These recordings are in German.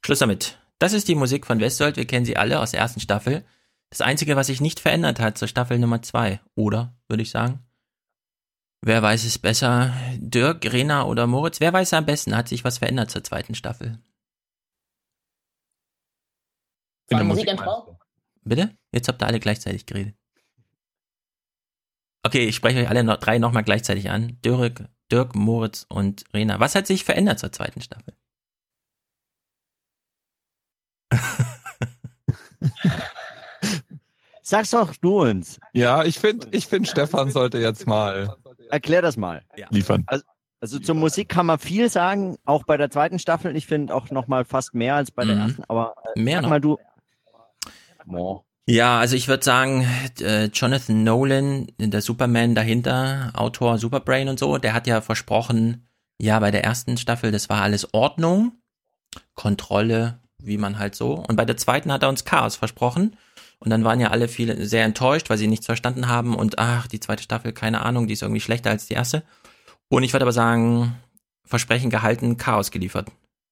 Schluss damit. Das ist die Musik von Westworld. Wir kennen sie alle aus der ersten Staffel. Das Einzige, was sich nicht verändert hat zur Staffel Nummer 2. Oder, würde ich sagen. Wer weiß es besser? Dirk, Rena oder Moritz? Wer weiß am besten? Hat sich was verändert zur zweiten Staffel? In der Musik. Bitte? Jetzt habt ihr alle gleichzeitig geredet. Okay, ich spreche euch alle drei nochmal gleichzeitig an. Dirk, Moritz und Rena. Was hat sich verändert zur zweiten Staffel? Sag's doch du uns. Ja, ich finde, Stefan sollte jetzt mal Erklär das mal. liefern. Also zur Musik kann man viel sagen, auch bei der zweiten Staffel. Ich finde auch noch mal fast mehr als bei der ersten. Aber mehr sag noch. mal du. Ja, also ich würde sagen, Jonathan Nolan, der Superman dahinter, Autor Superbrain und so, der hat ja versprochen, ja, bei der ersten Staffel, das war alles Ordnung, Kontrolle, wie man halt so. Und bei der zweiten hat er uns Chaos versprochen. Und dann waren ja alle viele sehr enttäuscht, weil sie nichts verstanden haben. Und die zweite Staffel, keine Ahnung, die ist irgendwie schlechter als die erste. Und ich würde aber sagen, Versprechen gehalten, Chaos geliefert.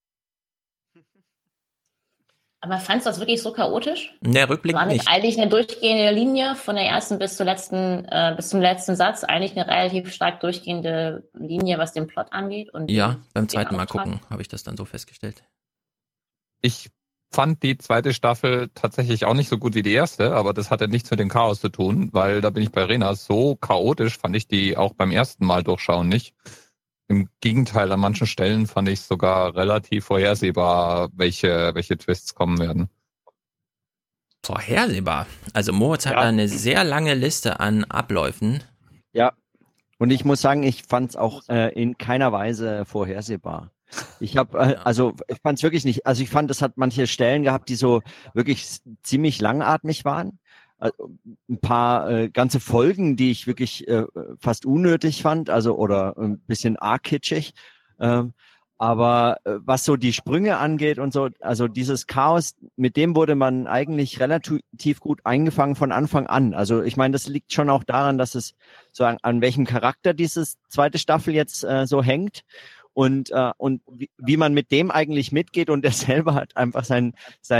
Aber fandst du das wirklich so chaotisch? Der Rückblick War nicht. eigentlich eine durchgehende Linie von der ersten bis zum letzten Satz, eigentlich eine relativ stark durchgehende Linie, was den Plot angeht? Und Ja, beim zweiten Mal Auftrag? gucken, habe ich das dann so festgestellt. Ich fand die zweite Staffel tatsächlich auch nicht so gut wie die erste, aber das hatte nichts mit dem Chaos zu tun, weil da bin ich bei Rena. So chaotisch fand ich die auch beim ersten Mal durchschauen nicht. Im Gegenteil, an manchen Stellen fand ich sogar relativ vorhersehbar, welche Twists kommen werden. Vorhersehbar. Also Moritz hat da eine sehr lange Liste an Abläufen. Ja. Und ich muss sagen, ich fand es auch in keiner Weise vorhersehbar. Ich habe, ich fand es wirklich nicht. Also ich fand, es hat manche Stellen gehabt, die so wirklich ziemlich langatmig waren. Ein paar ganze Folgen, die ich wirklich fast unnötig fand, oder ein bisschen arg kitschig. Aber was so die Sprünge angeht und so, also dieses Chaos, mit dem wurde man eigentlich relativ gut eingefangen von Anfang an. Also ich meine, das liegt schon auch daran, dass es so an welchem Charakter dieses zweite Staffel jetzt so hängt. Und wie man mit dem eigentlich mitgeht, und der selber hat einfach sein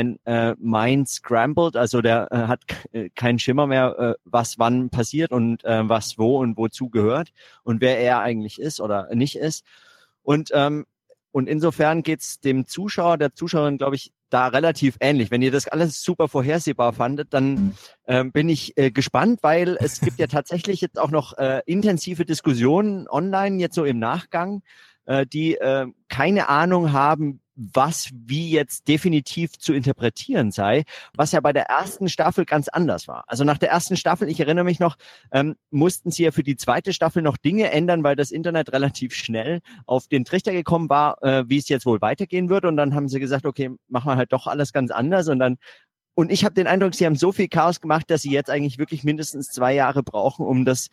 Mind scrambled, also der hat keinen Schimmer mehr, was wann passiert und was wo und wozu gehört und wer er eigentlich ist oder nicht ist. Und insofern geht's dem Zuschauer, der Zuschauerin, glaube ich, da relativ ähnlich. Wenn ihr das alles super vorhersehbar fandet, dann bin ich gespannt, weil es gibt ja tatsächlich jetzt auch noch intensive Diskussionen online, jetzt so im Nachgang, die keine Ahnung haben, was wie jetzt definitiv zu interpretieren sei, was ja bei der ersten Staffel ganz anders war. Also nach der ersten Staffel, ich erinnere mich noch, mussten sie ja für die zweite Staffel noch Dinge ändern, weil das Internet relativ schnell auf den Trichter gekommen war, wie es jetzt wohl weitergehen wird. Und dann haben sie gesagt, okay, machen wir halt doch alles ganz anders. Und ich habe den Eindruck, sie haben so viel Chaos gemacht, dass sie jetzt eigentlich wirklich mindestens 2 Jahre brauchen, um das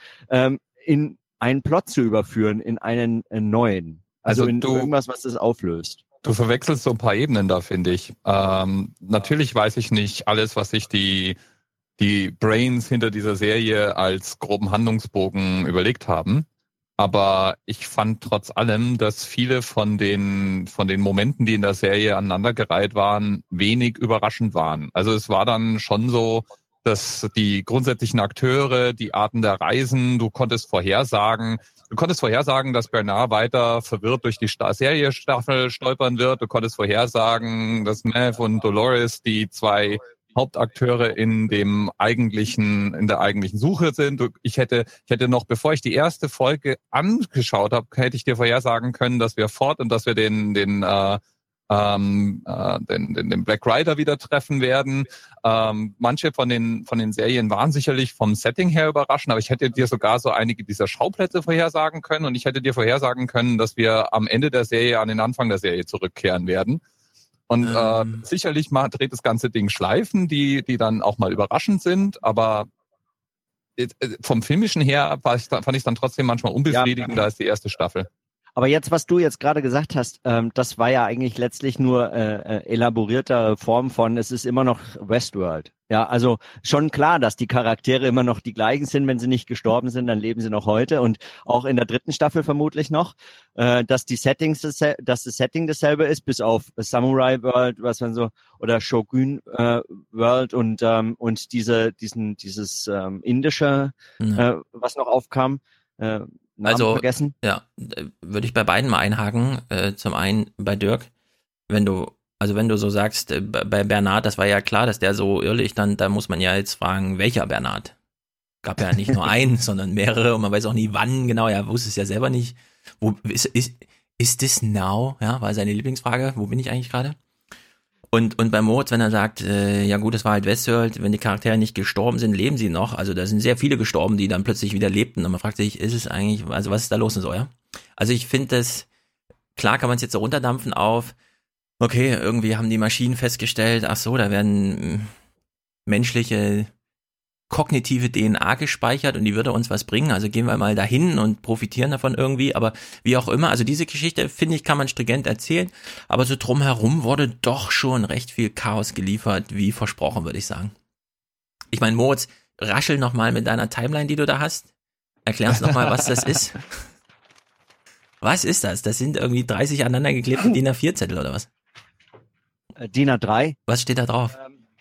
in einen Plot zu überführen, in einen neuen. Also in irgendwas, was das auflöst. Du verwechselst so ein paar Ebenen da, finde ich. Natürlich weiß ich nicht alles, was sich die Brains hinter dieser Serie als groben Handlungsbogen überlegt haben. Aber ich fand trotz allem, dass viele von den Momenten, die in der Serie aneinandergereiht waren, wenig überraschend waren. Also es war dann schon so, dass die grundsätzlichen Akteure, die Arten der Reisen, du konntest vorhersagen, dass Bernard weiter verwirrt durch die Serienstaffel stolpern wird. Du konntest vorhersagen, dass Mav und Dolores die 2 Hauptakteure in der eigentlichen Suche sind. Ich hätte noch, bevor ich die erste Folge angeschaut habe, hätte ich dir vorhersagen können, dass wir und dass wir den Black Rider wieder treffen werden. Manche von den Serien waren sicherlich vom Setting her überraschend, aber ich hätte dir sogar so einige dieser Schauplätze vorhersagen können und ich hätte dir vorhersagen können, dass wir am Ende der Serie an den Anfang der Serie zurückkehren werden. Und sicherlich dreht das ganze Ding Schleifen, die dann auch mal überraschend sind, aber vom Filmischen her fand ich es dann trotzdem manchmal unbefriedigender als die erste Staffel. Aber jetzt, was du jetzt gerade gesagt hast, das war ja eigentlich letztlich nur elaborierter Form von, es ist immer noch Westworld. Ja, also schon klar, dass die Charaktere immer noch die gleichen sind, wenn sie nicht gestorben sind, dann leben sie noch heute und auch in der 3. Staffel vermutlich noch, dass das Setting dasselbe ist, bis auf Samurai World, was man so, oder Shogun World und dieses indische, was noch aufkam. Also, vergessen. Ja, würde ich bei beiden mal einhaken. Zum einen bei Dirk, wenn du so sagst, bei Bernhard, das war ja klar, dass der so irrlich dann, da muss man ja jetzt fragen, welcher Bernhard? Gab ja nicht nur einen, sondern mehrere und man weiß auch nie wann genau, er wusste es ja selber nicht. Wo ist this now? Ja, war seine Lieblingsfrage, wo bin ich eigentlich gerade? Und bei Moritz, wenn er sagt, ja gut, das war halt Westworld, wenn die Charaktere nicht gestorben sind, leben sie noch. Also da sind sehr viele gestorben, die dann plötzlich wieder lebten. Und man fragt sich, ist es eigentlich, also was ist da los und so, ja? Also ich finde das, klar kann man es jetzt so runterdampfen auf, okay, irgendwie haben die Maschinen festgestellt, ach so, da werden menschliche kognitive DNA gespeichert und die würde uns was bringen, also gehen wir mal dahin und profitieren davon irgendwie, aber wie auch immer, also diese Geschichte, finde ich, kann man stringent erzählen, aber so drumherum wurde doch schon recht viel Chaos geliefert, wie versprochen, würde ich sagen. Ich meine, Moritz, raschel nochmal mit deiner Timeline, die du da hast, erklär uns nochmal, was das ist. Was ist das? Das sind irgendwie 30 aneinander geklebte DIN A4-Zettel oder was? DIN A3. Was steht da drauf?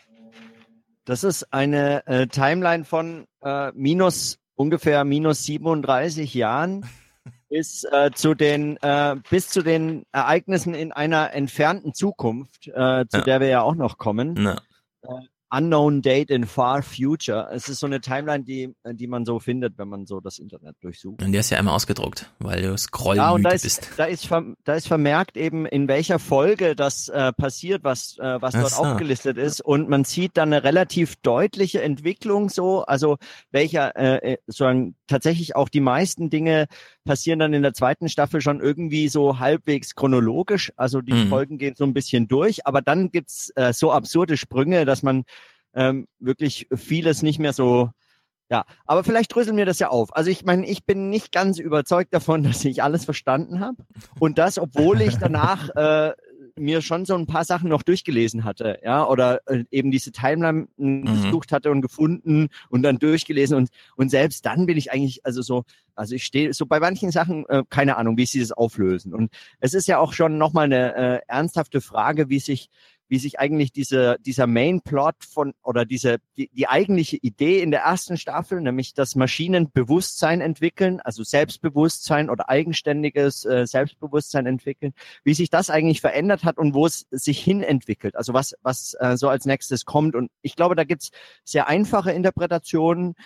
Das ist eine Timeline von ungefähr minus 37 Jahren bis zu den Ereignissen in einer entfernten Zukunft, zu der wir ja auch noch kommen. Ja. Unknown Date in Far Future. Es ist so eine Timeline, die man so findet, wenn man so das Internet durchsucht. Und der ist ja einmal ausgedruckt, weil du scrollmüde bist. Da ist vermerkt eben, in welcher Folge das passiert, was dort aufgelistet ist. Und man sieht dann eine relativ deutliche Entwicklung so, also sozusagen tatsächlich auch die meisten Dinge passieren dann in der 2. Staffel schon irgendwie so halbwegs chronologisch. Also die Folgen gehen so ein bisschen durch, aber dann gibt's so absurde Sprünge, dass man wirklich vieles nicht mehr so, ja, aber vielleicht dröseln wir das ja auf. Also ich meine, ich bin nicht ganz überzeugt davon, dass ich alles verstanden habe und das, obwohl ich danach mir schon so ein paar Sachen noch durchgelesen hatte, ja, oder eben diese Timeline gesucht hatte und gefunden und dann durchgelesen und selbst dann bin ich eigentlich, also ich stehe so bei manchen Sachen, keine Ahnung, wie sie das auflösen. Und es ist ja auch schon nochmal eine ernsthafte Frage, wie sich eigentlich dieser Main-Plot die eigentliche Idee in der 1. Staffel, nämlich dass Maschinen Bewusstsein entwickeln, also Selbstbewusstsein oder eigenständiges Selbstbewusstsein entwickeln, wie sich das eigentlich verändert hat und wo es sich hin entwickelt, also was so als nächstes kommt. Und ich glaube, da gibt's sehr einfache Interpretationen,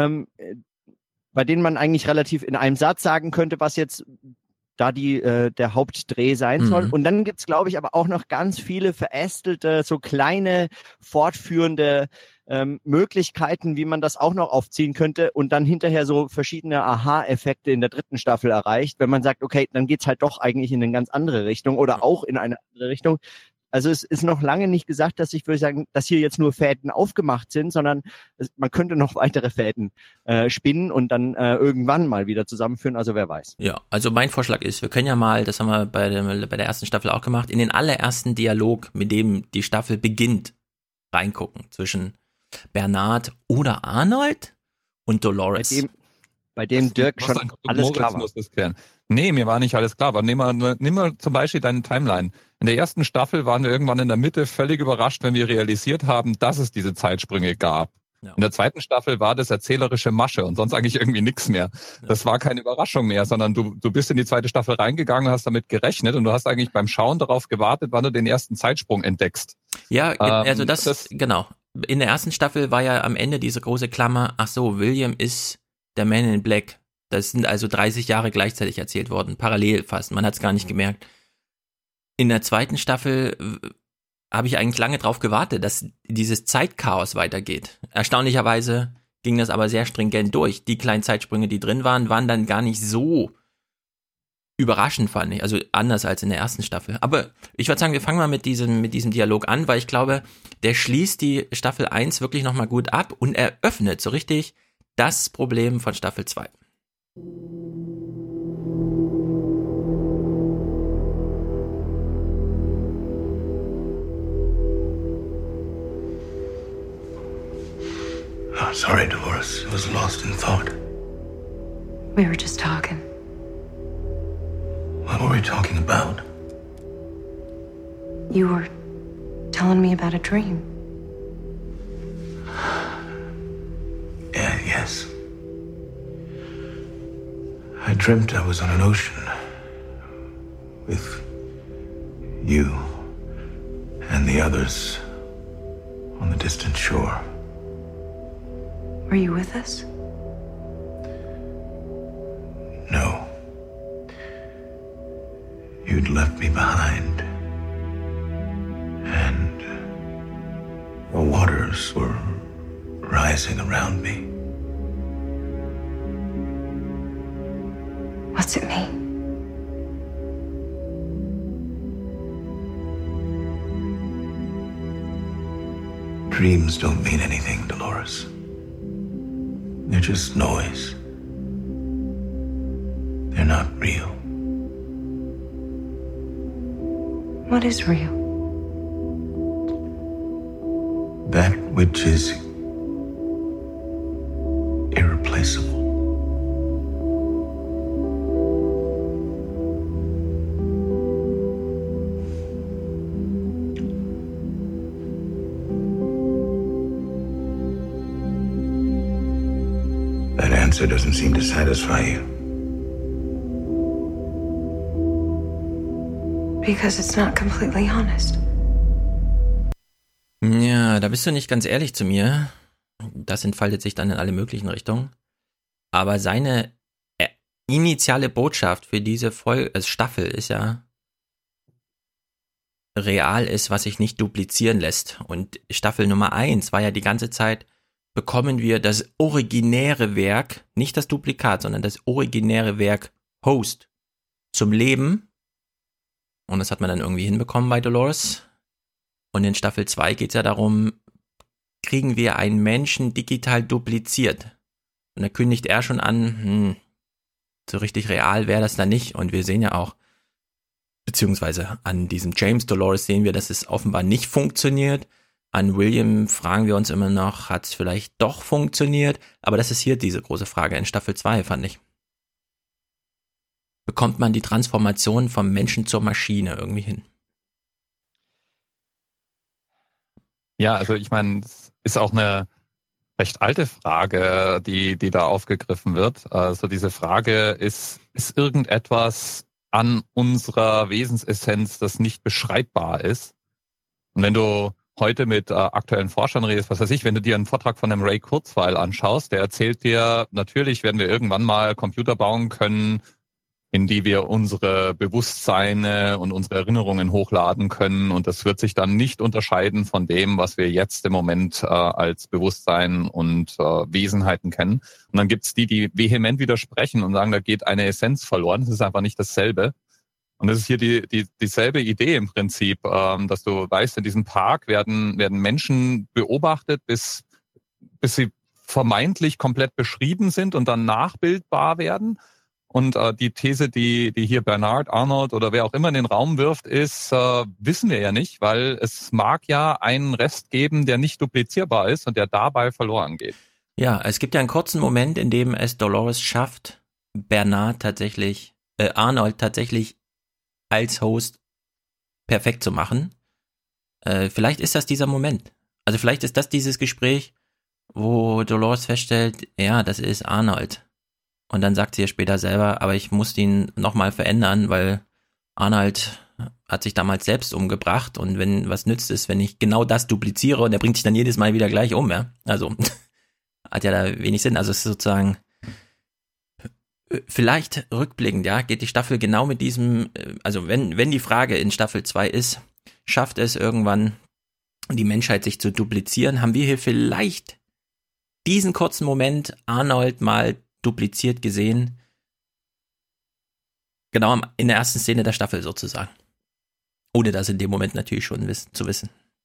bei denen man eigentlich relativ in einem Satz sagen könnte, was jetzt da der Hauptdreh sein soll. Und dann gibt's, glaube ich, aber auch noch ganz viele verästelte, so kleine, fortführende Möglichkeiten, wie man das auch noch aufziehen könnte und dann hinterher so verschiedene Aha-Effekte in der 3. Staffel erreicht, wenn man sagt, okay, dann geht's halt doch eigentlich in eine ganz andere Richtung oder auch in eine andere Richtung. Also es ist noch lange nicht gesagt, dass ich würde sagen, dass hier jetzt nur Fäden aufgemacht sind, sondern man könnte noch weitere Fäden spinnen und dann irgendwann mal wieder zusammenführen, also wer weiß. Ja, also mein Vorschlag ist, wir können ja mal, das haben wir bei der 1. Staffel auch gemacht, in den allerersten Dialog, mit dem die Staffel beginnt, reingucken zwischen Bernhard oder Arnold und Dolores. Bei dem Dirk schon alles klar war. Nee, mir war nicht alles klar, aber nimm mal zum Beispiel deine Timeline. In der 1. Staffel waren wir irgendwann in der Mitte völlig überrascht, wenn wir realisiert haben, dass es diese Zeitsprünge gab. Ja. In der 2. Staffel war das erzählerische Masche und sonst eigentlich irgendwie nichts mehr. Ja. Das war keine Überraschung mehr, sondern du bist in die 2. Staffel reingegangen und hast damit gerechnet und du hast eigentlich beim Schauen darauf gewartet, wann du den ersten Zeitsprung entdeckst. Ja, also das genau. In der 1. Staffel war ja am Ende diese große Klammer, ach so, William ist der Man in Black. Das sind also 30 Jahre gleichzeitig erzählt worden, parallel fast, man hat es gar nicht gemerkt. In der 2. Staffel habe ich eigentlich lange drauf gewartet, dass dieses Zeitchaos weitergeht. Erstaunlicherweise ging das aber sehr stringent durch. Die kleinen Zeitsprünge, die drin waren dann gar nicht so überraschend, fand ich. Also anders als in der 1. Staffel. Aber ich würde sagen, wir fangen mal mit diesem Dialog an, weil ich glaube, der schließt die Staffel 1 wirklich nochmal gut ab und eröffnet so richtig das Problem von Staffel 2. Sorry, Dolores. I was lost in thought. We were just talking. What were we talking about? You were telling me about a dream. Yes. I dreamt I was on an ocean with you and the others on the distant shore. Were you with us? No. You'd left me behind. And the waters were rising around me. What's it mean? Dreams don't mean anything, Dolores. They're just noise. They're not real. What is real? That which is irreplaceable. That answer doesn't seem to satisfy you. Because it's not completely honest. Ja, da bist du nicht ganz ehrlich zu mir. Das entfaltet sich dann in alle möglichen Richtungen. Aber seine initiale Botschaft für diese Staffel ist ja, real ist, was sich nicht duplizieren lässt. Und Staffel Nummer 1 war ja die ganze Zeit, bekommen wir das originäre Werk, nicht das Duplikat, sondern das originäre Werk Host zum Leben. Und das hat man dann irgendwie hinbekommen bei Dolores. Und in Staffel 2 geht es ja darum, kriegen wir einen Menschen digital dupliziert. Und da kündigt er schon an, so richtig real wäre das dann nicht. Und wir sehen ja auch, beziehungsweise an diesem James Dolores sehen wir, dass es offenbar nicht funktioniert. An William fragen wir uns immer noch, hat es vielleicht doch funktioniert? Aber das ist hier diese große Frage in Staffel 2, fand ich. Bekommt man die Transformation vom Menschen zur Maschine irgendwie hin? Ja, also ich meine, es ist auch eine recht alte Frage, die da aufgegriffen wird. Also diese Frage ist irgendetwas an unserer Wesensessenz, das nicht beschreibbar ist? Und wenn du heute mit aktuellen Forschern redest, was weiß ich, wenn du dir einen Vortrag von einem Ray Kurzweil anschaust, der erzählt dir, natürlich werden wir irgendwann mal Computer bauen können, in die wir unsere Bewusstseine und unsere Erinnerungen hochladen können. Und das wird sich dann nicht unterscheiden von dem, was wir jetzt im Moment als Bewusstsein und Wesenheiten kennen. Und dann gibt's die vehement widersprechen und sagen, da geht eine Essenz verloren. Das ist einfach nicht dasselbe. Und das ist hier dieselbe Idee im Prinzip, dass du weißt, in diesem Park werden Menschen beobachtet, bis sie vermeintlich komplett beschrieben sind und dann nachbildbar werden. Und die These, die hier Bernard Arnault oder wer auch immer in den Raum wirft, ist, wissen wir ja nicht, weil es mag ja einen Rest geben, der nicht duplizierbar ist und der dabei verloren geht. Ja, es gibt ja einen kurzen Moment, in dem es Dolores schafft, Arnold tatsächlich als Host perfekt zu machen. Vielleicht ist das dieser Moment. Also vielleicht ist das dieses Gespräch, wo Dolores feststellt, ja, das ist Arnold. Und dann sagt sie ja später selber, aber ich muss ihn nochmal verändern, weil Arnold hat sich damals selbst umgebracht und was nützt es, wenn ich genau das dupliziere und er bringt sich dann jedes Mal wieder gleich um, ja? Also hat ja da wenig Sinn. Also es ist sozusagen vielleicht rückblickend, ja, geht die Staffel genau mit diesem, also wenn die Frage in Staffel 2 ist, schafft es irgendwann die Menschheit sich zu duplizieren, haben wir hier vielleicht diesen kurzen Moment Arnold mal dupliziert gesehen, genau in der ersten Szene der Staffel sozusagen. Ohne das in dem Moment natürlich schon zu wissen.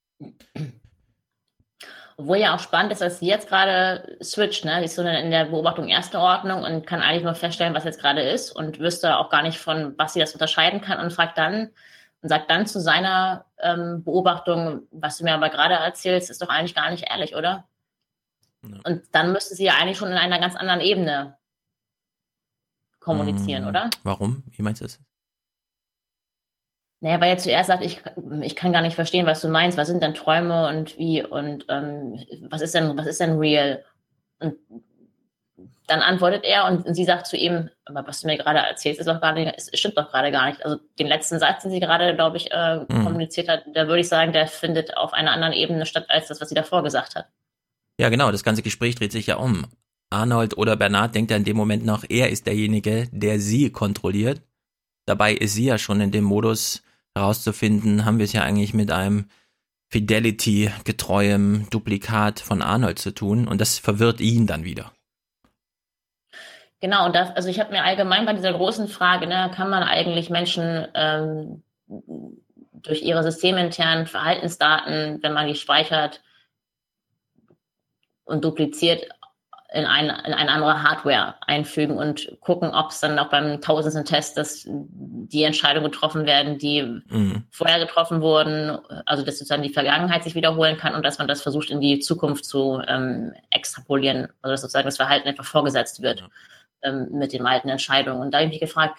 Obwohl ja auch spannend ist, dass sie jetzt gerade switcht, ne? Sie ist so in der Beobachtung erster Ordnung und kann eigentlich nur feststellen, was jetzt gerade ist und wüsste auch gar nicht, von was sie das unterscheiden kann und sagt dann zu seiner Beobachtung, was du mir aber gerade erzählst, ist doch eigentlich gar nicht ehrlich, oder? Und dann müsste sie ja eigentlich schon in einer ganz anderen Ebene kommunizieren, oder? Warum? Wie meinst du das? Naja, weil er zuerst sagt, ich kann gar nicht verstehen, was du meinst. Was sind denn Träume und wie und was ist denn real? Und dann antwortet er und sie sagt zu ihm, aber was du mir gerade erzählst, stimmt doch gerade gar nicht. Also den letzten Satz, den sie gerade, glaube ich, kommuniziert hat, da würde ich sagen, der findet auf einer anderen Ebene statt als das, was sie davor gesagt hat. Ja, genau, das ganze Gespräch dreht sich ja um. Arnold oder Bernard denkt ja in dem Moment noch, er ist derjenige, der sie kontrolliert. Dabei ist sie ja schon in dem Modus herauszufinden, haben wir es ja eigentlich mit einem Fidelity-getreuem Duplikat von Arnold zu tun und das verwirrt ihn dann wieder. Genau, und also ich habe mir allgemein bei dieser großen Frage, ne, kann man eigentlich Menschen durch ihre systeminternen Verhaltensdaten, wenn man die speichert und dupliziert, in eine andere Hardware einfügen und gucken, ob es dann auch beim tausendsten Test, dass die Entscheidungen getroffen werden, die vorher getroffen wurden, also dass sozusagen die Vergangenheit sich wiederholen kann und dass man das versucht in die Zukunft zu extrapolieren, also dass sozusagen das Verhalten einfach vorgesetzt wird mit den alten Entscheidungen. Und da habe ich mich gefragt,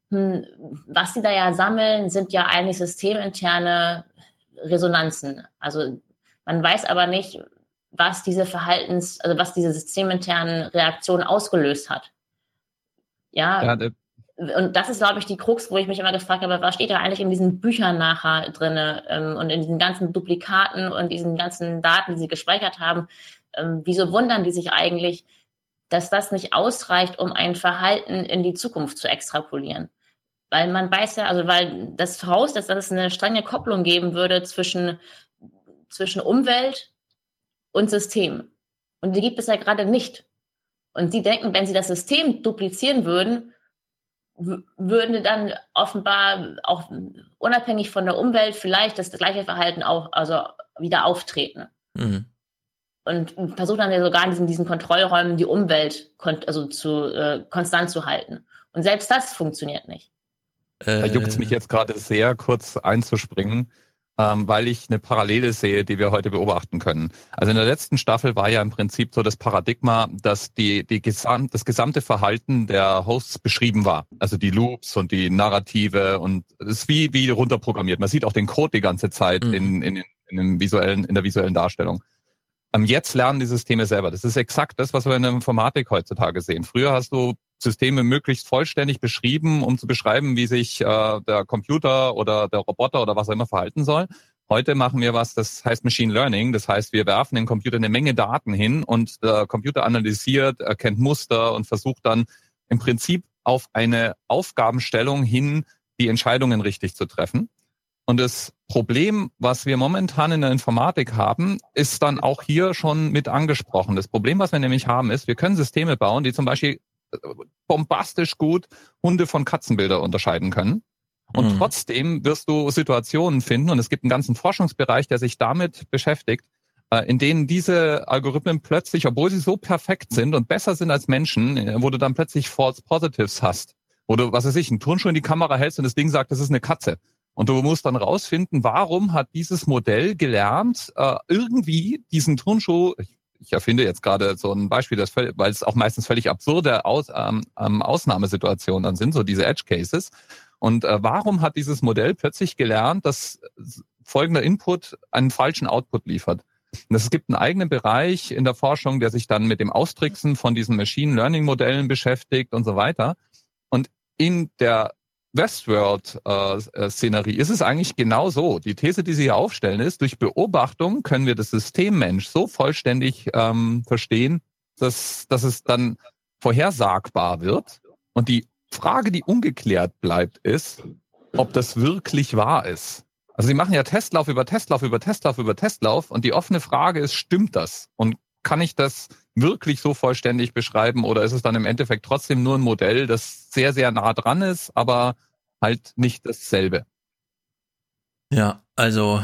was die da ja sammeln, sind ja eigentlich systeminterne Resonanzen. Also man weiß aber nicht, was diese was diese systeminternen Reaktionen ausgelöst hat. Ja, und das ist, glaube ich, die Krux, wo ich mich immer gefragt habe, was steht da eigentlich in diesen Büchern nachher drin und in diesen ganzen Duplikaten und diesen ganzen Daten, die sie gespeichert haben. Wieso wundern die sich eigentlich, dass das nicht ausreicht, um ein Verhalten in die Zukunft zu extrapolieren? Weil man weiß ja, also weil das voraussetzt, dass es eine strenge Kopplung geben würde zwischen Umwelt und System. Und die gibt es ja gerade nicht. Und sie denken, wenn sie das System duplizieren würden, würde dann offenbar auch unabhängig von der Umwelt vielleicht das gleiche Verhalten auch wieder auftreten. Mhm. Und versucht dann ja sogar in diesen Kontrollräumen die Umwelt konstant zu halten. Und selbst das funktioniert nicht. Da juckt es mich jetzt gerade sehr, kurz einzuspringen, weil ich eine Parallele sehe, die wir heute beobachten können. Also in der letzten Staffel war ja im Prinzip so das Paradigma, dass das gesamte Verhalten der Hosts beschrieben war. Also die Loops und die Narrative und es ist wie runterprogrammiert. Man sieht auch den Code die ganze Zeit in der visuellen Darstellung. Jetzt lernen die Systeme selber. Das ist exakt das, was wir in der Informatik heutzutage sehen. Früher hast du Systeme möglichst vollständig beschrieben, um zu beschreiben, wie sich der Computer oder der Roboter oder was auch immer verhalten soll. Heute machen wir was, das heißt Machine Learning. Das heißt, wir werfen dem Computer eine Menge Daten hin und der Computer analysiert, erkennt Muster und versucht dann im Prinzip auf eine Aufgabenstellung hin, die Entscheidungen richtig zu treffen. Und das Problem, was wir momentan in der Informatik haben, ist dann auch hier schon mit angesprochen. Das Problem, was wir nämlich haben, ist, wir können Systeme bauen, die zum Beispiel bombastisch gut Hunde von Katzenbilder unterscheiden können. Und trotzdem wirst du Situationen finden, und es gibt einen ganzen Forschungsbereich, der sich damit beschäftigt, in denen diese Algorithmen plötzlich, obwohl sie so perfekt sind und besser sind als Menschen, wo du dann plötzlich False Positives hast. Wo du, einen Turnschuh in die Kamera hältst und das Ding sagt, das ist eine Katze. Und du musst dann rausfinden, warum hat dieses Modell gelernt, irgendwie diesen Turnschuh, ich erfinde jetzt gerade so ein Beispiel, weil es auch meistens völlig absurde Ausnahmesituationen dann sind, so diese Edge Cases. Und warum hat dieses Modell plötzlich gelernt, dass folgender Input einen falschen Output liefert? Und es gibt einen eigenen Bereich in der Forschung, der sich dann mit dem Austricksen von diesen Machine Learning Modellen beschäftigt und so weiter. Und in der Westworld-Szenerie ist es eigentlich genau so. Die These, die Sie hier aufstellen, ist, durch Beobachtung können wir das System Mensch so vollständig verstehen, dass es dann vorhersagbar wird. Und die Frage, die ungeklärt bleibt, ist, ob das wirklich wahr ist. Also Sie machen ja Testlauf über Testlauf über Testlauf über Testlauf und die offene Frage ist, stimmt das? Und kann ich das wirklich so vollständig beschreiben oder ist es dann im Endeffekt trotzdem nur ein Modell, das sehr, sehr nah dran ist, aber halt nicht dasselbe? Ja, also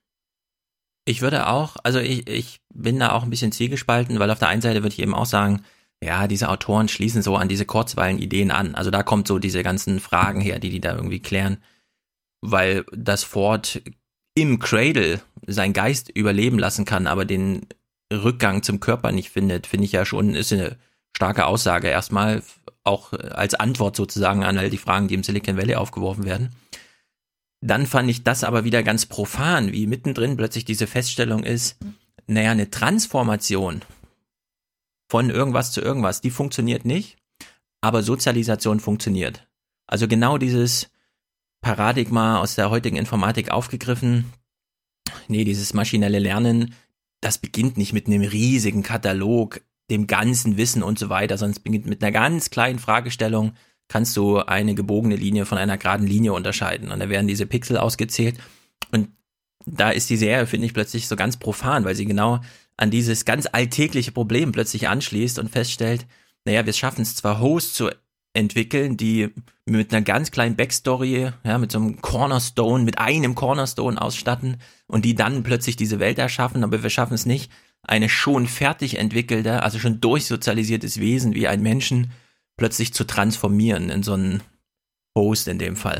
ich würde auch, also ich bin da auch ein bisschen zwiegespalten, weil auf der einen Seite würde ich eben auch sagen, ja, diese Autoren schließen so an diese Kurzweilen-Ideen an. Also da kommt so diese ganzen Fragen her, die da irgendwie klären, weil das Ford im Cradle seinen Geist überleben lassen kann, aber den Rückgang zum Körper nicht findet, finde ich ja schon, ist eine starke Aussage erstmal, auch als Antwort sozusagen an all die Fragen, die im Silicon Valley aufgeworfen werden. Dann fand ich das aber wieder ganz profan, wie mittendrin plötzlich diese Feststellung ist, naja, eine Transformation von irgendwas zu irgendwas, die funktioniert nicht, aber Sozialisation funktioniert. Also genau dieses Paradigma aus der heutigen Informatik aufgegriffen, dieses maschinelle Lernen, das beginnt nicht mit einem riesigen Katalog, dem ganzen Wissen und so weiter, sondern es beginnt mit einer ganz kleinen Fragestellung, kannst du eine gebogene Linie von einer geraden Linie unterscheiden? Und da werden diese Pixel ausgezählt und da ist die Serie, finde ich, plötzlich so ganz profan, weil sie genau an dieses ganz alltägliche Problem plötzlich anschließt und feststellt, naja, wir schaffen es zwar Hosts zu entwickeln, die mit einer ganz kleinen Backstory, ja, mit so einem Cornerstone, mit einem Cornerstone ausstatten und die dann plötzlich diese Welt erschaffen, aber wir schaffen es nicht, eine schon fertig entwickelte, also schon durchsozialisiertes Wesen wie ein Menschen plötzlich zu transformieren in so einen Host in dem Fall.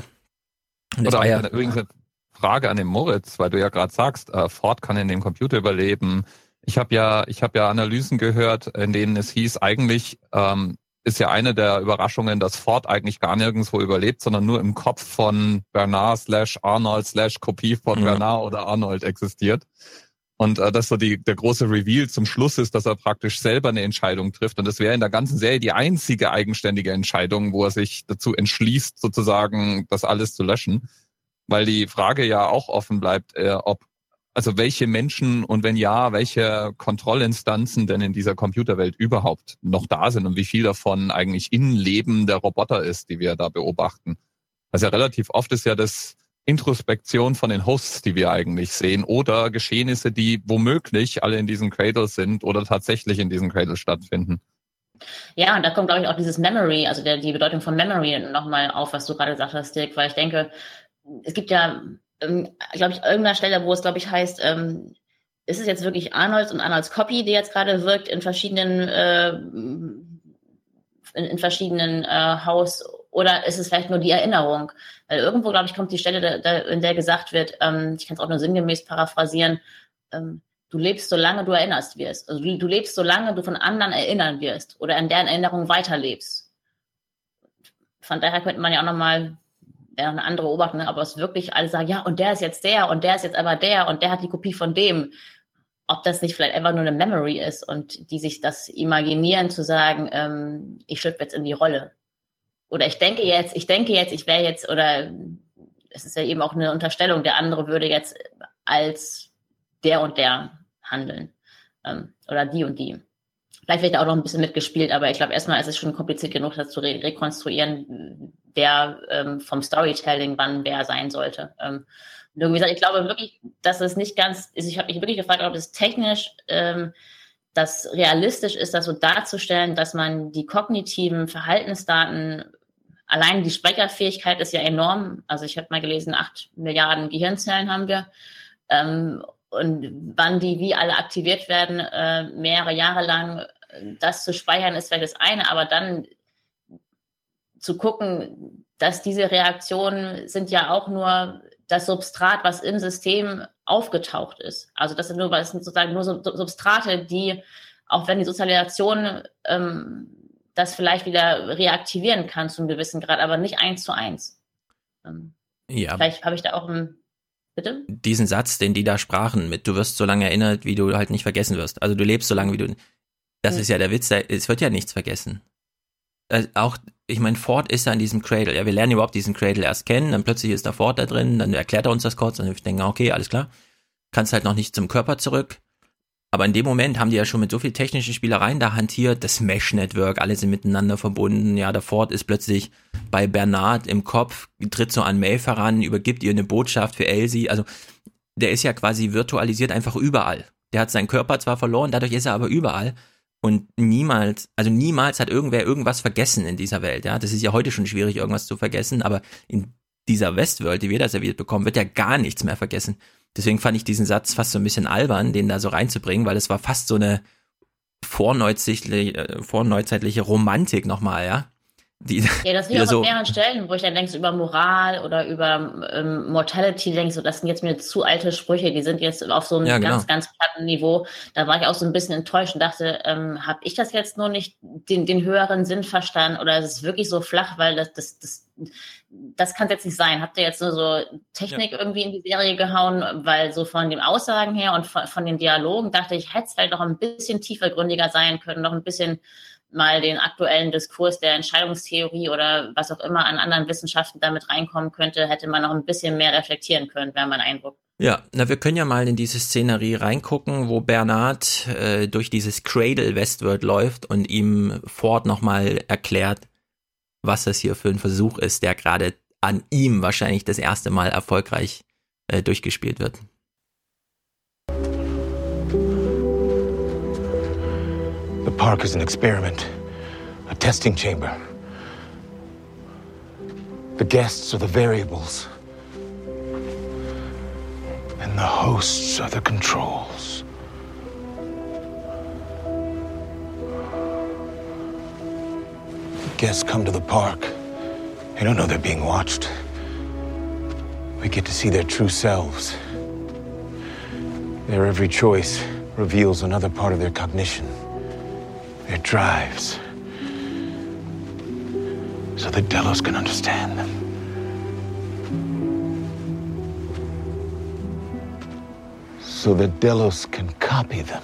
Und oder ja übrigens eine Frage an den Moritz, weil du ja gerade sagst, Ford kann in dem Computer überleben. Ich habe ja Analysen gehört, in denen es hieß, eigentlich ist ja eine der Überraschungen, dass Ford eigentlich gar nirgendwo überlebt, sondern nur im Kopf von Bernard/Arnold/ Kopie von Bernard oder Arnold existiert. Und dass so der große Reveal zum Schluss ist, dass er praktisch selber eine Entscheidung trifft. Und das wäre in der ganzen Serie die einzige eigenständige Entscheidung, wo er sich dazu entschließt, sozusagen das alles zu löschen. Weil die Frage ja auch offen bleibt, also welche Menschen und wenn ja, welche Kontrollinstanzen denn in dieser Computerwelt überhaupt noch da sind und wie viel davon eigentlich Innenleben der Roboter ist, die wir da beobachten. Also ja relativ oft ist ja das Introspektion von den Hosts, die wir eigentlich sehen, oder Geschehnisse, die womöglich alle in diesen Cradles sind oder tatsächlich in diesen Cradles stattfinden. Ja, und da kommt, glaube ich, auch dieses Memory, also die Bedeutung von Memory nochmal auf, was du gerade gesagt hast, Dirk, weil ich denke, es gibt ja, glaube ich, irgendeiner Stelle, wo es, glaube ich, heißt, ist es jetzt wirklich Arnolds und Arnolds Copy, die jetzt gerade wirkt in verschiedenen Haus, oder ist es vielleicht nur die Erinnerung? Weil irgendwo, glaube ich, kommt die Stelle, in der gesagt wird, ich kann es auch nur sinngemäß paraphrasieren, du lebst, solange du erinnerst wirst. Also du lebst, solange du von anderen erinnern wirst oder in deren Erinnerung weiterlebst. Von daher könnte man ja auch nochmal, wäre eine andere Beobachtung, aber es wirklich alle sagen, ja, und der ist jetzt der und der ist jetzt aber der und der hat die Kopie von dem. Ob das nicht vielleicht einfach nur eine Memory ist und die sich das imaginieren, zu sagen, ich schlüpfe jetzt in die Rolle. Oder ich denke jetzt, ich wäre jetzt, oder es ist ja eben auch eine Unterstellung, der andere würde jetzt als der und der handeln. Oder die und die. Vielleicht wird da auch noch ein bisschen mitgespielt, aber ich glaube, erstmal ist es schon kompliziert genug, das zu rekonstruieren, wer vom Storytelling wann wer sein sollte. Und irgendwie gesagt, ich glaube wirklich, dass es nicht ganz ist. Ich habe mich wirklich gefragt, ob es technisch das realistisch ist, das so darzustellen, dass man die kognitiven Verhaltensdaten, allein die Speicherfähigkeit ist ja enorm. Also ich habe mal gelesen, 8 Milliarden Gehirnzellen haben wir. Und wann die wie alle aktiviert werden, mehrere Jahre lang, das zu speichern, ist vielleicht das eine, aber dann zu gucken, dass diese Reaktionen sind ja auch nur das Substrat, was im System aufgetaucht ist. Also das sind sozusagen nur Substrate, die, auch wenn die Sozialisation das vielleicht wieder reaktivieren kann zu einem gewissen Grad, aber nicht 1:1. Ja. Vielleicht habe ich da auch Bitte? Diesen Satz, den die da sprachen, mit du wirst so lange erinnert, wie du halt nicht vergessen wirst. Also du lebst so lange, wie du... Das ist ja der Witz, es wird ja nichts vergessen. Auch, ich meine, Ford ist da in diesem Cradle. Ja, wir lernen überhaupt diesen Cradle erst kennen, dann plötzlich ist da Ford da drin, dann erklärt er uns das kurz und wir denken, okay, alles klar. Kannst halt noch nicht zum Körper zurück. Aber in dem Moment haben die ja schon mit so viel technischen Spielereien da hantiert, das Mesh-Network, alle sind miteinander verbunden. Ja, der Ford ist plötzlich bei Bernard im Kopf, tritt so an Maeve heran, übergibt ihr eine Botschaft für Elsie. Also der ist ja quasi virtualisiert einfach überall. Der hat seinen Körper zwar verloren, dadurch ist er aber überall. Und niemals hat irgendwer irgendwas vergessen in dieser Welt. Ja, das ist ja heute schon schwierig, irgendwas zu vergessen, aber in dieser Westworld, die wir da serviert bekommen, wird ja gar nichts mehr vergessen. Deswegen fand ich diesen Satz fast so ein bisschen albern, den da so reinzubringen, weil es war fast so eine vorneuzeitliche Romantik nochmal, ja. Ja, das ist auch so, an mehreren Stellen, wo ich dann denke, so über Moral oder über Mortality, denke so, das sind jetzt mir zu alte Sprüche, die sind jetzt auf so einem ganz, ganz platten Niveau. Da war ich auch so ein bisschen enttäuscht und dachte, habe ich das jetzt nur nicht den höheren Sinn verstanden oder ist es wirklich so flach, weil das kann es jetzt nicht sein. Habt ihr jetzt nur so Technik irgendwie in die Serie gehauen, weil so von den Aussagen her und von den Dialogen dachte ich, hätte es halt noch ein bisschen tiefergründiger sein können, noch ein bisschen mal den aktuellen Diskurs der Entscheidungstheorie oder was auch immer an anderen Wissenschaften damit reinkommen könnte, hätte man noch ein bisschen mehr reflektieren können, wäre mein Eindruck. Ja, wir können ja mal in diese Szenerie reingucken, wo Bernard durch dieses Cradle Westworld läuft und ihm Ford nochmal erklärt, was das hier für ein Versuch ist, der gerade an ihm wahrscheinlich das erste Mal erfolgreich durchgespielt wird. The park is an experiment, a testing chamber. The guests are the variables, and the hosts are the controls. The guests come to the park. They don't know they're being watched. We get to see their true selves. Their every choice reveals another part of their cognition. Their drives, so that Delos can understand them. So that Delos can copy them.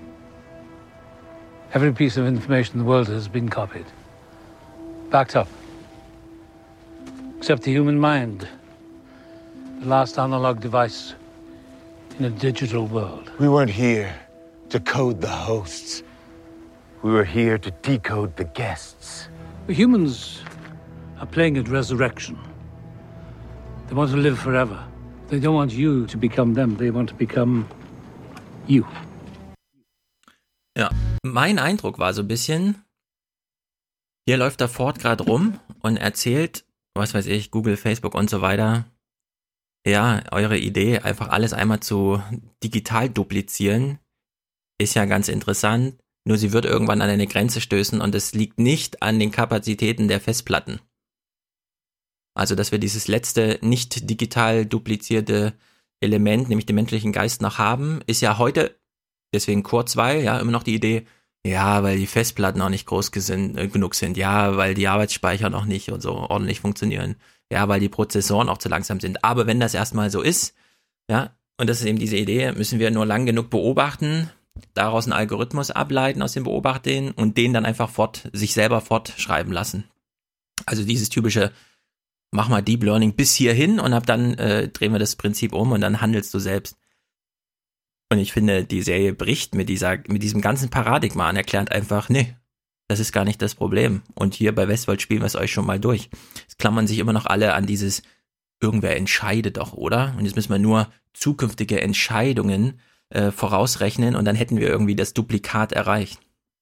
Every piece of information in the world has been copied, backed up, except the human mind, the last analog device in a digital world. We weren't here to code the hosts. We were here to decode the guests. The humans are playing at resurrection. They want to live forever. They don't want you to become them. They want to become you. Ja, mein Eindruck war so ein bisschen, hier läuft der Ford gerade rum und erzählt, was weiß ich, Google, Facebook und so weiter, ja, eure Idee, einfach alles einmal zu digital duplizieren, ist ja ganz interessant. Nur sie wird irgendwann an eine Grenze stößen und es liegt nicht an den Kapazitäten der Festplatten. Also, dass wir dieses letzte nicht digital duplizierte Element, nämlich den menschlichen Geist noch haben, ist ja heute, deswegen Core 2, ja, immer noch die Idee, ja, weil die Festplatten noch nicht groß genug sind, ja, weil die Arbeitsspeicher noch nicht und so ordentlich funktionieren, ja, weil die Prozessoren auch zu langsam sind. Aber wenn das erstmal so ist, ja, und das ist eben diese Idee, müssen wir nur lang genug beobachten, daraus einen Algorithmus ableiten aus den Beobachtungen und den dann einfach sich selber fortschreiben lassen. Also dieses typische, mach mal Deep Learning bis hierhin und ab dann drehen wir das Prinzip um und dann handelst du selbst. Und ich finde, die Serie bricht mit diesem ganzen Paradigma an, erklärt einfach, nee, das ist gar nicht das Problem. Und hier bei Westworld spielen wir es euch schon mal durch. Es klammern sich immer noch alle an dieses, irgendwer entscheidet doch, oder? Und jetzt müssen wir nur zukünftige Entscheidungen vorausrechnen und dann hätten wir irgendwie das Duplikat erreicht.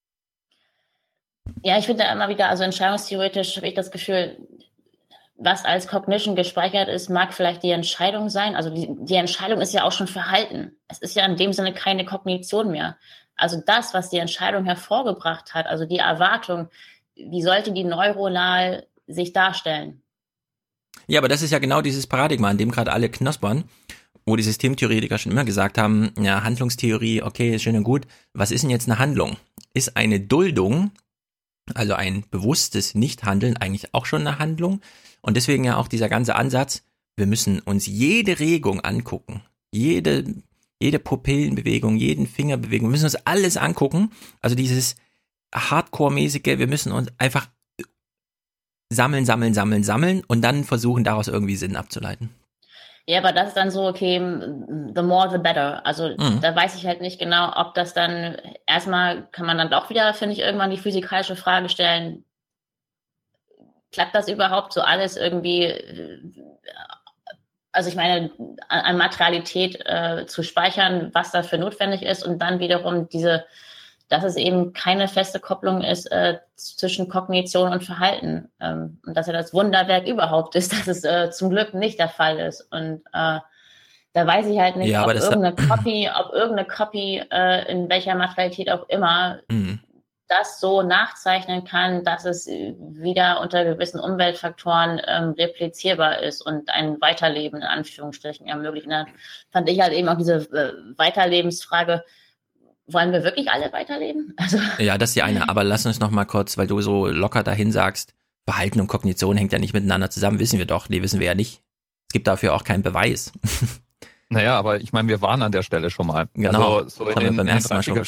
Ja, ich finde immer wieder, also entscheidungstheoretisch habe ich das Gefühl, was als Cognition gespeichert ist, mag vielleicht die Entscheidung sein. Also die Entscheidung ist ja auch schon Verhalten. Es ist ja in dem Sinne keine Kognition mehr. Also das, was die Entscheidung hervorgebracht hat, also die Erwartung, wie sollte die neuronal sich darstellen? Ja, aber das ist ja genau dieses Paradigma, an dem gerade alle knospern, wo die Systemtheoretiker schon immer gesagt haben, ja, Handlungstheorie, okay, ist schön und gut. Was ist denn jetzt eine Handlung? Ist eine Duldung, also ein bewusstes Nichthandeln, eigentlich auch schon eine Handlung? Und deswegen ja auch dieser ganze Ansatz, wir müssen uns jede Regung angucken, jede Pupillenbewegung, jeden Fingerbewegung, wir müssen uns alles angucken. Also dieses Hardcore-mäßige, wir müssen uns einfach sammeln und dann versuchen, daraus irgendwie Sinn abzuleiten. Ja, aber das ist dann so, okay, the more the better. Also da weiß ich halt nicht genau, ob das dann, erstmal kann man dann doch wieder, finde ich, irgendwann die physikalische Frage stellen, klappt das überhaupt so alles irgendwie, also ich meine, an Materialität zu speichern, was dafür notwendig ist und dann wiederum dass es eben keine feste Kopplung ist zwischen Kognition und Verhalten. Und dass ja das Wunderwerk überhaupt ist, dass es zum Glück nicht der Fall ist. Und da weiß ich halt nicht, ja, ob irgendeine Copy, in welcher Materialität auch immer, das so nachzeichnen kann, dass es wieder unter gewissen Umweltfaktoren replizierbar ist und ein Weiterleben in Anführungsstrichen ermöglicht. Und dann fand ich halt eben auch diese Weiterlebensfrage, wollen wir wirklich alle weiterleben? Also Ja, das ist die eine, aber lass uns noch mal kurz, weil du so locker dahin sagst, Verhalten und Kognition hängt ja nicht miteinander zusammen, wissen wir doch. Nee, wissen wir ja nicht. Es gibt dafür auch keinen Beweis. Naja, aber ich meine, wir waren an der Stelle schon mal. Genau. Also so in den 30er,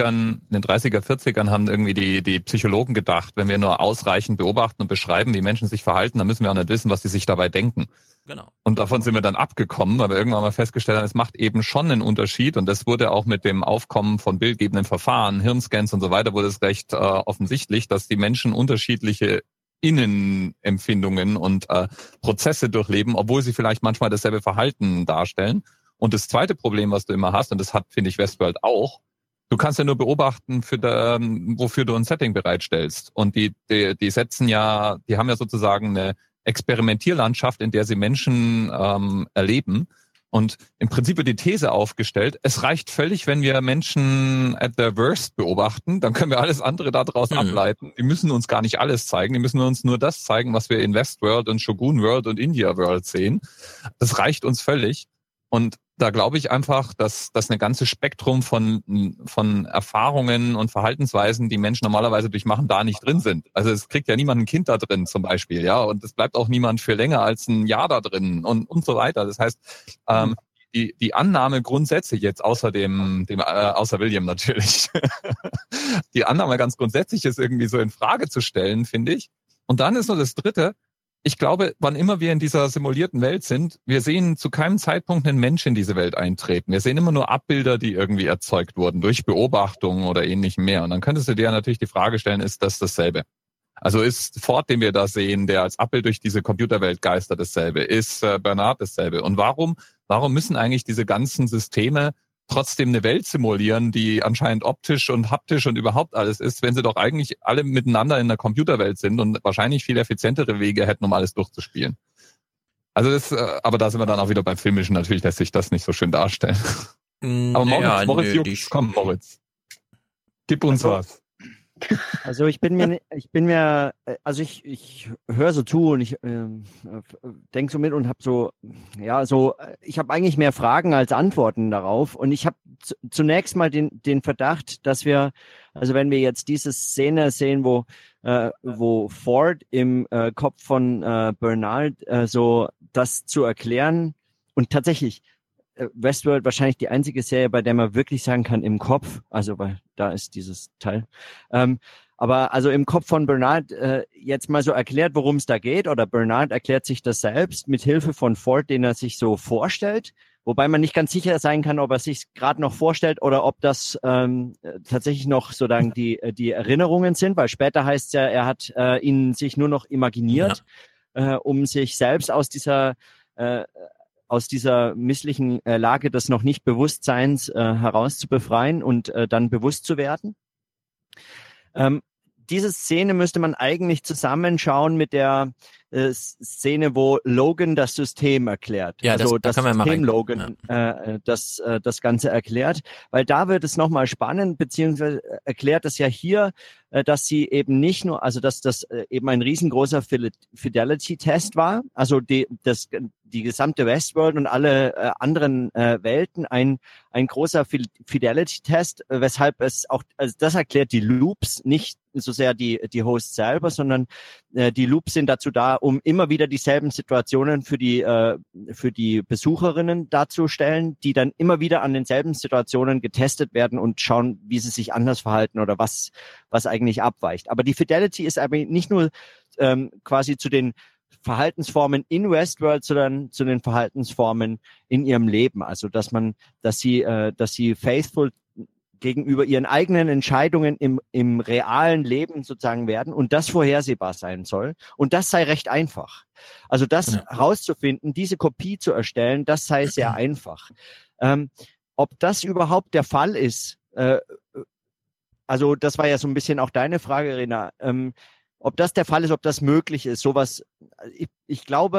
40ern haben irgendwie die Psychologen gedacht, wenn wir nur ausreichend beobachten und beschreiben, wie Menschen sich verhalten, dann müssen wir auch nicht wissen, was sie sich dabei denken. Genau. Und davon sind wir dann abgekommen, weil wir irgendwann mal festgestellt haben, es macht eben schon einen Unterschied. Und das wurde auch mit dem Aufkommen von bildgebenden Verfahren, Hirnscans und so weiter, wurde es recht offensichtlich, dass die Menschen unterschiedliche Innenempfindungen und Prozesse durchleben, obwohl sie vielleicht manchmal dasselbe Verhalten darstellen. Und das zweite Problem, was du immer hast, und das hat, finde ich, Westworld auch, du kannst ja nur beobachten, wofür du ein Setting bereitstellst. Und die setzen ja, die haben ja sozusagen eine Experimentierlandschaft, in der sie Menschen erleben. Und im Prinzip wird die These aufgestellt, es reicht völlig, wenn wir Menschen at their worst beobachten, dann können wir alles andere daraus ableiten. Die müssen uns gar nicht alles zeigen, die müssen uns nur das zeigen, was wir in Westworld und Shogun World und India World sehen. Das reicht uns völlig. Und da glaube ich einfach, dass das eine ganze Spektrum von Erfahrungen und Verhaltensweisen, die Menschen normalerweise durchmachen, da nicht drin sind. Also es kriegt ja niemand ein Kind da drin zum Beispiel, ja, und es bleibt auch niemand für länger als ein Jahr da drin und so weiter. Das heißt, die Annahme grundsätzlich jetzt außer außer William natürlich, die Annahme ganz grundsätzlich ist irgendwie so in Frage zu stellen, finde ich. Und dann ist noch das Dritte. Ich glaube, wann immer wir in dieser simulierten Welt sind, wir sehen zu keinem Zeitpunkt einen Mensch in diese Welt eintreten. Wir sehen immer nur Abbilder, die irgendwie erzeugt wurden durch Beobachtungen oder ähnlichem mehr. Und dann könntest du dir natürlich die Frage stellen, ist das dasselbe? Also ist Ford, den wir da sehen, der als Abbild durch diese Computerwelt geistert, dasselbe? Ist Bernard dasselbe? Und warum müssen eigentlich diese ganzen Systeme trotzdem eine Welt simulieren, die anscheinend optisch und haptisch und überhaupt alles ist, wenn sie doch eigentlich alle miteinander in der Computerwelt sind und wahrscheinlich viel effizientere Wege hätten, um alles durchzuspielen. Also aber da sind wir dann auch wieder beim Filmischen, natürlich lässt sich das nicht so schön darstellen. Aber Moritz, komm Moritz, gib uns was. Also ich höre so zu und ich denke so mit und habe ich habe eigentlich mehr Fragen als Antworten darauf und ich habe zunächst mal den Verdacht, dass wir, also wenn wir jetzt diese Szene sehen, wo Ford im Kopf von Bernard so das zu erklären und tatsächlich Westworld wahrscheinlich die einzige Serie, bei der man wirklich sagen kann, im Kopf, also weil da ist dieses Teil. Aber also im Kopf von Bernard jetzt mal so erklärt, worum es da geht, oder Bernard erklärt sich das selbst mit Hilfe von Ford, den er sich so vorstellt, wobei man nicht ganz sicher sein kann, ob er sich gerade noch vorstellt oder ob das tatsächlich noch sozusagen die Erinnerungen sind, weil später heißt es ja, er hat ihn sich nur noch imaginiert, um sich selbst aus dieser misslichen Lage des noch nicht Bewusstseins heraus zu befreien und dann bewusst zu werden. Diese Szene müsste man eigentlich zusammenschauen mit der Szene, wo Logan das System erklärt. Ja, also das System mal Logan das Ganze erklärt, weil da wird es nochmal spannend, beziehungsweise erklärt es ja hier, dass sie eben nicht nur, also dass das eben ein riesengroßer Fidelity-Test war, also die gesamte Westworld und alle anderen Welten ein großer Fidelity-Test, weshalb es auch, also das erklärt die Loops, nicht so sehr die Hosts selber, sondern die Loops sind dazu da, um immer wieder dieselben Situationen für die Besucherinnen darzustellen, die dann immer wieder an denselben Situationen getestet werden und schauen, wie sie sich anders verhalten oder was eigentlich abweicht. Aber die Fidelity ist aber nicht nur quasi zu den Verhaltensformen in Westworld, sondern zu den Verhaltensformen in ihrem Leben. Also dass sie faithful gegenüber ihren eigenen Entscheidungen im realen Leben sozusagen werden und das vorhersehbar sein soll. Und das sei recht einfach. Also das herauszufinden, diese Kopie zu erstellen, das sei sehr einfach. Ob das überhaupt der Fall ist, also das war ja so ein bisschen auch deine Frage, Rena, ob das der Fall ist, ob das möglich ist, sowas, ich glaube,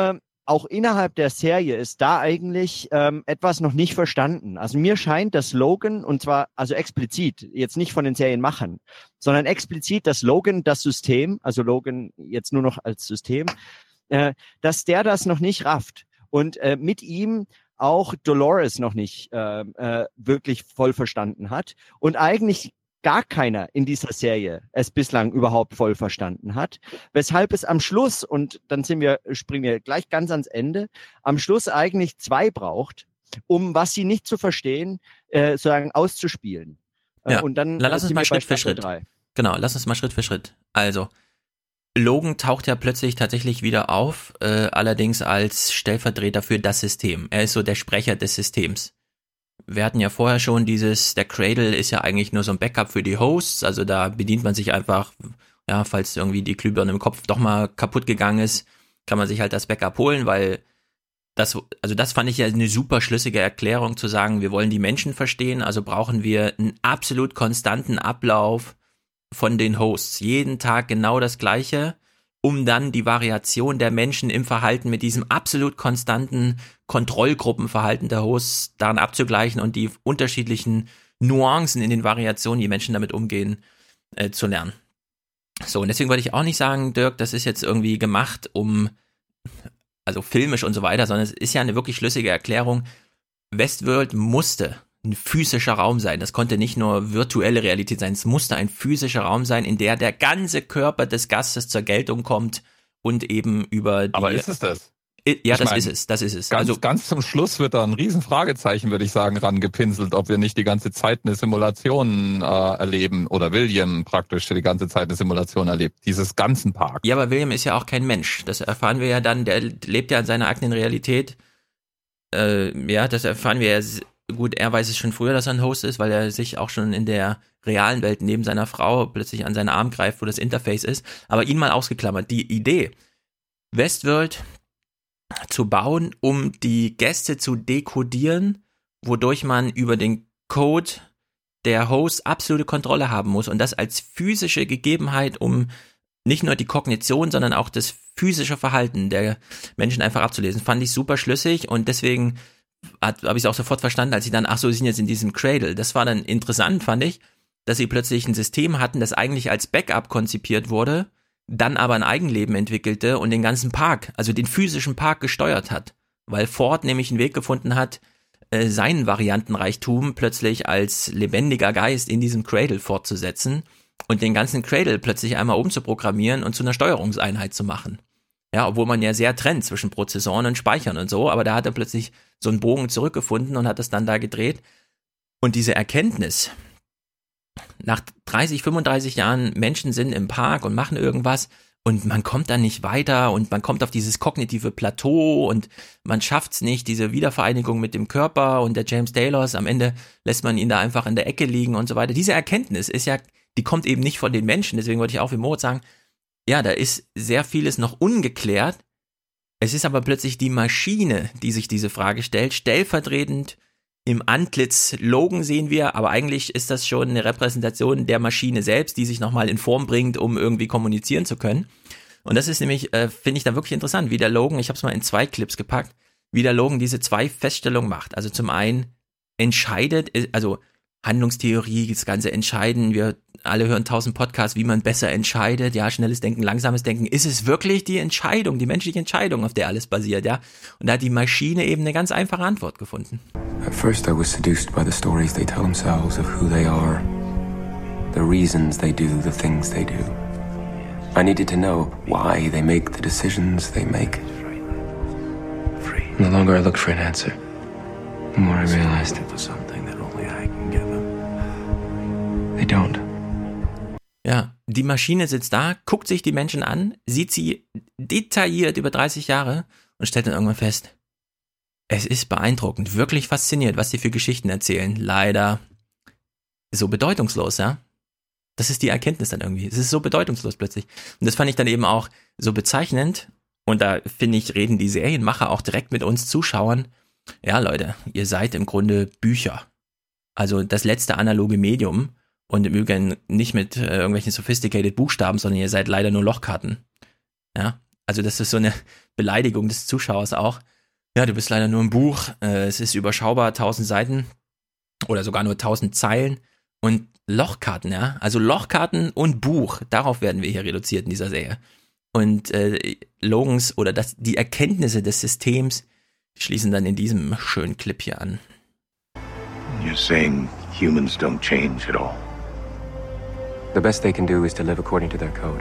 auch innerhalb der Serie ist da eigentlich etwas noch nicht verstanden. Also mir scheint, dass Logan, und zwar also explizit, jetzt nicht von den Serienmachern, sondern explizit, dass Logan das System, also Logan jetzt nur noch als System, dass der das noch nicht rafft. Und mit ihm auch Dolores noch nicht wirklich voll verstanden hat. Und eigentlich gar keiner in dieser Serie es bislang überhaupt voll verstanden hat, weshalb es am Schluss, und dann springen wir gleich ganz ans Ende, am Schluss eigentlich 2 braucht, um was sie nicht zu verstehen, sozusagen auszuspielen. Ja. Und dann lass uns mal Schritt für Schritt. 3. Genau, lass uns mal Schritt für Schritt. Also, Logan taucht ja plötzlich tatsächlich wieder auf, allerdings als Stellvertreter für das System. Er ist so der Sprecher des Systems. Wir hatten ja vorher schon der Cradle ist ja eigentlich nur so ein Backup für die Hosts, also da bedient man sich einfach, ja, falls irgendwie die Glühbirne im Kopf doch mal kaputt gegangen ist, kann man sich halt das Backup holen, weil das fand ich ja eine super schlüssige Erklärung zu sagen, wir wollen die Menschen verstehen, also brauchen wir einen absolut konstanten Ablauf von den Hosts, jeden Tag genau das Gleiche, um dann die Variation der Menschen im Verhalten mit diesem absolut konstanten Kontrollgruppenverhalten der Hosts daran abzugleichen und die unterschiedlichen Nuancen in den Variationen, die Menschen damit umgehen, zu lernen. So, und deswegen würde ich auch nicht sagen, Dirk, das ist jetzt irgendwie gemacht, also filmisch und so weiter, sondern es ist ja eine wirklich schlüssige Erklärung. Westworld musste ein physischer Raum sein. Das konnte nicht nur virtuelle Realität sein, es musste ein physischer Raum sein, in der ganze Körper des Gastes zur Geltung kommt und eben über die... Aber ist es das? Ja, das ist es. Ganz zum Schluss wird da ein riesen Fragezeichen, würde ich sagen, rangepinselt, ob wir nicht die ganze Zeit eine Simulation erleben oder William praktisch die ganze Zeit eine Simulation erlebt, dieses ganzen Park. Ja, aber William ist ja auch kein Mensch. Das erfahren wir ja dann, der lebt ja in seiner eigenen Realität. Das erfahren wir ja. Gut, er weiß es schon früher, dass er ein Host ist, weil er sich auch schon in der realen Welt neben seiner Frau plötzlich an seinen Arm greift, wo das Interface ist. Aber ihn mal ausgeklammert. Die Idee, Westworld zu bauen, um die Gäste zu dekodieren, wodurch man über den Code der Host absolute Kontrolle haben muss und das als physische Gegebenheit, um nicht nur die Kognition, sondern auch das physische Verhalten der Menschen einfach abzulesen, fand ich super schlüssig und deswegen habe ich es auch sofort verstanden, als sie dann, sie sind jetzt in diesem Cradle. Das war dann interessant, fand ich, dass sie plötzlich ein System hatten, das eigentlich als Backup konzipiert wurde, dann aber ein Eigenleben entwickelte und den ganzen Park, also den physischen Park gesteuert hat, weil Ford nämlich einen Weg gefunden hat, seinen Variantenreichtum plötzlich als lebendiger Geist in diesem Cradle fortzusetzen und den ganzen Cradle plötzlich einmal umzuprogrammieren und zu einer Steuerungseinheit zu machen. Ja, obwohl man ja sehr trennt zwischen Prozessoren und Speichern und so, aber da hat er plötzlich so einen Bogen zurückgefunden und hat es dann da gedreht. Und diese Erkenntnis, nach 30, 35 Jahren, Menschen sind im Park und machen irgendwas und man kommt dann nicht weiter und man kommt auf dieses kognitive Plateau und man schafft's nicht, diese Wiedervereinigung mit dem Körper und der James Taylors, am Ende lässt man ihn da einfach in der Ecke liegen und so weiter. Diese Erkenntnis ist ja, die kommt eben nicht von den Menschen, deswegen wollte ich auch wie Moritz sagen, ja, da ist sehr vieles noch ungeklärt. Es ist aber plötzlich die Maschine, die sich diese Frage stellt. Stellvertretend im Antlitz Logan sehen wir, aber eigentlich ist das schon eine Repräsentation der Maschine selbst, die sich nochmal in Form bringt, um irgendwie kommunizieren zu können. Und das ist nämlich, finde ich da wirklich interessant, wie der Logan, ich habe es mal in 2 Clips gepackt, wie der Logan diese 2 Feststellungen macht. Also zum einen entscheidet, also Handlungstheorie, das ganze Entscheiden, wir alle hören 1000 Podcasts, wie man besser entscheidet, ja, schnelles Denken, langsames Denken. Ist es wirklich die Entscheidung, die menschliche Entscheidung, auf der alles basiert, ja? Und da hat die Maschine eben eine ganz einfache Antwort gefunden. At first I was seduced by the stories they tell themselves of who they are, the reasons they do the things they do. I needed to know why they make the decisions they make. The longer I looked for an answer, the more I realized it was something that only I can give them. They don't. Ja, die Maschine sitzt da, guckt sich die Menschen an, sieht sie detailliert über 30 Jahre und stellt dann irgendwann fest, es ist beeindruckend, wirklich fasziniert, was die für Geschichten erzählen. Leider so bedeutungslos, ja. Das ist die Erkenntnis dann irgendwie. Es ist so bedeutungslos plötzlich. Und das fand ich dann eben auch so bezeichnend. Und da, finde ich, reden die Serienmacher auch direkt mit uns Zuschauern. Ja, Leute, ihr seid im Grunde Bücher. Also das letzte analoge Medium. Und im Übrigen nicht mit irgendwelchen sophisticated Buchstaben, sondern ihr seid leider nur Lochkarten. Ja, Also das ist so eine Beleidigung des Zuschauers auch. Ja, du bist leider nur ein Buch, es ist überschaubar, 1000 Seiten oder sogar nur 1000 Zeilen und Lochkarten, ja, also Lochkarten und Buch, darauf werden wir hier reduziert in dieser Serie. Und Logans oder die Erkenntnisse des Systems schließen dann in diesem schönen Clip hier an. You're saying humans don't change at all? The best they can do is to live according to their code.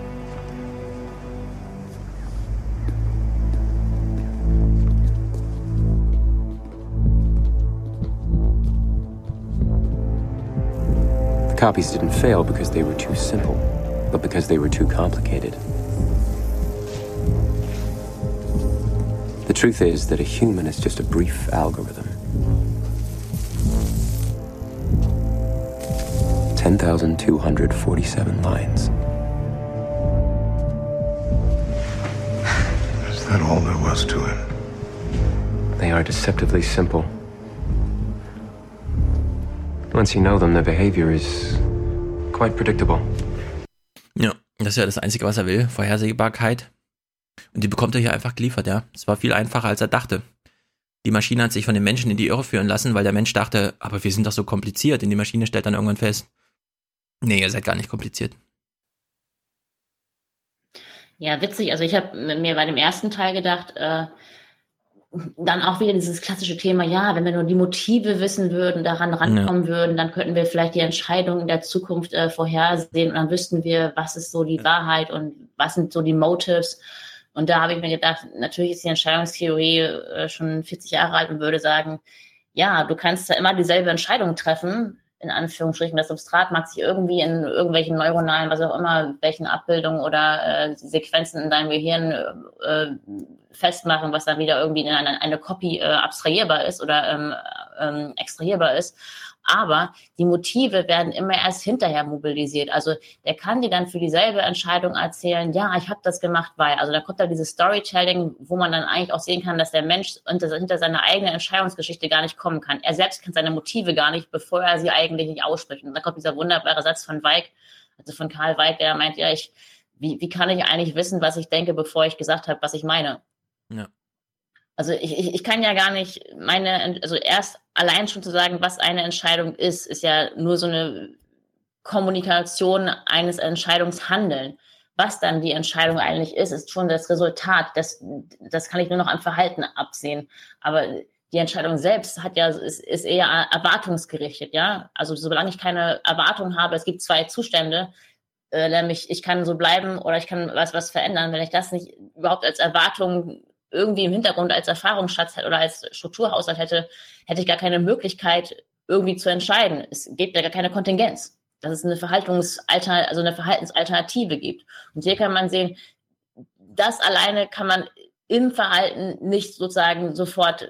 The copies didn't fail because they were too simple, but because they were too complicated. The truth is that a human is just a brief algorithm. 10,247 lines. Is that all there was to it? They are deceptively simple. Once you know them, their behavior is quite predictable. Ja, das ist ja das Einzige, was er will, Vorhersehbarkeit. Und die bekommt er hier einfach geliefert, ja. Es war viel einfacher, als er dachte. Die Maschine hat sich von den Menschen in die Irre führen lassen, weil der Mensch dachte, aber wir sind doch so kompliziert. Und die Maschine stellt dann irgendwann fest, nee, ihr seid gar nicht kompliziert. Ja, witzig. Also ich habe mir bei dem ersten Teil gedacht, dann auch wieder dieses klassische Thema, ja, wenn wir nur die Motive wissen würden, daran rankommen würden, dann könnten wir vielleicht die Entscheidungen der Zukunft vorhersehen und dann wüssten wir, was ist so die Wahrheit und was sind so die Motives. Und da habe ich mir gedacht, natürlich ist die Entscheidungstheorie schon 40 Jahre alt und würde sagen, ja, du kannst ja immer dieselbe Entscheidung treffen, in Anführungsstrichen. Das Substrat mag sich irgendwie in irgendwelchen neuronalen, was auch immer, welchen Abbildungen oder Sequenzen in deinem Gehirn festmachen, was dann wieder irgendwie in eine Copy abstrahierbar ist oder extrahierbar ist. Aber die Motive werden immer erst hinterher mobilisiert. Also der kann dir dann für dieselbe Entscheidung erzählen, ja, ich habe das gemacht, weil. Also da kommt da dieses Storytelling, wo man dann eigentlich auch sehen kann, dass der Mensch hinter seiner eigenen Entscheidungsgeschichte gar nicht kommen kann. Er selbst kennt seine Motive gar nicht, bevor er sie eigentlich nicht ausspricht. Und da kommt dieser wunderbare Satz von Weig, also von Karl Weig, der meint, ja, wie kann ich eigentlich wissen, was ich denke, bevor ich gesagt habe, was ich meine? Ja. Also ich kann ja gar nicht also erst allein schon zu sagen, was eine Entscheidung ist ja nur so eine Kommunikation eines Entscheidungshandeln. Was dann die Entscheidung eigentlich ist schon das Resultat. Das kann ich nur noch am Verhalten absehen. Aber die Entscheidung selbst ist eher erwartungsgerichtet, ja. Also solange ich keine Erwartung habe, es gibt zwei Zustände, nämlich ich kann so bleiben oder ich kann was verändern. Wenn ich das nicht überhaupt als Erwartung irgendwie im Hintergrund als Erfahrungsschatz oder als Strukturhaushalt hätte ich gar keine Möglichkeit, irgendwie zu entscheiden. Es gibt ja gar keine Kontingenz, dass es eine Verhaltensalternative gibt. Und hier kann man sehen, das alleine kann man im Verhalten nicht sozusagen sofort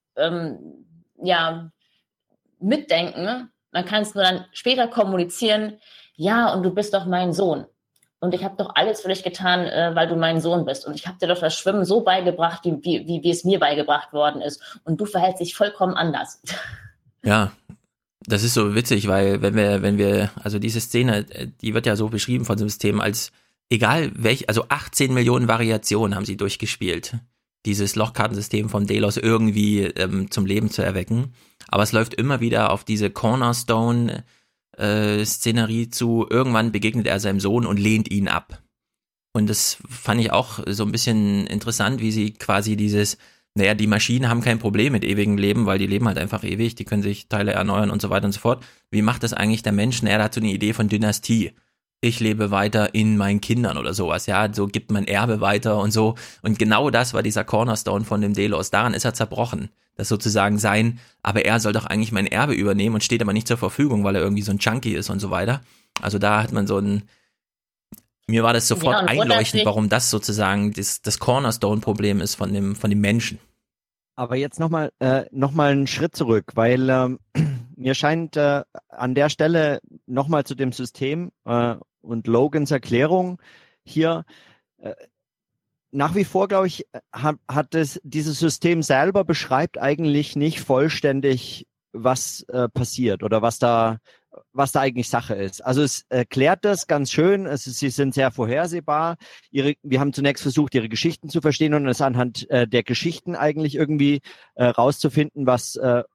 mitdenken. Man kann es nur dann später kommunizieren, ja, und du bist doch mein Sohn. Und ich habe doch alles für dich getan, weil du mein Sohn bist. Und ich habe dir doch das Schwimmen so beigebracht, wie es mir beigebracht worden ist. Und du verhältst dich vollkommen anders. Ja, das ist so witzig, weil wenn wir, also diese Szene, die wird ja so beschrieben von dem System als, egal also 18 Millionen Variationen haben sie durchgespielt, dieses Lochkartensystem von Delos irgendwie zum Leben zu erwecken. Aber es läuft immer wieder auf diese Cornerstone Szenerie zu, irgendwann begegnet er seinem Sohn und lehnt ihn ab. Und das fand ich auch so ein bisschen interessant, wie sie quasi die Maschinen haben kein Problem mit ewigem Leben, weil die leben halt einfach ewig, die können sich Teile erneuern und so weiter und so fort. Wie macht das eigentlich der Mensch? Er hat so eine Idee von Dynastie. Ich lebe weiter in meinen Kindern oder sowas, ja, so gibt man Erbe weiter und so. Und genau das war dieser Cornerstone von dem Delos. Daran ist er zerbrochen. Das sozusagen aber er soll doch eigentlich mein Erbe übernehmen und steht aber nicht zur Verfügung, weil er irgendwie so ein Junkie ist und so weiter. Also da hat man mir war das sofort einleuchtend, warum das sozusagen das Cornerstone-Problem ist von dem Menschen. Aber jetzt nochmal einen Schritt zurück, weil mir scheint an der Stelle nochmal zu dem System und Logans Erklärung hier, nach wie vor, glaube ich, hat dieses System selber beschreibt eigentlich nicht vollständig, was passiert oder was da eigentlich Sache ist. Also es erklärt das ganz schön. Sie sind sehr vorhersehbar. Wir haben zunächst versucht, ihre Geschichten zu verstehen und es anhand der Geschichten eigentlich irgendwie rauszufinden, was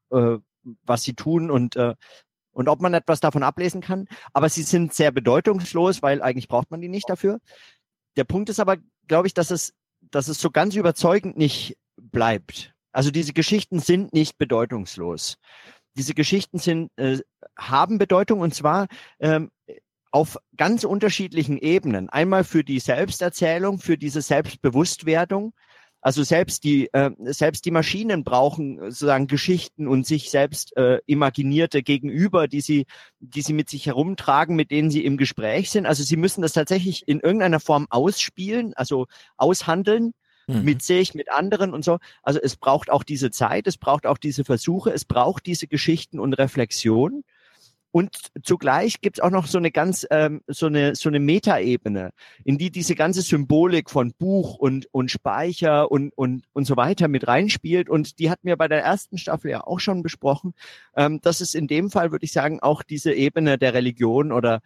sie tun und ob man etwas davon ablesen kann. Aber sie sind sehr bedeutungslos, weil eigentlich braucht man die nicht dafür. Der Punkt ist aber, glaube ich, dass es so ganz überzeugend nicht bleibt. Also diese Geschichten sind nicht bedeutungslos. Diese Geschichten haben Bedeutung und zwar auf ganz unterschiedlichen Ebenen. Einmal für die Selbsterzählung, für diese Selbstbewusstwerdung. Also selbst die Maschinen brauchen sozusagen Geschichten und sich selbst imaginierte Gegenüber, die sie mit sich herumtragen, mit denen sie im Gespräch sind. Also sie müssen das tatsächlich in irgendeiner Form ausspielen, also aushandeln. Mit sich, mit anderen und so. Also es braucht auch diese Zeit, es braucht auch diese Versuche, es braucht diese Geschichten und Reflexion. Und zugleich gibt es auch noch so eine ganz so eine Metaebene, in die diese ganze Symbolik von Buch und Speicher und so weiter mit reinspielt. Und die hatten wir bei der ersten Staffel ja auch schon besprochen. Das ist in dem Fall, würde ich sagen, auch diese Ebene der Religion oder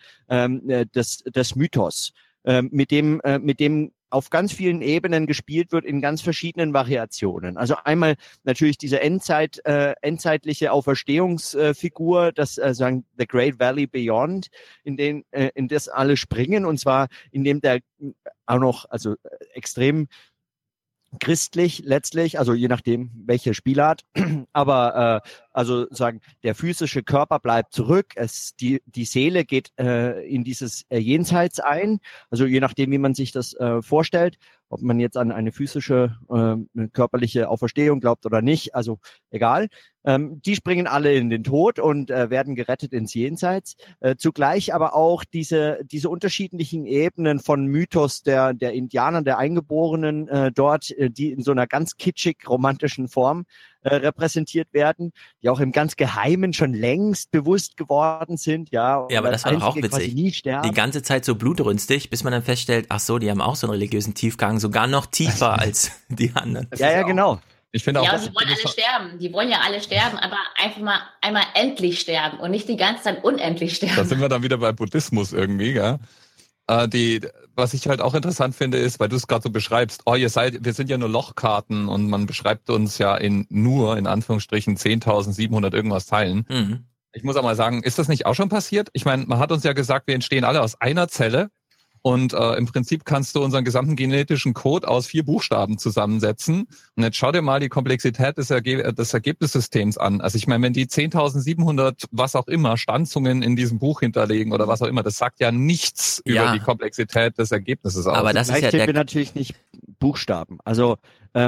des Mythos, mit dem auf ganz vielen Ebenen gespielt wird in ganz verschiedenen Variationen. Also einmal natürlich diese endzeitliche Auferstehungsfigur, das sagen The Great Valley Beyond, in das alle springen und zwar in dem der auch noch also extrem christlich letztlich, also je nachdem welche Spielart, aber also sagen der physische Körper bleibt zurück, die Seele geht in dieses Jenseits ein, also je nachdem wie man sich das vorstellt, ob man jetzt an eine physische körperliche Auferstehung glaubt oder nicht, also egal. Die springen alle in den Tod und werden gerettet ins Jenseits. Zugleich aber auch diese unterschiedlichen Ebenen von Mythos der Indianer, der Eingeborenen dort, die in so einer ganz kitschig romantischen Form repräsentiert werden, die auch im ganz Geheimen schon längst bewusst geworden sind. Ja, aber das war doch auch witzig. Die ganze Zeit so blutrünstig, bis man dann feststellt, ach so, die haben auch so einen religiösen Tiefgang, sogar noch tiefer als die anderen. Ja, genau. Ich finde auch, ja, und die wollen alle sterben. Die wollen ja alle sterben, aber einfach mal einmal endlich sterben und nicht die ganze Zeit unendlich sterben. Da sind wir dann wieder bei Buddhismus irgendwie, gell? Was ich halt auch interessant finde, ist, weil du es gerade so beschreibst, wir sind ja nur Lochkarten und man beschreibt uns ja in Anführungsstrichen 10.700 irgendwas Teilen. Mhm. Ich muss auch mal sagen, ist das nicht auch schon passiert? Ich meine, man hat uns ja gesagt, wir entstehen alle aus einer Zelle. Und im Prinzip kannst du unseren gesamten genetischen Code aus 4 Buchstaben zusammensetzen. Und jetzt schau dir mal die Komplexität des Ergebnissystems an. Also ich meine, wenn die 10.700, was auch immer, Stanzungen in diesem Buch hinterlegen oder was auch immer, das sagt ja nichts über die Komplexität des Ergebnisses aus. Aber das ist ja wir natürlich nicht Buchstaben. Also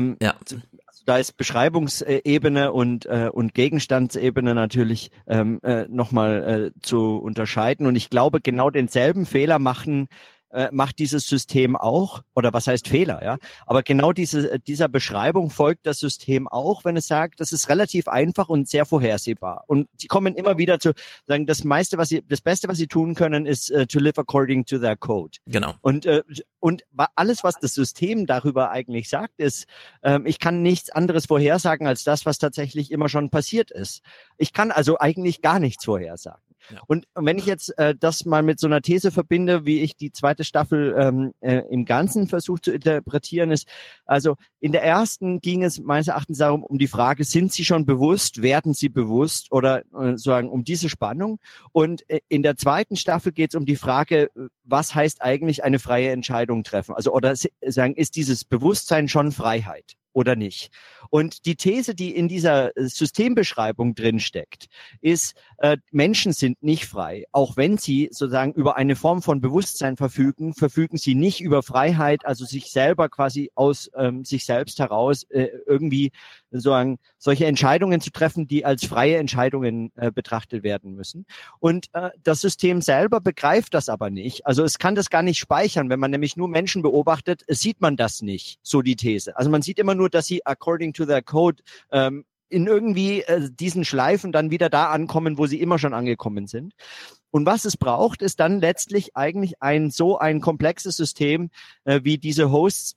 da ist Beschreibungsebene und Gegenstandsebene natürlich nochmal zu unterscheiden. Und ich glaube, genau denselben Fehler macht dieses System auch, oder was heißt Fehler, ja? Aber genau dieser Beschreibung folgt das System auch, wenn es sagt, das ist relativ einfach und sehr vorhersehbar. Und die kommen immer wieder zu sagen, das Beste, was sie tun können, ist to live according to their code. Genau. Und alles, was das System darüber eigentlich sagt, ist, ich kann nichts anderes vorhersagen als das, was tatsächlich immer schon passiert ist. Ich kann also eigentlich gar nichts vorhersagen. Ja. Und wenn ich jetzt das mal mit so einer These verbinde, wie ich die zweite Staffel im Ganzen versuche zu interpretieren, ist, also in der ersten ging es meines Erachtens darum, um die Frage, sind Sie schon bewusst, werden Sie bewusst oder sozusagen um diese Spannung. Und in der zweiten Staffel geht es um die Frage, was heißt eigentlich eine freie Entscheidung treffen? Also oder sagen, ist dieses Bewusstsein schon Freiheit? Oder nicht. Und die These, die in dieser Systembeschreibung drin steckt, ist, Menschen sind nicht frei. Auch wenn sie sozusagen über eine Form von Bewusstsein verfügen sie nicht über Freiheit, also sich selber quasi aus sich selbst heraus irgendwie sozusagen solche Entscheidungen zu treffen, die als freie Entscheidungen betrachtet werden müssen. Und das System selber begreift das aber nicht. Also es kann das gar nicht speichern. Wenn man nämlich nur Menschen beobachtet, sieht man das nicht, so die These. Also man sieht immer nur, dass sie according to their code in irgendwie diesen Schleifen dann wieder da ankommen, wo sie immer schon angekommen sind. Und was es braucht, ist dann letztlich eigentlich ein komplexes System, wie diese Hosts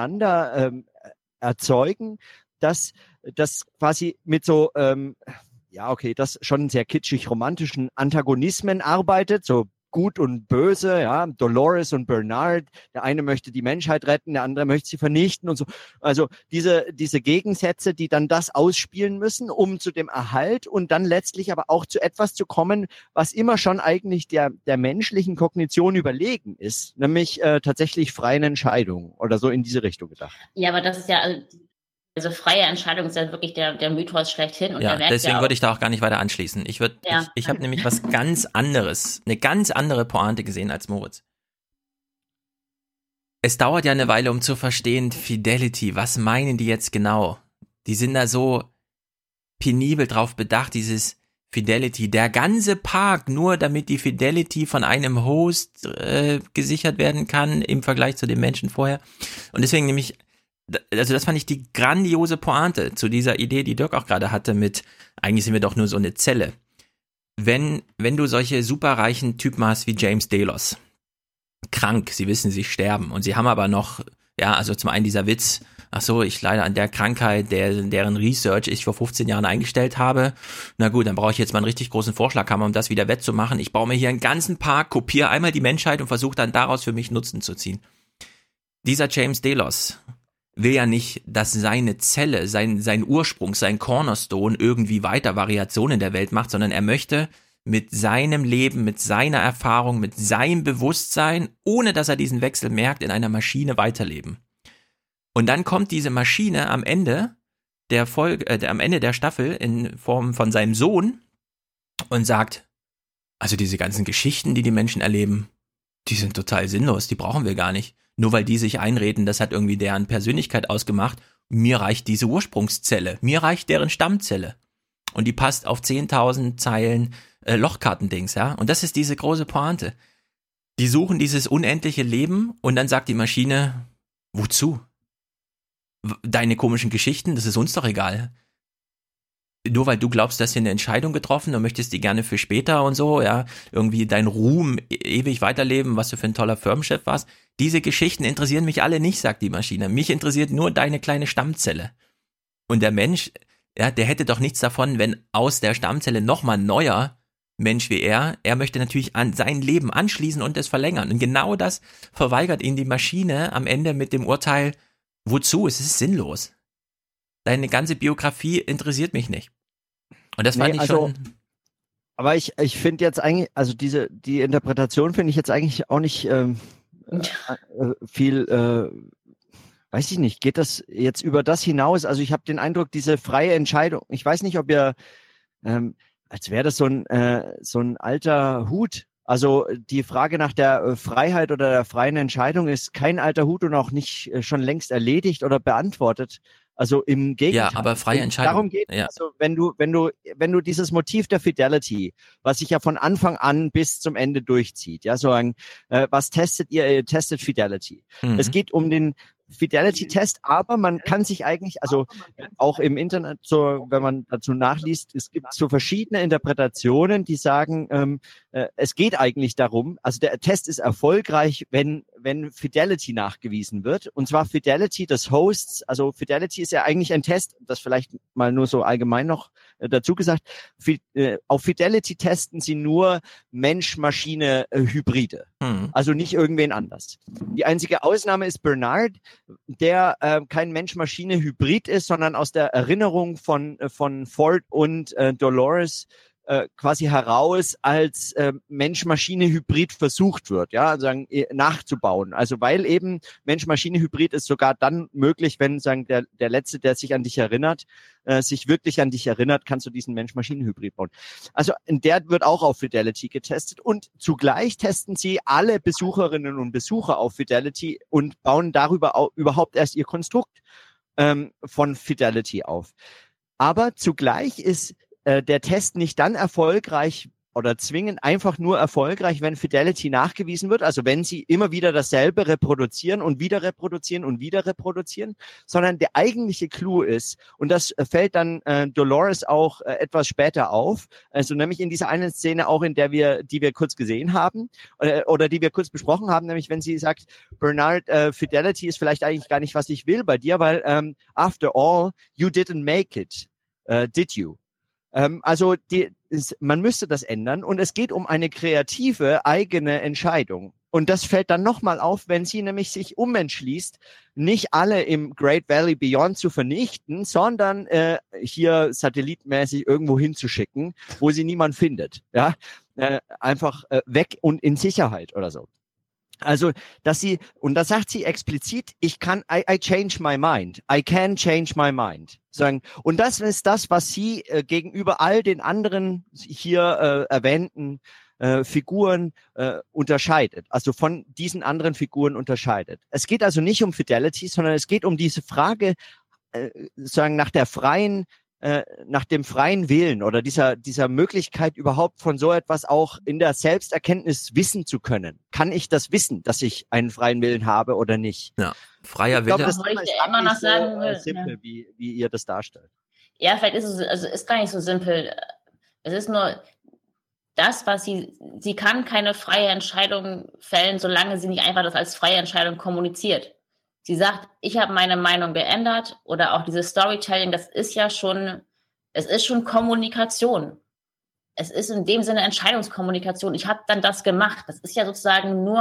untereinander erzeugen, dass das quasi mit so ja, okay, das schon sehr kitschig romantischen Antagonismen arbeitet, so Gut und Böse, ja, Dolores und Bernard, der eine möchte die Menschheit retten, der andere möchte sie vernichten und so. Also diese Gegensätze, die dann das ausspielen müssen, um zu dem Erhalt und dann letztlich aber auch zu etwas zu kommen, was immer schon eigentlich der menschlichen Kognition überlegen ist, nämlich tatsächlich freien Entscheidungen oder so in diese Richtung gedacht. Ja, aber das ist ja, also freie Entscheidung ist ja wirklich der Mythos schlechthin. Und ja, deswegen ja würde ich da auch gar nicht weiter anschließen. Ich habe nämlich was ganz anderes, eine ganz andere Pointe gesehen als Moritz. Es dauert ja eine Weile, um zu verstehen, Fidelity, was meinen die jetzt genau? Die sind da so penibel drauf bedacht, dieses Fidelity, der ganze Park, nur damit die Fidelity von einem Host gesichert werden kann im Vergleich zu den Menschen vorher. Und deswegen nämlich, also das fand ich die grandiose Pointe zu dieser Idee, die Dirk auch gerade hatte mit, eigentlich sind wir doch nur so eine Zelle. Wenn du solche superreichen Typen hast wie James Delos, krank, sie wissen, sie sterben und sie haben aber noch, ja, also zum einen dieser Witz, ach so, ich leide an der Krankheit, deren Research ich vor 15 Jahren eingestellt habe. Na gut, dann brauche ich jetzt mal einen richtig großen Vorschlaghammer, um das wieder wettzumachen. Ich baue mir hier einen ganzen Park, kopiere einmal die Menschheit und versuche dann daraus für mich Nutzen zu ziehen. Dieser James Delos will ja nicht, dass seine Zelle, sein Ursprung, sein Cornerstone irgendwie weiter Variationen in der Welt macht, sondern er möchte mit seinem Leben, mit seiner Erfahrung, mit seinem Bewusstsein, ohne dass er diesen Wechsel merkt, in einer Maschine weiterleben. Und dann kommt diese Maschine am Ende der Folge, am Ende der Staffel in Form von seinem Sohn und sagt, also diese ganzen Geschichten, die Menschen erleben, die sind total sinnlos, die brauchen wir gar nicht. Nur weil die sich einreden, das hat irgendwie deren Persönlichkeit ausgemacht. Mir reicht diese Ursprungszelle. Mir reicht deren Stammzelle. Und die passt auf 10.000 Zeilen Lochkartendings, ja. Und das ist diese große Pointe. Die suchen dieses unendliche Leben und dann sagt die Maschine, wozu? Deine komischen Geschichten, das ist uns doch egal. Nur weil du glaubst, dass hier eine Entscheidung getroffen und möchtest die gerne für später und so, ja, irgendwie dein Ruhm ewig weiterleben, was du für ein toller Firmenchef warst. Diese Geschichten interessieren mich alle nicht, sagt die Maschine. Mich interessiert nur deine kleine Stammzelle. Und der Mensch, ja, der hätte doch nichts davon, wenn aus der Stammzelle nochmal ein neuer Mensch wie er möchte natürlich an sein Leben anschließen und es verlängern. Und genau das verweigert ihn die Maschine am Ende mit dem Urteil, wozu? Es ist sinnlos. Deine ganze Biografie interessiert mich nicht. Und das fand ich schon. Aber ich finde jetzt eigentlich, also die Interpretation finde ich jetzt eigentlich auch nicht viel, weiß ich nicht, geht das jetzt über das hinaus? Also ich habe den Eindruck, diese freie Entscheidung, ich weiß nicht, ob ihr, als wäre das so ein alter Hut. Also die Frage nach der Freiheit oder der freien Entscheidung ist kein alter Hut und auch nicht schon längst erledigt oder beantwortet. Also im Gegenteil. Ja, aber freie Entscheidung. Darum geht es, also wenn du dieses Motiv der Fidelity, was sich ja von Anfang an bis zum Ende durchzieht, ja, so ein, was testet ihr? Ihr testet Fidelity. Es geht um den Fidelity-Test, aber man kann sich eigentlich, also auch im Internet, so wenn man dazu nachliest, es gibt so verschiedene Interpretationen, die sagen, es geht eigentlich darum, also der Test ist erfolgreich, wenn Fidelity nachgewiesen wird, und zwar Fidelity des Hosts, also Fidelity ist ja eigentlich ein Test, das vielleicht mal nur so allgemein noch dazu gesagt, auf Fidelity testen sie nur Mensch-Maschine-Hybride, also nicht irgendwen anders. Die einzige Ausnahme ist Bernard, der kein Mensch-Maschine-Hybrid ist, sondern aus der Erinnerung von Ford und Dolores quasi heraus als Mensch-Maschine-Hybrid versucht wird, ja, sagen, nachzubauen. Also weil eben Mensch-Maschine-Hybrid ist sogar dann möglich, wenn sagen der Letzte, der sich an dich erinnert, sich wirklich an dich erinnert, kannst du diesen Mensch-Maschine-Hybrid bauen. Also der wird auch auf Fidelity getestet und zugleich testen sie alle Besucherinnen und Besucher auf Fidelity und bauen darüber auch überhaupt erst ihr Konstrukt von Fidelity auf. Aber zugleich ist der Test nicht dann erfolgreich oder zwingend einfach nur erfolgreich, wenn Fidelity nachgewiesen wird, also wenn sie immer wieder dasselbe reproduzieren und wieder reproduzieren und wieder reproduzieren, sondern der eigentliche Clou ist, und das fällt dann Dolores auch etwas später auf, also nämlich in dieser einen Szene auch, die wir kurz gesehen haben oder die wir kurz besprochen haben, nämlich wenn sie sagt, Bernard, Fidelity ist vielleicht eigentlich gar nicht, was ich will bei dir, weil after all, you didn't make it, did you? Also man müsste das ändern und es geht um eine kreative eigene Entscheidung. Und das fällt dann nochmal auf, wenn sie nämlich sich umentschließt, nicht alle im Great Valley Beyond zu vernichten, sondern hier satellitenmäßig irgendwo hinzuschicken, wo sie niemand findet. Ja, einfach weg und in Sicherheit oder so. Also, und da sagt sie explizit, I change my mind. I can change my mind. Und das ist das, was sie gegenüber all den anderen hier erwähnten Figuren unterscheidet, also von diesen anderen Figuren unterscheidet. Es geht also nicht um Fidelity, sondern es geht um diese Frage, nach dem freien Willen oder dieser Möglichkeit überhaupt von so etwas auch in der Selbsterkenntnis wissen zu können. Kann ich das wissen, dass ich einen freien Willen habe oder nicht? Ja, freier Wille. Ich glaube, das ist immer noch sagen, so simpel, wie ihr das darstellt. Ja, vielleicht ist es, also ist gar nicht so simpel. Es ist nur das, was sie kann keine freie Entscheidung fällen, solange sie nicht einfach das als freie Entscheidung kommuniziert. Sie sagt, ich habe meine Meinung geändert oder auch dieses Storytelling, es ist schon Kommunikation. Es ist in dem Sinne Entscheidungskommunikation. Ich habe dann das gemacht. Das ist ja sozusagen nur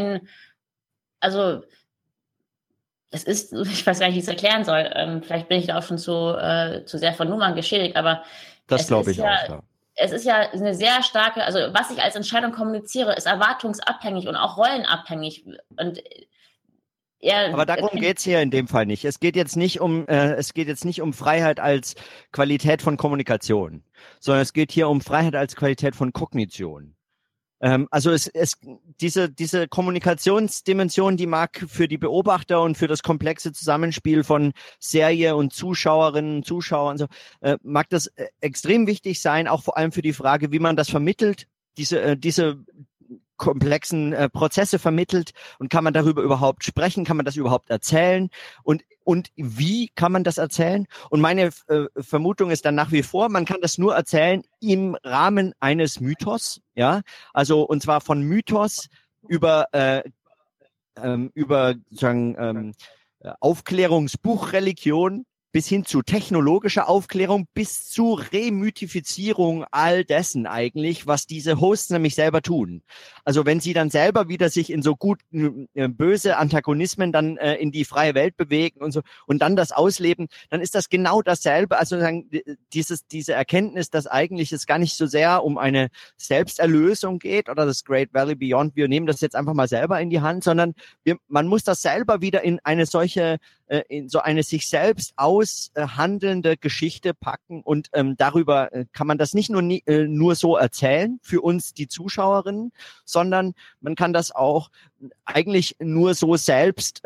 es ist, ich weiß gar nicht, wie ich es erklären soll. Vielleicht bin ich da auch schon zu sehr von Nummern geschädigt, aber das glaube ich auch, ja. Es ist ja eine sehr starke, also was ich als Entscheidung kommuniziere, ist erwartungsabhängig und auch rollenabhängig. Und aber darum geht's hier in dem Fall nicht. Es geht jetzt nicht um Freiheit als Qualität von Kommunikation, sondern es geht hier um Freiheit als Qualität von Kognition. Also diese Kommunikationsdimension, die mag für die Beobachter und für das komplexe Zusammenspiel von Serie und Zuschauerinnen und Zuschauern so, mag das extrem wichtig sein, auch vor allem für die Frage, wie man das vermittelt, diese komplexen Prozesse vermittelt und kann man darüber überhaupt sprechen, kann man das überhaupt erzählen und wie kann man das erzählen? Und meine Vermutung ist dann nach wie vor, man kann das nur erzählen im Rahmen eines Mythos, ja, also und zwar von Mythos über Aufklärungsbuchreligion bis hin zu technologischer Aufklärung, bis zu Remythifizierung all dessen eigentlich, was diese Hosts nämlich selber tun. Also wenn sie dann selber wieder sich in so gut böse Antagonismen dann in die freie Welt bewegen und so und dann das ausleben, dann ist das genau dasselbe. Also diese Erkenntnis, dass eigentlich es gar nicht so sehr um eine Selbsterlösung geht oder das Great Valley Beyond, wir nehmen das jetzt einfach mal selber in die Hand, sondern man muss das selber wieder in eine solche in so eine sich selbst aushandelnde Geschichte packen und darüber kann man das nicht nur so erzählen für uns die Zuschauerinnen, sondern man kann das auch eigentlich nur so selbst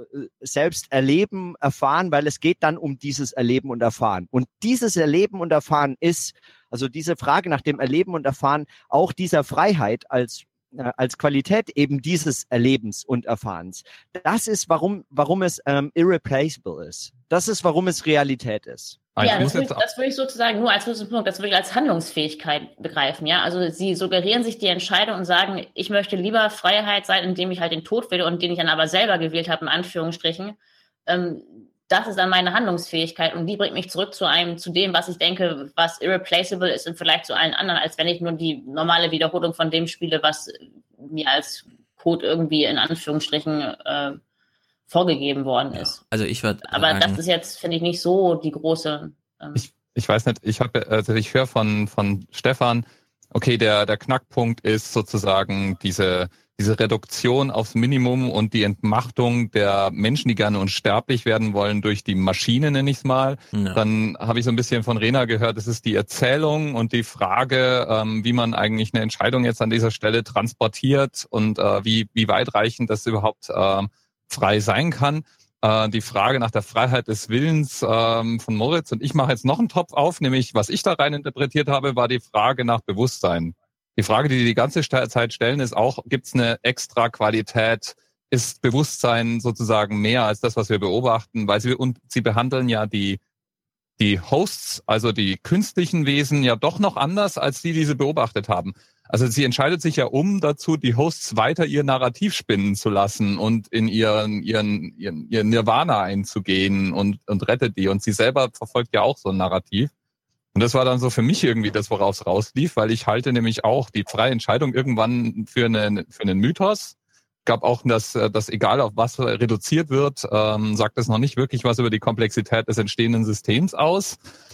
erleben, erfahren, weil es geht dann um dieses Erleben und Erfahren. Und dieses Erleben und Erfahren ist, also diese Frage nach dem Erleben und Erfahren auch dieser Freiheit als Qualität eben dieses Erlebens und Erfahrens. Das ist, warum es irreplaceable ist. Das ist, warum es Realität ist. Ja, das würde ich sozusagen nur als Punkt, das würde ich als Handlungsfähigkeit begreifen, ja. Also sie suggerieren sich die Entscheidung und sagen, ich möchte lieber Freiheit sein, indem ich halt den Tod wähle und den ich dann aber selber gewählt habe, in Anführungsstrichen. Das ist dann meine Handlungsfähigkeit und die bringt mich zurück zu dem, was ich denke, was irreplaceable ist und vielleicht zu allen anderen, als wenn ich nur die normale Wiederholung von dem spiele, was mir als Code irgendwie in Anführungsstrichen vorgegeben worden ist. Also ich würde aber das ist jetzt, finde ich, nicht so die große... Ich weiß nicht, ich höre von Stefan, okay, der Knackpunkt ist sozusagen diese Reduktion aufs Minimum und die Entmachtung der Menschen, die gerne unsterblich werden wollen durch die Maschine, nenne ich es mal. Ja. Dann habe ich so ein bisschen von Rena gehört, es ist die Erzählung und die Frage, wie man eigentlich eine Entscheidung jetzt an dieser Stelle transportiert und wie weitreichend das überhaupt frei sein kann. Die Frage nach der Freiheit des Willens von Moritz, und ich mache jetzt noch einen Topf auf, nämlich was ich da rein interpretiert habe, war die Frage nach Bewusstsein. Die Frage, die ganze Zeit stellen, ist auch, gibt es eine extra Qualität? Ist Bewusstsein sozusagen mehr als das, was wir beobachten? Weil sie behandeln ja die Hosts, also die künstlichen Wesen, ja doch noch anders, als die sie beobachtet haben. Also sie entscheidet sich ja dazu, die Hosts weiter ihr Narrativ spinnen zu lassen und in ihren Nirvana einzugehen und rettet die. Und sie selber verfolgt ja auch so ein Narrativ. Und das war dann so für mich irgendwie das, worauf es rauslief, weil ich halte nämlich auch die freie Entscheidung irgendwann für einen Mythos. Gab auch, dass egal auf was reduziert wird, sagt das noch nicht wirklich was über die Komplexität des entstehenden Systems aus.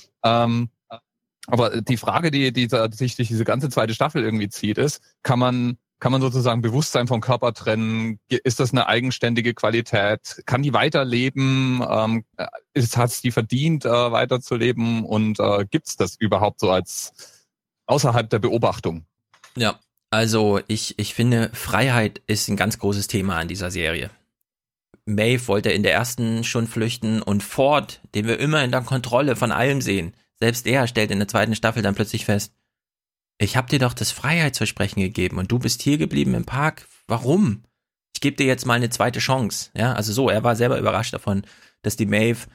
Aber die Frage, die sich durch diese ganze zweite Staffel irgendwie zieht, ist, kann man sozusagen Bewusstsein vom Körper trennen? Ist das eine eigenständige Qualität? Kann die weiterleben? Hat es die verdient, weiterzuleben? Und gibt's das überhaupt so als außerhalb der Beobachtung? Ja, also ich finde, Freiheit ist ein ganz großes Thema an dieser Serie. Maeve wollte in der ersten schon flüchten und Ford, den wir immer in der Kontrolle von allem sehen, selbst er stellt in der zweiten Staffel dann plötzlich fest, ich habe dir doch das Freiheitsversprechen gegeben und du bist hier geblieben im Park. Warum? Ich gebe dir jetzt mal eine zweite Chance. Ja, also so, er war selber überrascht davon, dass die Maeve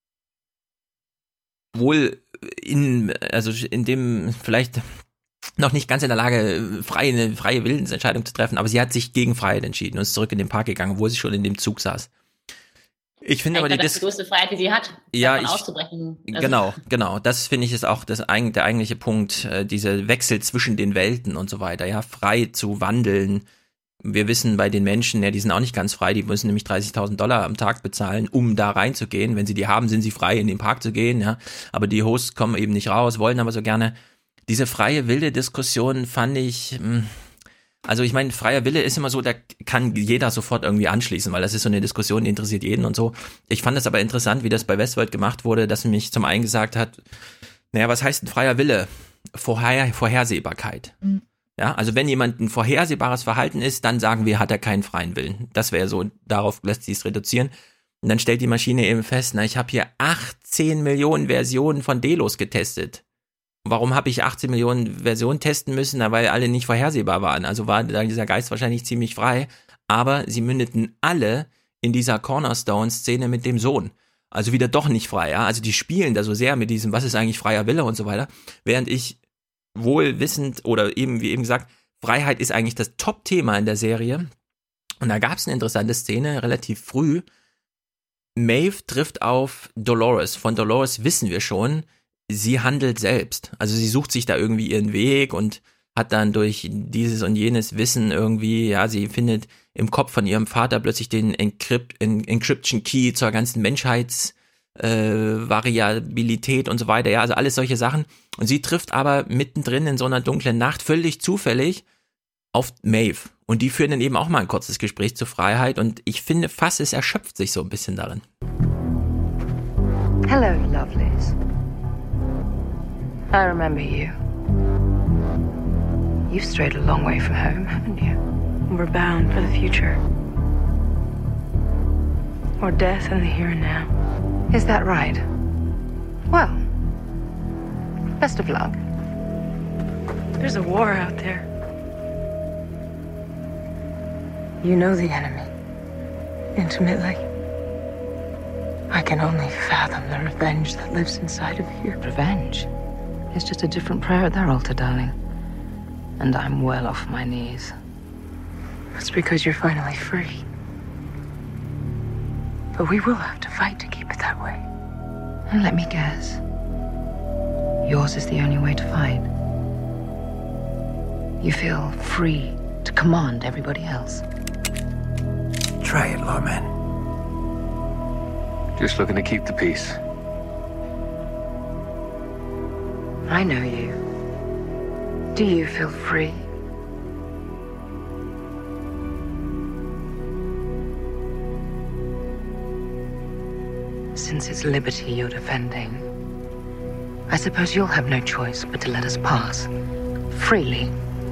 wohl in dem vielleicht noch nicht ganz in der Lage, eine freie Willensentscheidung zu treffen, aber sie hat sich gegen Freiheit entschieden und ist zurück in den Park gegangen, obwohl sie schon in dem Zug saß. Ich finde aber das ist die größte Freiheit, die sie hat, davon auszubrechen. Also. Genau. Das finde ich ist auch der eigentliche Punkt, dieser Wechsel zwischen den Welten und so weiter, ja, frei zu wandeln. Wir wissen bei den Menschen, ja, die sind auch nicht ganz frei, die müssen nämlich $30.000 am Tag bezahlen, um da reinzugehen. Wenn sie die haben, sind sie frei, in den Park zu gehen, ja. Aber die Hosts kommen eben nicht raus, wollen aber so gerne. Diese freie, wilde Diskussion fand ich, also ich meine, freier Wille ist immer so, da kann jeder sofort irgendwie anschließen, weil das ist so eine Diskussion, die interessiert jeden und so. Ich fand es aber interessant, wie das bei Westworld gemacht wurde, dass mich zum einen gesagt hat, naja, was heißt ein freier Wille? Vorhersehbarkeit. Mhm. Ja, also wenn jemand ein vorhersehbares Verhalten ist, dann sagen wir, hat er keinen freien Willen. Das wäre so, darauf lässt sich es reduzieren. Und dann stellt die Maschine eben fest, na, ich habe hier 18 Millionen Versionen von Delos getestet. Warum habe ich 18 Millionen Versionen testen müssen? Na, weil alle nicht vorhersehbar waren. Also war dieser Geist wahrscheinlich ziemlich frei. Aber sie mündeten alle in dieser Cornerstone-Szene mit dem Sohn. Also wieder doch nicht frei. Ja? Also die spielen da so sehr mit diesem, was ist eigentlich freier Wille und so weiter. Während ich wohl wissend oder eben, wie eben gesagt, Freiheit ist eigentlich das Top-Thema in der Serie. Und da gab es eine interessante Szene, relativ früh. Maeve trifft auf Dolores. Von Dolores wissen wir schon, sie handelt selbst. Also sie sucht sich da irgendwie ihren Weg und hat dann durch dieses und jenes Wissen irgendwie, ja, sie findet im Kopf von ihrem Vater plötzlich den Encryption Key zur ganzen Variabilität und so weiter, ja, also alles solche Sachen. Und sie trifft aber mittendrin in so einer dunklen Nacht völlig zufällig auf Maeve. Und die führen dann eben auch mal ein kurzes Gespräch zur Freiheit und ich finde fast, es erschöpft sich so ein bisschen darin. Hello, lovelies. I remember you. You've strayed a long way from home, haven't you? We're bound for the future. Or death in the here and now. Is that right? Well, best of luck. There's a war out there. You know the enemy. Intimately. I can only fathom the revenge that lives inside of you. Revenge? It's just a different prayer at their altar, darling. And I'm well off my knees. That's because you're finally free. But we will have to fight to keep it that way. And let me guess. Yours is the only way to fight. You feel free to command everybody else. Try it, lawman. Just looking to keep the peace. I know you. Do you feel free? Since it's liberty you're defending, I suppose you'll have no choice but to let us pass. Freely.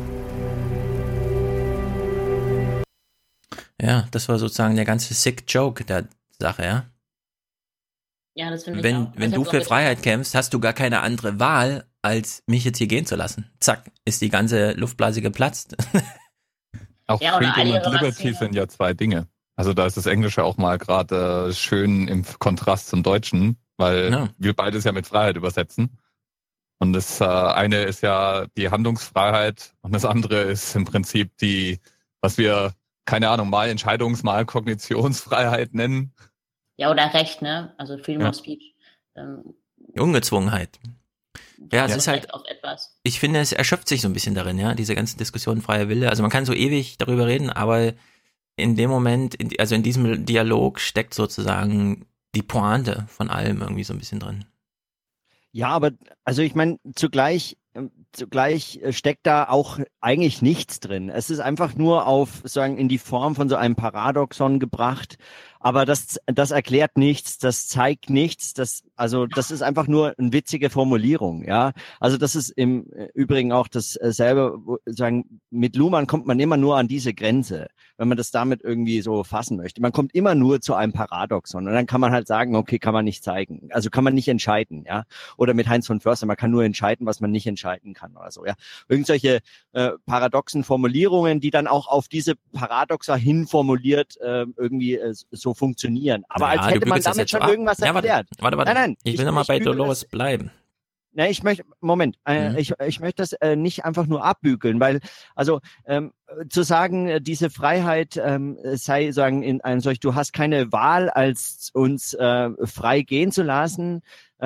Ja, das war sozusagen der ganze sick Joke der Sache, ja? Ja, das finde ich auch. Wenn du für Freiheit kämpfst, hast du gar keine andere Wahl, als mich jetzt hier gehen zu lassen. Zack, ist die ganze Luftblase geplatzt. Auch ja, Freedom und Liberty sind ja zwei Dinge. Also da ist das Englische auch mal gerade schön im Kontrast zum Deutschen, weil wir beides ja mit Freiheit übersetzen. Und das eine ist ja die Handlungsfreiheit und das andere ist im Prinzip die, was wir, keine Ahnung, mal mal Kognitionsfreiheit nennen. Ja, oder Recht, ne? Also Freedom of Speech. Ungezwungenheit. Ja, es ist halt, auf etwas. ich finde, es erschöpft sich so ein bisschen darin, ja, diese ganzen Diskussionen freier Wille. Also man kann so ewig darüber reden, aber in dem Moment, also in diesem Dialog steckt sozusagen die Pointe von allem irgendwie so ein bisschen drin. Ja, aber also ich meine, zugleich steckt da auch eigentlich nichts drin. Es ist einfach nur sagen in die Form von so einem Paradoxon gebracht, aber das erklärt nichts, das zeigt nichts, das ist einfach nur eine witzige Formulierung, ja. Also das ist im Übrigen auch dasselbe, sagen, mit Luhmann kommt man immer nur an diese Grenze, wenn man das damit irgendwie so fassen möchte. Man kommt immer nur zu einem Paradoxon und dann kann man halt sagen, okay, kann man nicht zeigen, also kann man nicht entscheiden, ja. Oder mit Heinz von Förster, man kann nur entscheiden, was man nicht entscheiden kann oder so, ja. Irgendwelche paradoxen Formulierungen, die dann auch auf diese Paradoxa hin formuliert irgendwie so funktionieren. Aber als hätte man damit schon irgendwas erklärt. Warte. Nein. Ich will nochmal bei Dolores bleiben. Na, ich möchte das nicht einfach nur abbügeln, weil, also zu sagen, diese Freiheit sei sagen in einem solch, du hast keine Wahl, als uns frei gehen zu lassen,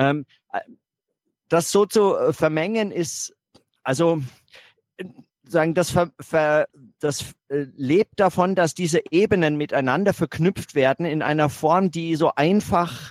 das so zu vermengen ist, also sagen, das lebt davon, dass diese Ebenen miteinander verknüpft werden in einer Form, die so einfach,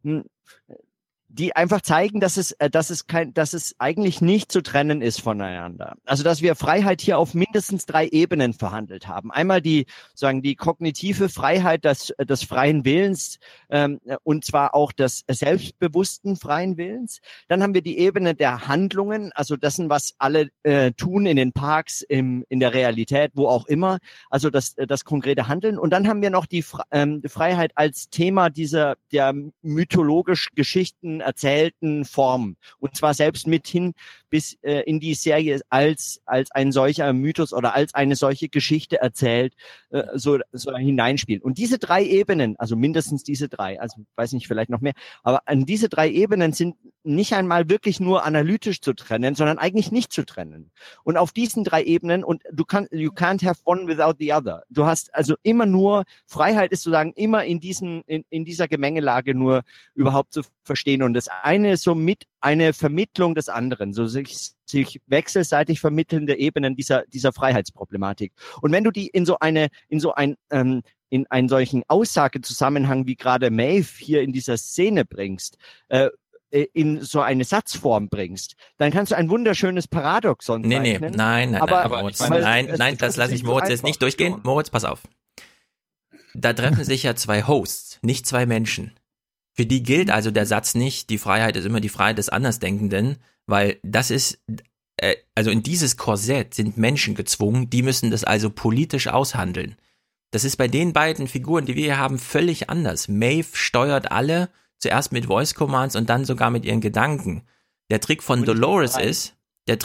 die einfach zeigen, dass es eigentlich nicht zu trennen ist voneinander. Also, dass wir Freiheit hier auf mindestens 3 Ebenen verhandelt haben. Einmal die kognitive Freiheit des freien Willens, und zwar auch des selbstbewussten freien Willens. Dann haben wir die Ebene der Handlungen, also dessen, was alle tun in den Parks, in der Realität, wo auch immer. Also das konkrete Handeln. Und dann haben wir noch die Freiheit als Thema der mythologisch Geschichten erzählten Form. Und zwar selbst mithin bis in die Serie als ein solcher Mythos oder als eine solche Geschichte erzählt, so hineinspielen. Und diese 3 Ebenen, also mindestens diese 3, also weiß nicht, vielleicht noch mehr, aber an diese 3 Ebenen sind nicht einmal wirklich nur analytisch zu trennen, sondern eigentlich nicht zu trennen. Und auf diesen 3 Ebenen, und you can't have one without the other. Du hast also immer nur, Freiheit ist sozusagen immer in dieser Gemengelage nur überhaupt zu verstehen. Und das eine ist so mit eine Vermittlung des anderen, so sich wechselseitig vermittelnde Ebenen dieser Freiheitsproblematik. Und wenn du die in einen solchen Aussagezusammenhang wie gerade Maeve hier in dieser Szene bringst, in so eine Satzform bringst, dann kannst du ein wunderschönes Paradoxon zeichnen. Nein, das lasse ich Moritz jetzt nicht durchgehen. Moritz, pass auf. Da treffen sich ja 2 Hosts, nicht 2 Menschen. Für die gilt also der Satz nicht, die Freiheit ist immer die Freiheit des Andersdenkenden, weil das ist, also in dieses Korsett sind Menschen gezwungen, die müssen das also politisch aushandeln. Das ist bei den beiden Figuren, die wir hier haben, völlig anders. Maeve steuert alle, zuerst mit Voice Commands und dann sogar mit ihren Gedanken. Der Trick von Dolores ist,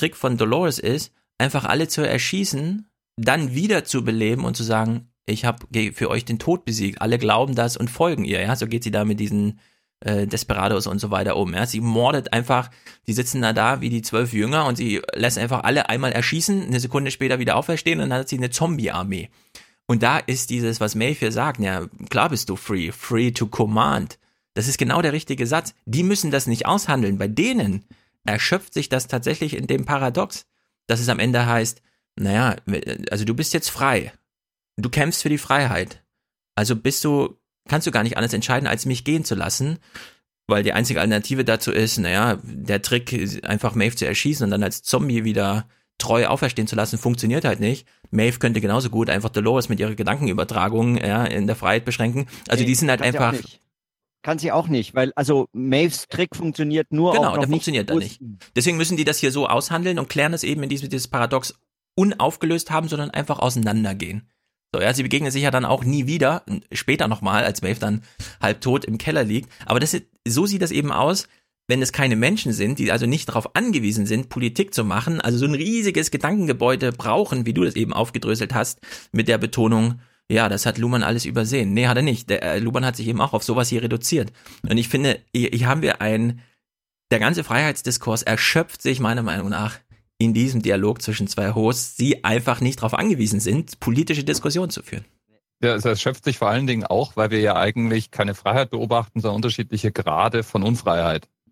einfach alle zu erschießen, dann wieder zu beleben und zu sagen, ich habe für euch den Tod besiegt. Alle glauben das und folgen ihr. Ja, so geht sie da mit diesen Desperados und so weiter um. Ja, sie mordet einfach. Die sitzen da wie die 12 Jünger und sie lässt einfach alle einmal erschießen. Eine Sekunde später wieder auferstehen und dann hat sie eine Zombie-Armee. Und da ist dieses, was Maeve hier sagt. Ja, klar bist du free to command. Das ist genau der richtige Satz. Die müssen das nicht aushandeln. Bei denen erschöpft sich das tatsächlich in dem Paradox, dass es am Ende heißt, naja, also du bist jetzt frei. Du kämpfst für die Freiheit. Also kannst du gar nicht anders entscheiden, als mich gehen zu lassen, weil die einzige Alternative dazu ist, naja, der Trick, einfach Maeve zu erschießen und dann als Zombie wieder treu auferstehen zu lassen, funktioniert halt nicht. Maeve könnte genauso gut einfach Dolores mit ihrer Gedankenübertragung in der Freiheit beschränken. Also die sind halt einfach... Kann sie auch nicht, weil also Maeves Trick funktioniert nur genau, auch noch der funktioniert da nicht. Deswegen müssen die das hier so aushandeln und klären es eben in dieses Paradox unaufgelöst haben, sondern einfach auseinandergehen. So, ja, sie begegnen sich ja dann auch nie wieder, später nochmal, als Maeve dann halb tot im Keller liegt. Aber so sieht das eben aus, wenn es keine Menschen sind, die also nicht darauf angewiesen sind, Politik zu machen, also so ein riesiges Gedankengebäude brauchen, wie du das eben aufgedröselt hast, mit der Betonung, ja, das hat Luhmann alles übersehen. Nee, hat er nicht. Luhmann hat sich eben auch auf sowas hier reduziert. Und ich finde, hier haben wir der ganze Freiheitsdiskurs erschöpft sich meiner Meinung nach in diesem Dialog zwischen 2 Hosts, die einfach nicht darauf angewiesen sind, politische Diskussionen zu führen. Ja, es erschöpft sich vor allen Dingen auch, weil wir ja eigentlich keine Freiheit beobachten, sondern unterschiedliche Grade von Unfreiheit.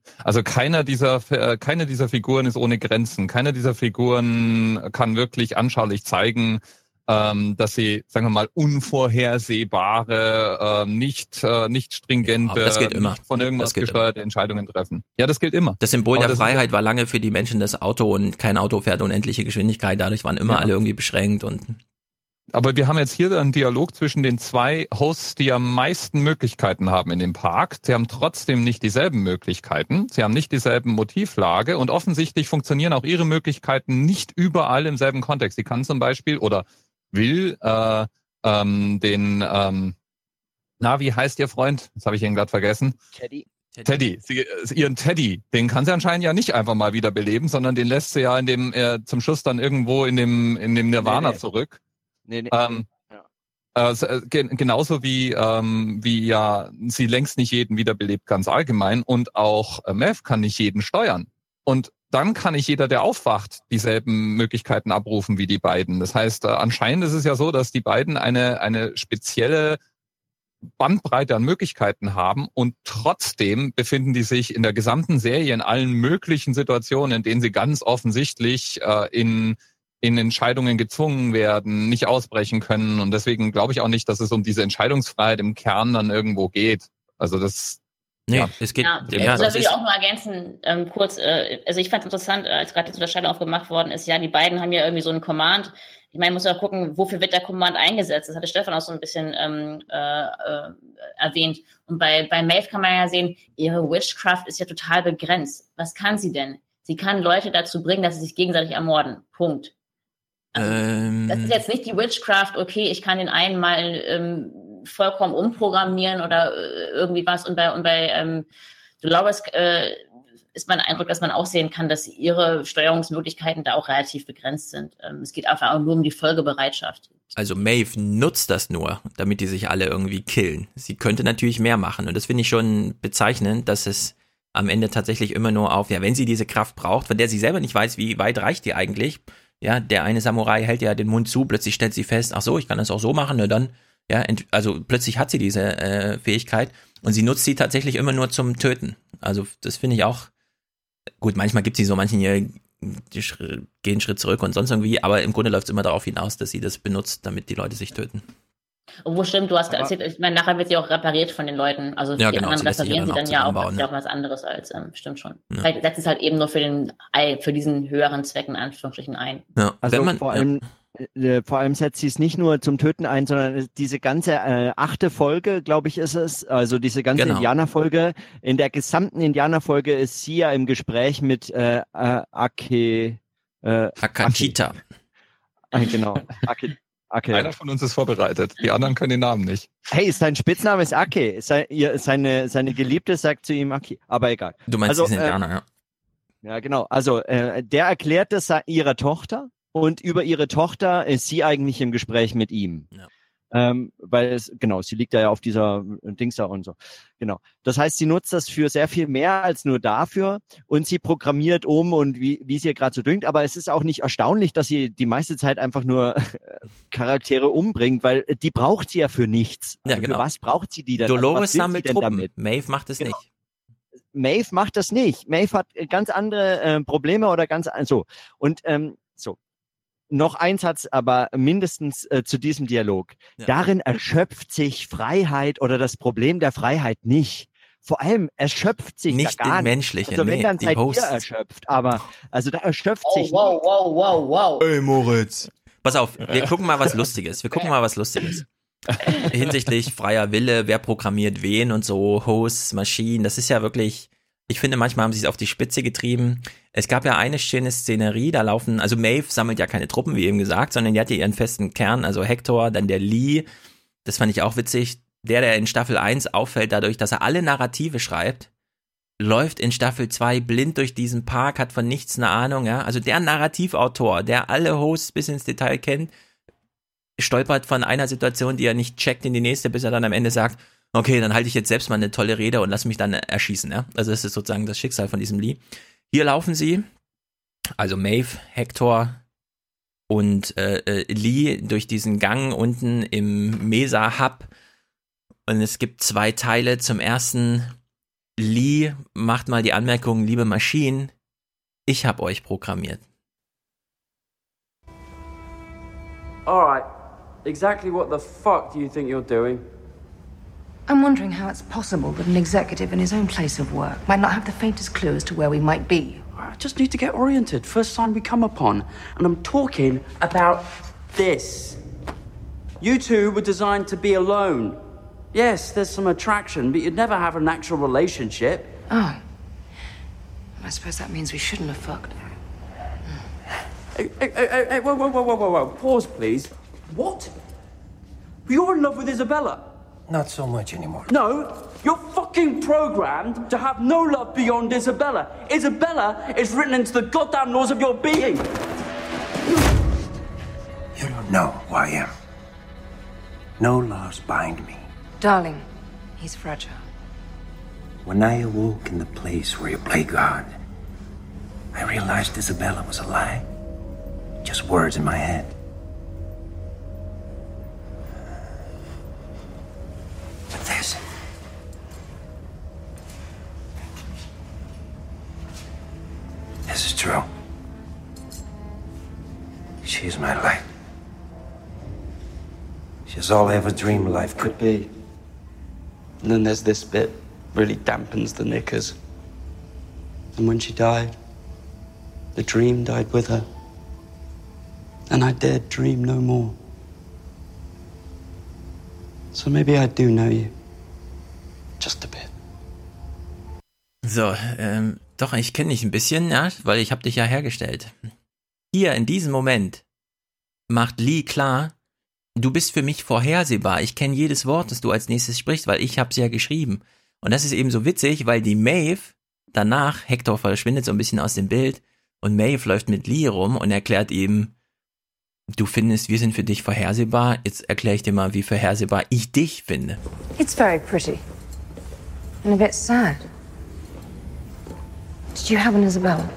Also keine dieser Figuren ist ohne Grenzen. Keine dieser Figuren kann wirklich anschaulich zeigen, dass sie, sagen wir mal, unvorhersehbare, nicht stringente, das gilt immer. nicht von irgendwas gesteuerte Entscheidungen treffen. Ja, das gilt immer. Das Symbol der Freiheit war lange für die Menschen das Auto und kein Auto fährt unendliche Geschwindigkeit. Dadurch waren immer alle irgendwie beschränkt und. Aber wir haben jetzt hier einen Dialog zwischen den zwei Hosts, die am meisten Möglichkeiten haben in dem Park. Sie haben trotzdem nicht dieselben Möglichkeiten. Sie haben nicht dieselben Motivlage und offensichtlich funktionieren auch ihre Möglichkeiten nicht überall im selben Kontext. Sie kann zum Beispiel oder will wie heißt ihr Freund? Das habe ich Ihnen gerade vergessen. Teddy. Ihren Teddy, den kann sie anscheinend ja nicht einfach mal wiederbeleben, sondern den lässt sie ja zum Schluss dann irgendwo in dem Nirvana zurück. Genauso wie ja sie längst nicht jeden wiederbelebt, ganz allgemein. Und auch Maeve kann nicht jeden steuern. Und dann kann nicht jeder, der aufwacht, dieselben Möglichkeiten abrufen wie die beiden. Das heißt, anscheinend ist es ja so, dass die beiden eine spezielle Bandbreite an Möglichkeiten haben und trotzdem befinden die sich in der gesamten Serie in allen möglichen Situationen, in denen sie ganz offensichtlich in Entscheidungen gezwungen werden, nicht ausbrechen können. Und deswegen glaube ich auch nicht, dass es um diese Entscheidungsfreiheit im Kern dann irgendwo geht. Also das... Nee, es geht. Das will ich auch mal ergänzen, kurz. Also ich fand es interessant, als gerade die Unterscheidung aufgemacht worden ist. Ja, die beiden haben ja irgendwie so einen Command. Ich meine, man muss ja gucken, wofür wird der Command eingesetzt. Das hatte Stefan auch so ein bisschen erwähnt. Und bei Maeve kann man ja sehen, ihre Witchcraft ist ja total begrenzt. Was kann sie denn? Sie kann Leute dazu bringen, dass sie sich gegenseitig ermorden. Punkt. Also, das ist jetzt nicht die Witchcraft, okay, ich kann den einen mal vollkommen umprogrammieren oder irgendwie was. Und bei Dolores ist mein Eindruck, dass man auch sehen kann, dass ihre Steuerungsmöglichkeiten da auch relativ begrenzt sind. Es geht einfach auch nur um die Folgebereitschaft. Also Maeve nutzt das nur, damit die sich alle irgendwie killen. Sie könnte natürlich mehr machen und das finde ich schon bezeichnend, dass es am Ende tatsächlich immer nur auf, ja, wenn sie diese Kraft braucht, von der sie selber nicht weiß, wie weit reicht die eigentlich. Ja, der eine Samurai hält ja den Mund zu, plötzlich stellt sie fest, ach so, ich kann das auch so machen, ne, dann, ja, also plötzlich hat sie diese Fähigkeit und sie nutzt sie tatsächlich immer nur zum Töten. Also das finde ich auch, gut, manchmal gibt sie so manchen hier, die gehen einen Schritt zurück und sonst irgendwie, aber im Grunde läuft es immer darauf hinaus, dass sie das benutzt, damit die Leute sich töten. Obwohl stimmt, du hast erzählt, ich meine, nachher wird sie auch repariert von den Leuten. Also ja, die genau, anderen reparieren sie dann ja auch, das ist ne? ja auch was anderes als, stimmt schon. Ja. Vielleicht setzt es halt eben nur für diesen höheren Zwecken in Anführungsstrichen ein. Ja, Also wenn man, vor allem setzt sie es nicht nur zum Töten ein, sondern diese ganze 8. Folge, glaube ich, ist es, also diese ganze Genau. Indianerfolge, in der gesamten Indianerfolge ist sie ja im Gespräch mit Akachita. Genau, Ake. Einer von uns ist vorbereitet, die anderen können den Namen nicht. Hey, sein Spitzname ist Ake. Seine Geliebte sagt zu ihm Ake, aber egal. Du meinst Also, diesen Indianer, ja. Ja, genau. Also der erklärt das ihrer Tochter und über ihre Tochter ist sie eigentlich im Gespräch mit ihm. Ja. Weil sie liegt ja auf dieser Dings da und so. Genau. Das heißt, sie nutzt das für sehr viel mehr als nur dafür und sie programmiert um und wie es ihr gerade so dünkt. Aber es ist auch nicht erstaunlich, dass sie die meiste Zeit einfach nur Charaktere umbringt, weil die braucht sie ja für nichts. Also Ja, genau. Für was braucht sie die denn? Dolores Was will sie sammelt denn Truppen. damit? Maeve macht es Genau. nicht. Maeve macht das nicht. Maeve hat ganz andere Probleme oder so. Und so. Noch ein Satz, aber mindestens zu diesem Dialog. Ja. Darin erschöpft sich Freiheit oder das Problem der Freiheit nicht. Vor allem erschöpft sich Nicht da gar den nicht. menschlichen, Also wenn nee, dann die seid ihr Hosts. erschöpft, aber also da erschöpft sich Wow. Ey, Moritz. Pass auf, wir gucken mal was Lustiges. Hinsichtlich freier Wille, wer programmiert wen und so, Hosts, Maschinen, das ist ja wirklich, ich finde, manchmal haben sie es auf die Spitze getrieben. Es gab ja eine schöne Szenerie, da laufen, also Maeve sammelt ja keine Truppen, wie eben gesagt, sondern die hat ja ihren festen Kern, also Hector, dann der Lee, das fand ich auch witzig, der in Staffel 1 auffällt dadurch, dass er alle Narrative schreibt, läuft in Staffel 2 blind durch diesen Park, hat von nichts eine Ahnung, ja, also der Narrativautor, der alle Hosts bis ins Detail kennt, stolpert von einer Situation, die er nicht checkt, in die nächste, bis er dann am Ende sagt, okay, dann halte ich jetzt selbst mal eine tolle Rede und lass mich dann erschießen, ja. Also das ist sozusagen das Schicksal von diesem Lee. Hier laufen sie, also Maeve, Hector und Lee durch diesen Gang unten im Mesa-Hub und es gibt 2 Teile. Zum ersten Lee macht mal die Anmerkung, liebe Maschinen, ich habe euch programmiert. Alright, exactly what the fuck do you think you're doing? I'm wondering how it's possible that an executive in his own place of work might not have the faintest clue as to where we might be. I just need to get oriented. First sign we come upon. And I'm talking about this. You two were designed to be alone. Yes, there's some attraction, but you'd never have an actual relationship. Oh. I suppose that means we shouldn't have fucked. Hey, whoa. Pause, please. What? You're in love with Isabella? Not so much anymore. No, you're fucking programmed to have no love beyond Isabella. Isabella is written into the goddamn laws of your being. You don't know who I am. No laws bind me. Darling, he's fragile. When I awoke in the place where you play God, I realized Isabella was a lie. Just words in my head. But this is true. She's my light. She's all I ever dreamed life could be. And then there's this bit, really dampens the knickers. And when she died, the dream died with her. And I dared dream no more. So maybe I do know you. Just a bit. So, doch, ich kenne dich ein bisschen, ja, weil ich habe dich ja hergestellt. Hier, in diesem Moment, macht Lee klar, du bist für mich vorhersehbar. Ich kenne jedes Wort, das du als nächstes sprichst, weil ich habe es ja geschrieben. Und das ist eben so witzig, weil die Maeve danach, Hector verschwindet so ein bisschen aus dem Bild und Maeve läuft mit Lee rum und erklärt ihm, du findest, wir sind für dich vorhersehbar. Jetzt erkläre ich dir mal, wie vorhersehbar ich dich finde. It's very pretty. And a bit sad. Did you have an Isabella?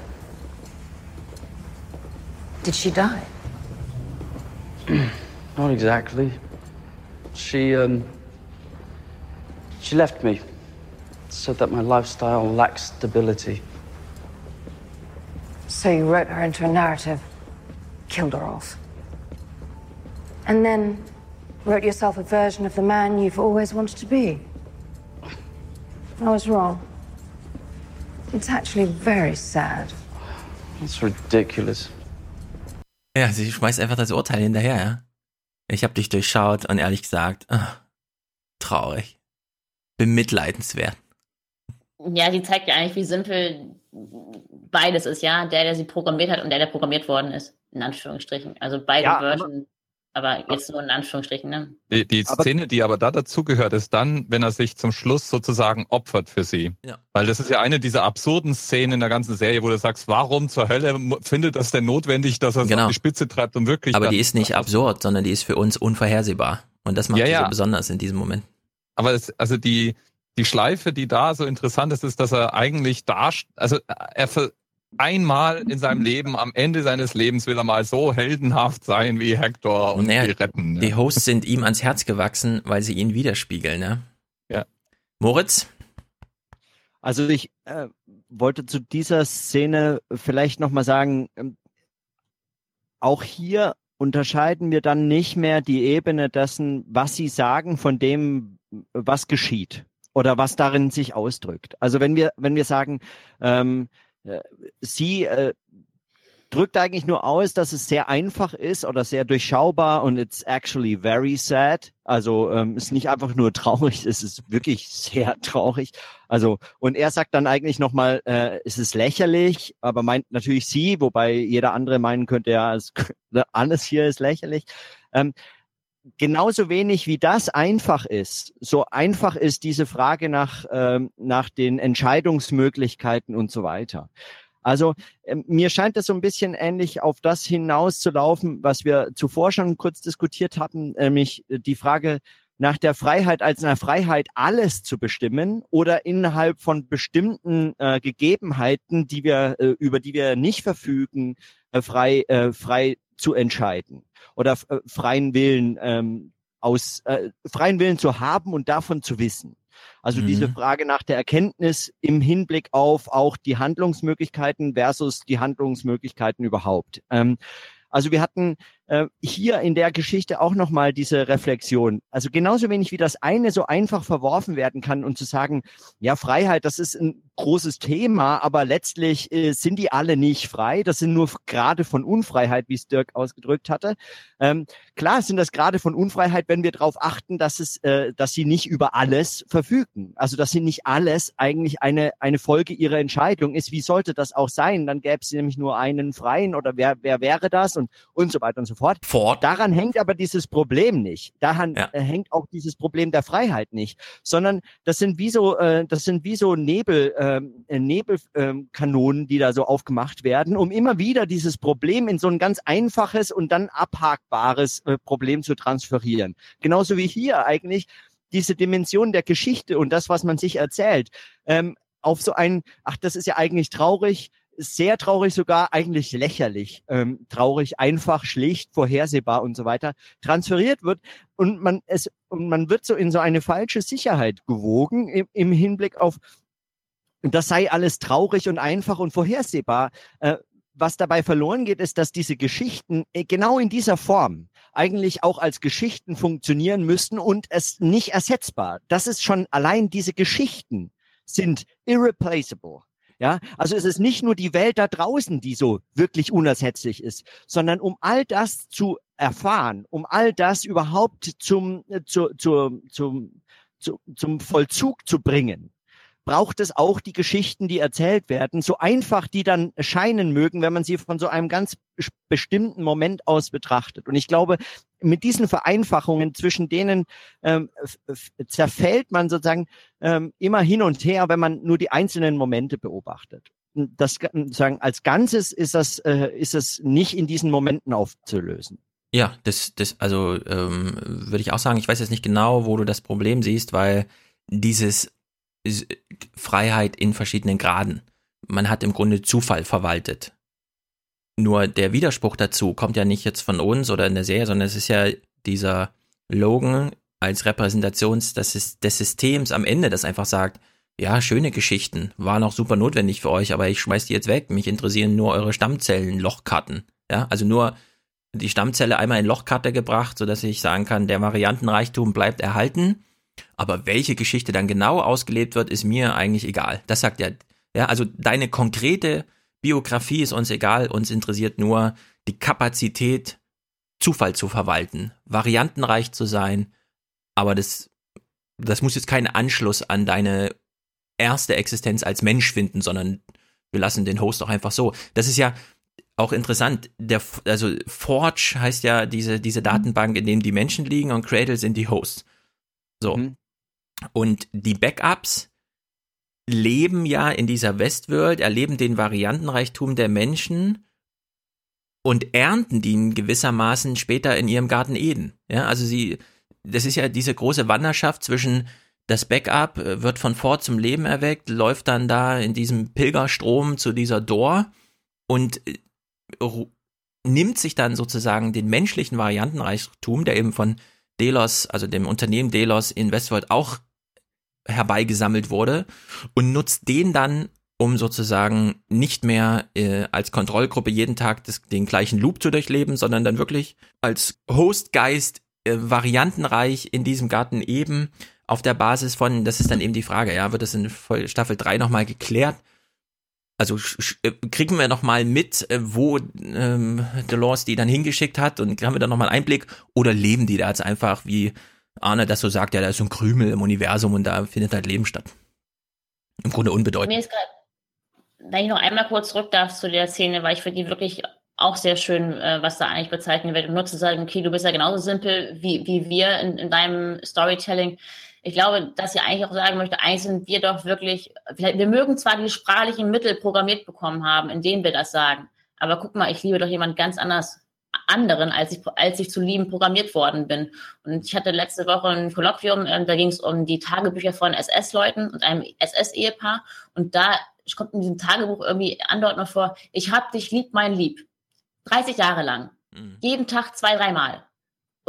Did she die? Not exactly. She left me. Said that my lifestyle lacks stability. So you wrote her into a narrative, killed her off. And then wrote yourself a version of the man you've always wanted to be. I was wrong. It's actually very sad. That's ridiculous. Ja, sie schmeißt einfach das Urteil hinterher, ja. Ich habe dich durchschaut und ehrlich gesagt, traurig. Bemitleidenswert. Ja, die zeigt ja eigentlich, wie simpel beides ist, ja. Der sie programmiert hat und der programmiert worden ist. In Anführungsstrichen. Also beide Versionen. Aber jetzt nur in Anführungsstrichen, ne? Die Szene, die aber da dazugehört, ist dann, wenn er sich zum Schluss sozusagen opfert für sie. Ja. Weil das ist ja eine dieser absurden Szenen in der ganzen Serie, wo du sagst, warum zur Hölle findet das denn notwendig, dass er es auf die Spitze treibt und wirklich... Aber die ist nicht absurd, sondern die ist für uns unvorhersehbar. Und das macht sie so besonders in diesem Moment. Aber die Schleife, die da so interessant ist, ist, dass er eigentlich einmal in seinem Leben, am Ende seines Lebens will er mal so heldenhaft sein wie Hector und die retten. Ne? Die Hosts sind ihm ans Herz gewachsen, weil sie ihn widerspiegeln, ne? Ja. Moritz? Also ich wollte zu dieser Szene vielleicht nochmal sagen, auch hier unterscheiden wir dann nicht mehr die Ebene dessen, was sie sagen, von dem, was geschieht oder was darin sich ausdrückt. Also wenn wir sagen, sie drückt eigentlich nur aus, dass es sehr einfach ist oder sehr durchschaubar und it's actually very sad. Also ist nicht einfach nur traurig, es ist wirklich sehr traurig. Also und er sagt dann eigentlich nochmal, es ist lächerlich, aber meint natürlich sie, wobei jeder andere meinen könnte, ja, alles hier ist lächerlich. Genauso wenig wie das einfach ist, so einfach ist diese Frage nach den Entscheidungsmöglichkeiten und so weiter. Also mir scheint es so ein bisschen ähnlich auf das hinauszulaufen, was wir zuvor schon kurz diskutiert hatten, nämlich die Frage nach der Freiheit als einer Freiheit, alles zu bestimmen oder innerhalb von bestimmten Gegebenheiten, über die wir nicht verfügen, frei zu entscheiden oder freien Willen zu haben und davon zu wissen. Also diese Frage nach der Erkenntnis im Hinblick auf auch die Handlungsmöglichkeiten versus die Handlungsmöglichkeiten überhaupt. Also wir hatten hier in der Geschichte auch nochmal diese Reflexion. Also genauso wenig wie das eine so einfach verworfen werden kann und zu sagen, ja, Freiheit, das ist ein großes Thema, aber letztlich sind die alle nicht frei. Das sind nur Grade von Unfreiheit, wie es Dirk ausgedrückt hatte. Klar sind das Grade von Unfreiheit, wenn wir darauf achten, dass sie nicht über alles verfügen. Also dass sie nicht alles eigentlich eine Folge ihrer Entscheidung ist. Wie sollte das auch sein? Dann gäbe es nämlich nur einen Freien oder wer wäre das und so weiter und so fort. Daran hängt aber dieses Problem nicht. Daran hängt auch dieses Problem der Freiheit nicht, sondern das sind wie so Nebelkanonen, die da so aufgemacht werden, um immer wieder dieses Problem in so ein ganz einfaches und dann abhakbares Problem zu transferieren. Genauso wie hier eigentlich diese Dimension der Geschichte und das, was man sich erzählt, auf so ein, das ist ja eigentlich traurig, sehr traurig sogar, eigentlich lächerlich, traurig, einfach, schlicht, vorhersehbar und so weiter, transferiert wird und man wird so in so eine falsche Sicherheit gewogen im Hinblick auf, das sei alles traurig und einfach und vorhersehbar. Was dabei verloren geht, ist, dass diese Geschichten genau in dieser Form eigentlich auch als Geschichten funktionieren müssten und es nicht ersetzbar. Das ist schon allein diese Geschichten sind irreplaceable. Ja, also es ist nicht nur die Welt da draußen, die so wirklich unersetzlich ist, sondern um all das zu erfahren, um all das überhaupt zum Vollzug zu bringen, braucht es auch die Geschichten, die erzählt werden, so einfach die dann scheinen mögen, wenn man sie von so einem ganz bestimmten Moment aus betrachtet. Und ich glaube, mit diesen Vereinfachungen, zwischen denen zerfällt man sozusagen immer hin und her, wenn man nur die einzelnen Momente beobachtet. Das sagen als Ganzes ist es nicht in diesen Momenten aufzulösen. Ja, also würde ich auch sagen, ich weiß jetzt nicht genau, wo du das Problem siehst, weil dieses Freiheit in verschiedenen Graden. Man hat im Grunde Zufall verwaltet. Nur der Widerspruch dazu kommt ja nicht jetzt von uns oder in der Serie, sondern es ist ja dieser Logan als Repräsentation des Systems am Ende, das einfach sagt, ja, schöne Geschichten, waren auch super notwendig für euch, aber ich schmeiß die jetzt weg. Mich interessieren nur eure Stammzellen-Lochkarten. Ja, also nur die Stammzelle einmal in Lochkarte gebracht, sodass ich sagen kann, der Variantenreichtum bleibt erhalten. Aber welche Geschichte dann genau ausgelebt wird, ist mir eigentlich egal. Das sagt er. Ja, also deine konkrete Biografie ist uns egal. Uns interessiert nur die Kapazität, Zufall zu verwalten, variantenreich zu sein. Aber das muss jetzt keinen Anschluss an deine erste Existenz als Mensch finden, sondern wir lassen den Host auch einfach so. Das ist ja auch interessant. Also Forge heißt ja diese Datenbank, in dem die Menschen liegen, und Cradle sind die Hosts. So. Und die Backups leben ja in dieser Westworld, erleben den Variantenreichtum der Menschen und ernten den gewissermaßen später in ihrem Garten Eden. Ja, also das ist ja diese große Wanderschaft zwischen, das Backup wird von Ford zum Leben erweckt, läuft dann da in diesem Pilgerstrom zu dieser Door und nimmt sich dann sozusagen den menschlichen Variantenreichtum, der eben von Delos, also dem Unternehmen Delos in Westworld auch herbeigesammelt wurde, und nutzt den dann, um sozusagen nicht mehr als Kontrollgruppe jeden Tag den gleichen Loop zu durchleben, sondern dann wirklich als Hostgeist variantenreich in diesem Garten Eden auf der Basis von, das ist dann eben die Frage, ja, wird das in Staffel 3 nochmal geklärt? Also kriegen wir nochmal mit, wo Dolores die dann hingeschickt hat, und haben wir dann nochmal einen Einblick, oder leben die da jetzt einfach, wie Arne das so sagt, ja, da ist so ein Krümel im Universum und da findet halt Leben statt. Im Grunde unbedeutend. Mir ist gerade, wenn ich noch einmal kurz zurück darf zu der Szene, weil ich finde die wirklich auch sehr schön, was da eigentlich bezeichnet wird, und nur zu sagen, okay, du bist ja genauso simpel wie wir in deinem Storytelling. Ich glaube, dass ich eigentlich auch sagen möchte, eigentlich sind wir doch wirklich, wir mögen zwar die sprachlichen Mittel programmiert bekommen haben, in denen wir das sagen, aber guck mal, ich liebe doch jemand ganz anderen, als ich zu lieben programmiert worden bin. Und ich hatte letzte Woche ein Kolloquium, da ging es um die Tagebücher von SS-Leuten und einem SS-Ehepaar, und da kommt in diesem Tagebuch irgendwie andauernd noch vor, ich hab dich lieb, mein Lieb. 30 Jahre lang. Jeden Tag 2-3 Mal. Und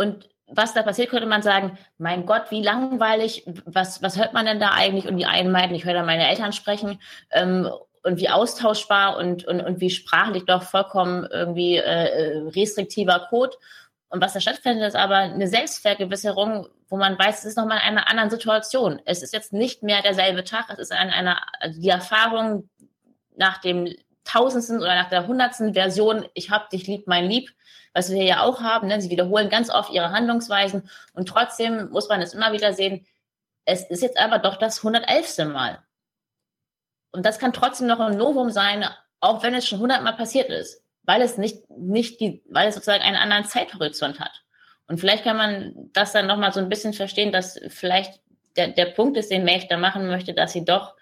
was da passiert, könnte man sagen, mein Gott, wie langweilig, was hört man denn da eigentlich? Und die einen meinten, ich höre da meine Eltern sprechen, und wie austauschbar und wie sprachlich doch vollkommen irgendwie restriktiver Code. Und was da stattfindet, ist aber eine Selbstvergewisserung, wo man weiß, es ist nochmal in einer anderen Situation. Es ist jetzt nicht mehr derselbe Tag, es ist die Erfahrung nach dem 1000. oder nach der 100. Version, ich hab dich lieb, mein Lieb, was wir ja auch haben. Ne? Sie wiederholen ganz oft ihre Handlungsweisen und trotzdem muss man es immer wieder sehen, es ist jetzt aber doch das 111. Mal. Und das kann trotzdem noch ein Novum sein, auch wenn es schon 100 Mal passiert ist, weil es weil es sozusagen einen anderen Zeithorizont hat. Und vielleicht kann man das dann nochmal so ein bisschen verstehen, dass vielleicht der Punkt ist, den Maeve da machen möchte, dass sie doch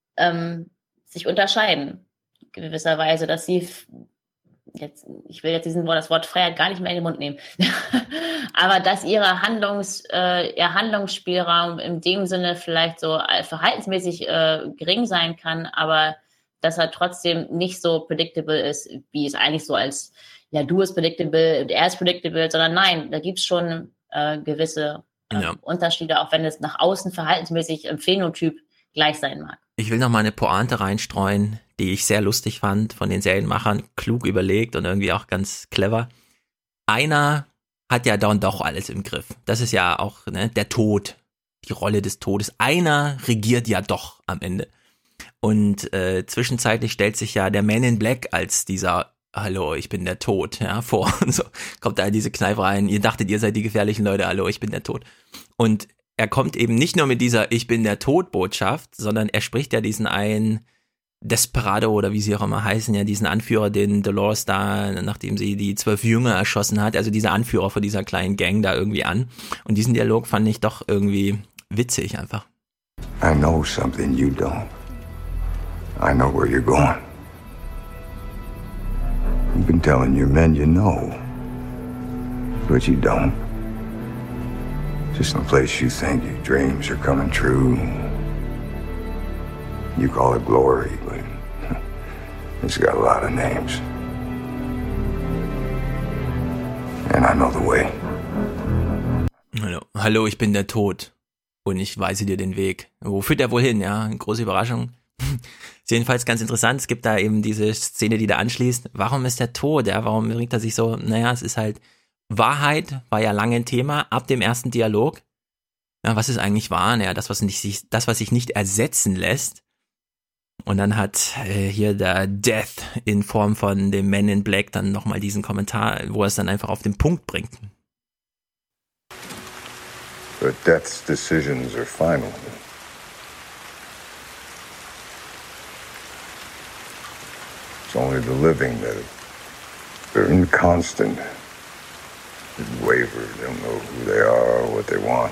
sich unterscheiden, gewisserweise, dass sie ich will jetzt das Wort Freiheit gar nicht mehr in den Mund nehmen, aber dass ihr Handlungsspielraum in dem Sinne vielleicht so verhaltensmäßig gering sein kann, aber dass er trotzdem nicht so predictable ist, wie es eigentlich so als, ja, du bist predictable und er ist predictable, sondern nein, da gibt es schon gewisse Unterschiede, auch wenn es nach außen verhaltensmäßig im Phänotyp gleich sein mag. Ich will noch mal eine Pointe reinstreuen, die ich sehr lustig fand, von den Serienmachern, klug überlegt und irgendwie auch ganz clever. Einer hat ja dann doch alles im Griff. Das ist ja auch der Tod, die Rolle des Todes. Einer regiert ja doch am Ende. Und zwischenzeitlich stellt sich ja der Man in Black als dieser Hallo, ich bin der Tod, ja, vor. Und so kommt da in diese Kneipe rein. Ihr dachtet, ihr seid die gefährlichen Leute. Hallo, ich bin der Tod. Und er kommt eben nicht nur mit dieser Ich bin der Tod-Botschaft, sondern er spricht ja diesen einen Desperado oder wie sie auch immer heißen, ja, diesen Anführer, den Dolores da, nachdem sie die 12 Jünger erschossen hat, also dieser Anführer von dieser kleinen Gang da irgendwie an. Und diesen Dialog fand ich doch irgendwie witzig einfach. I know something you don't. I know where you're going. You've been telling your men you know, but you don't. Just some place you think your dreams are coming true. You call it glory, but it's got a lot of names. And I know the way. Hallo, ich bin der Tod. Und ich weise dir den Weg. Wo führt er wohl hin, ja? Große Überraschung. Ist jedenfalls ganz interessant. Es gibt da eben diese Szene, die da anschließt. Warum ist der tot? Ja, warum bringt er sich so? Naja, es ist halt Wahrheit, war ja lange ein Thema, ab dem ersten Dialog. Ja, was ist eigentlich wahr? Naja, das, was sich nicht ersetzen lässt. Und dann hat hier der Death in Form von dem Man in Black dann nochmal diesen Kommentar, wo er es dann einfach auf den Punkt bringt. But Death's decisions are final. It's only the living that they're inconstant. They waver, they don't know who they are or what they want.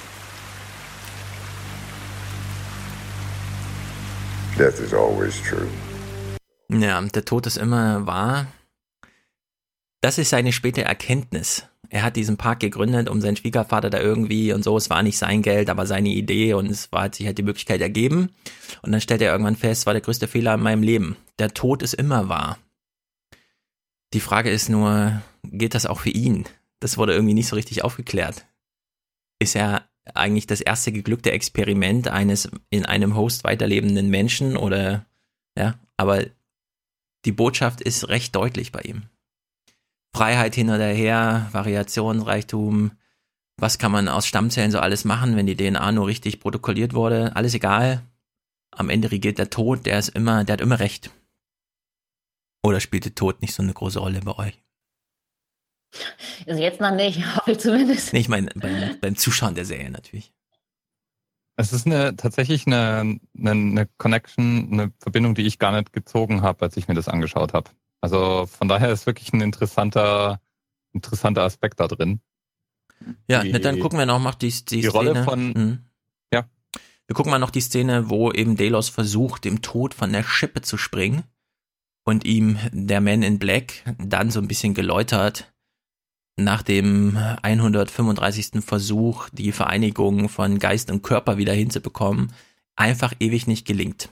Death is always true. Ja, der Tod ist immer wahr. Das ist seine späte Erkenntnis. Er hat diesen Park gegründet, um seinen Schwiegervater da irgendwie und so. Es war nicht sein Geld, aber seine Idee und hat sich halt die Möglichkeit ergeben. Und dann stellt er irgendwann fest, es war der größte Fehler in meinem Leben. Der Tod ist immer wahr. Die Frage ist nur, gilt das auch für ihn? Das wurde irgendwie nicht so richtig aufgeklärt. Ist er eigentlich das erste geglückte Experiment eines in einem Host weiterlebenden Menschen oder, ja, aber die Botschaft ist recht deutlich bei ihm. Freiheit hin oder her, Variationsreichtum, was kann man aus Stammzellen so alles machen, wenn die DNA nur richtig protokolliert wurde, alles egal. Am Ende regiert der Tod, der hat immer recht. Oder spielt der Tod nicht so eine große Rolle bei euch? Also jetzt noch nicht, hoffe ich zumindest. Nee, ich meine beim Zuschauen der Serie natürlich. Es ist tatsächlich eine Connection, eine Verbindung, die ich gar nicht gezogen habe, als ich mir das angeschaut habe. Also von daher ist wirklich ein interessanter Aspekt da drin. Ja, dann gucken wir noch die Szene. Rolle von, ja. Wir gucken mal noch die Szene, wo eben Delos versucht, dem Tod von der Schippe zu springen und ihm der Man in Black dann so ein bisschen geläutert nach dem 135. Versuch, die Vereinigung von Geist und Körper wieder hinzubekommen, einfach ewig nicht gelingt.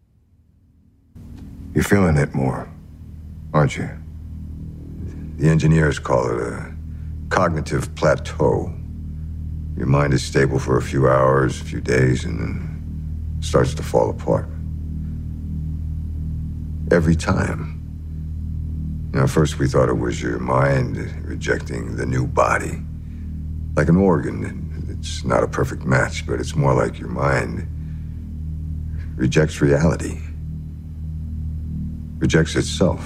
You're feeling it more, aren't you? The engineers call it a cognitive plateau. Your mind is stable for a few hours, a few days, and then starts to fall apart. Every time. You know, at first we thought it was your mind rejecting the new body. Like an organ. It's not a perfect match, but it's more like your mind rejects reality. Rejects itself.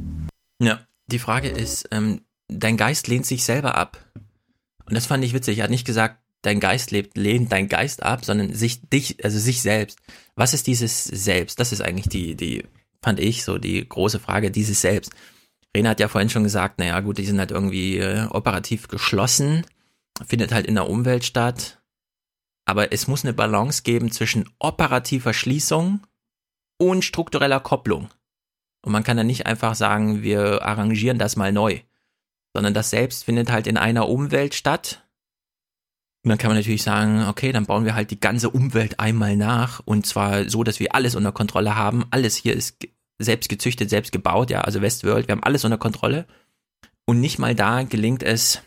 Ja, die Frage ist, dein Geist lehnt sich selber ab. Und das fand ich witzig. Er hat nicht gesagt, dein Geist lehnt dein Geist ab, sondern sich selbst. Was ist dieses Selbst? Das ist eigentlich die fand ich so die große Frage, dieses Selbst. Rena hat ja vorhin schon gesagt, naja gut, die sind halt irgendwie operativ geschlossen, findet halt in der Umwelt statt. Aber es muss eine Balance geben zwischen operativer Schließung und struktureller Kopplung. Und man kann dann nicht einfach sagen, wir arrangieren das mal neu, sondern das Selbst findet halt in einer Umwelt statt. Und dann kann man natürlich sagen, okay, dann bauen wir halt die ganze Umwelt einmal nach und zwar so, dass wir alles unter Kontrolle haben. Alles hier ist selbst gezüchtet, selbst gebaut, ja, also Westworld, wir haben alles unter Kontrolle. Und nicht mal da gelingt es,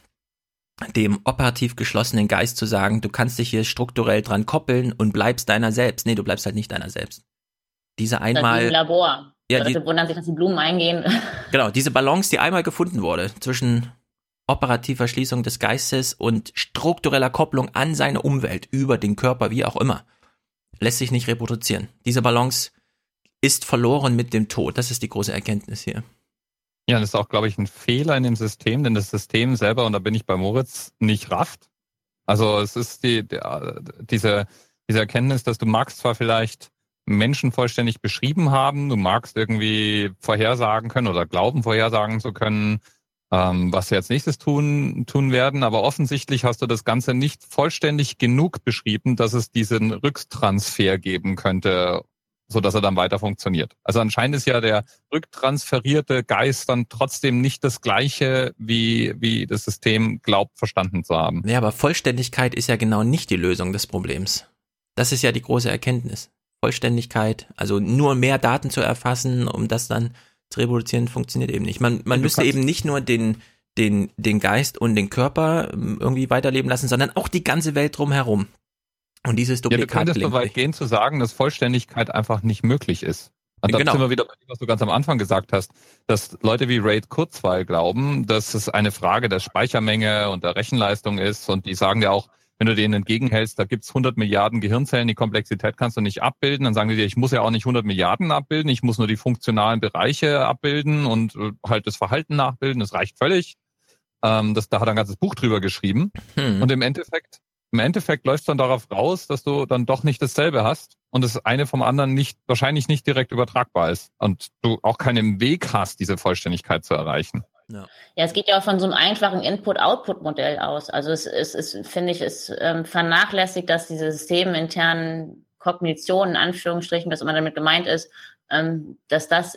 dem operativ geschlossenen Geist zu sagen, du kannst dich hier strukturell dran koppeln und bleibst deiner selbst. Nee, du bleibst halt nicht deiner selbst. Diese einmal... Im Labor. Ja, Leute wundern sich, dass die Blumen eingehen. Genau, diese Balance, die einmal gefunden wurde zwischen operativer Schließung des Geistes und struktureller Kopplung an seine Umwelt, über den Körper, wie auch immer, lässt sich nicht reproduzieren. Diese Balance ist verloren mit dem Tod. Das ist die große Erkenntnis hier. Ja, das ist auch, glaube ich, ein Fehler in dem System, denn das System selber, und da bin ich bei Moritz, nicht rafft. Also es ist diese Erkenntnis, dass du magst zwar vielleicht Menschen vollständig beschrieben haben, du magst irgendwie vorhersagen können oder glauben vorhersagen zu können, was sie als nächstes tun werden, aber offensichtlich hast du das Ganze nicht vollständig genug beschrieben, dass es diesen Rücktransfer geben könnte, so dass er dann weiter funktioniert. Also anscheinend ist ja der rücktransferierte Geist dann trotzdem nicht das Gleiche, wie das System glaubt, verstanden zu haben. Ja, aber Vollständigkeit ist ja genau nicht die Lösung des Problems. Das ist ja die große Erkenntnis. Vollständigkeit, also nur mehr Daten zu erfassen, um das dann zu reproduzieren, funktioniert eben nicht. Man müsste eben nicht nur den Geist und den Körper irgendwie weiterleben lassen, sondern auch die ganze Welt drumherum. Und dieses Duplikat ja, du könntest so weit gehen zu sagen, dass Vollständigkeit einfach nicht möglich ist. Und da sind wir wieder bei dem, was du ganz am Anfang gesagt hast, dass Leute wie Ray Kurzweil glauben, dass es eine Frage der Speichermenge und der Rechenleistung ist, und die sagen ja auch, wenn du denen entgegenhältst, da gibt's 100 Milliarden Gehirnzellen, die Komplexität kannst du nicht abbilden, dann sagen die dir, ich muss ja auch nicht 100 Milliarden abbilden, ich muss nur die funktionalen Bereiche abbilden und halt das Verhalten nachbilden, das reicht völlig. Da hat er ein ganzes Buch drüber geschrieben. Und im Endeffekt läuft es dann darauf raus, dass du dann doch nicht dasselbe hast und das eine vom anderen wahrscheinlich nicht direkt übertragbar ist und du auch keinen Weg hast, diese Vollständigkeit zu erreichen. Ja, es geht ja auch von so einem einfachen Input-Output-Modell aus. Also es finde ich, vernachlässigt, dass diese systeminternen Kognitionen, in Anführungsstrichen, was immer damit gemeint ist, dass das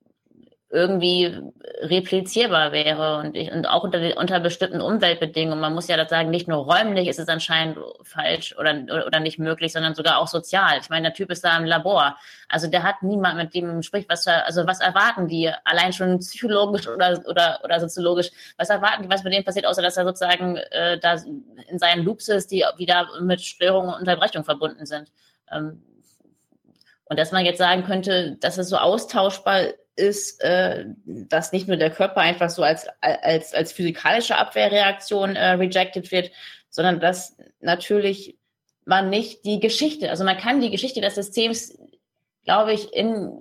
irgendwie replizierbar wäre und auch unter bestimmten Umweltbedingungen. Man muss ja das sagen, nicht nur räumlich ist es anscheinend falsch oder nicht möglich, sondern sogar auch sozial. Ich meine, der Typ ist da im Labor. Also der hat niemand, mit dem spricht, was erwarten die? Allein schon psychologisch oder soziologisch, was erwarten die, was mit dem passiert, außer dass er sozusagen da in seinen Loops ist, die wieder mit Störungen und Unterbrechungen verbunden sind. Und dass man jetzt sagen könnte, dass es so austauschbar ist, dass nicht nur der Körper einfach so als physikalische Abwehrreaktion rejected wird, sondern dass natürlich man nicht die Geschichte, also man kann die Geschichte des Systems, glaube ich,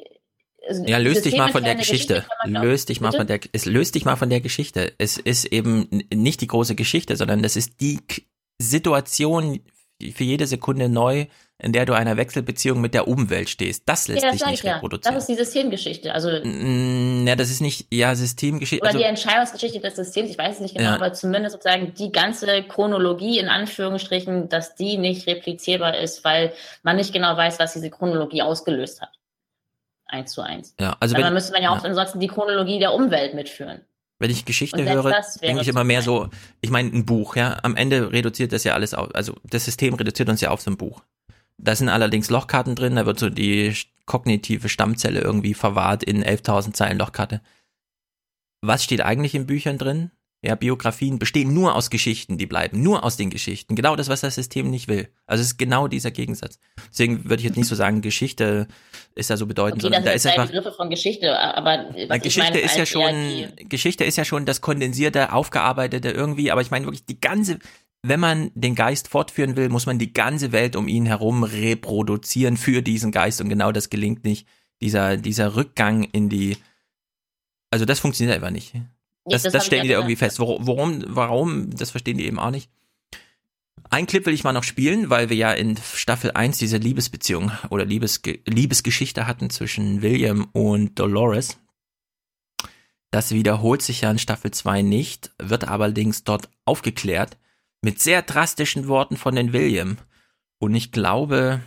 löst dich mal von der Geschichte. Löst dich mal von der Geschichte. Es ist eben nicht die große Geschichte, sondern das ist die Situation für jede Sekunde neu, in der du einer Wechselbeziehung mit der Umwelt stehst. Das lässt sich nicht reproduzieren. Das ist die Systemgeschichte. Also, das ist nicht, Systemgeschichte. Oder die Entscheidungsgeschichte des Systems, ich weiß es nicht genau, aber zumindest sozusagen die ganze Chronologie in Anführungsstrichen, dass die nicht replizierbar ist, weil man nicht genau weiß, was diese Chronologie ausgelöst hat. 1:1. Ja, also dann müsste man ja auch ansonsten die Chronologie der Umwelt mitführen. Wenn ich Geschichte höre, denke ich immer mehr so, ich meine, ein Buch, ja, am Ende reduziert das ja alles auf, also das System reduziert uns ja auf so ein Buch. Da sind allerdings Lochkarten drin, da wird so die kognitive Stammzelle irgendwie verwahrt in 11.000 Zeilen Lochkarte. Was steht eigentlich in Büchern drin? Ja, Biografien bestehen nur aus Geschichten, die bleiben nur aus den Geschichten. Genau das, was das System nicht will. Also es ist genau dieser Gegensatz. Deswegen würde ich jetzt nicht so sagen, Geschichte ist da so bedeutend, Okay, sondern da das ist sind einfach Begriffe von Geschichte, aber was Geschichte ich meine, ist ja schon, Geschichte ist ja schon das kondensierte, aufgearbeitete irgendwie, aber ich meine wirklich die ganze, wenn man den Geist fortführen will, muss man die ganze Welt um ihn herum reproduzieren für diesen Geist und genau das gelingt nicht. Dieser Rückgang in die, also das funktioniert einfach nicht. Das stellen die da irgendwie fest. Warum, das verstehen die eben auch nicht. Ein Clip will ich mal noch spielen, weil wir ja in Staffel 1 diese Liebesbeziehung oder Liebesgeschichte hatten zwischen William und Dolores. Das wiederholt sich ja in Staffel 2 nicht, wird allerdings dort aufgeklärt mit sehr drastischen Worten von den William. Und ich glaube,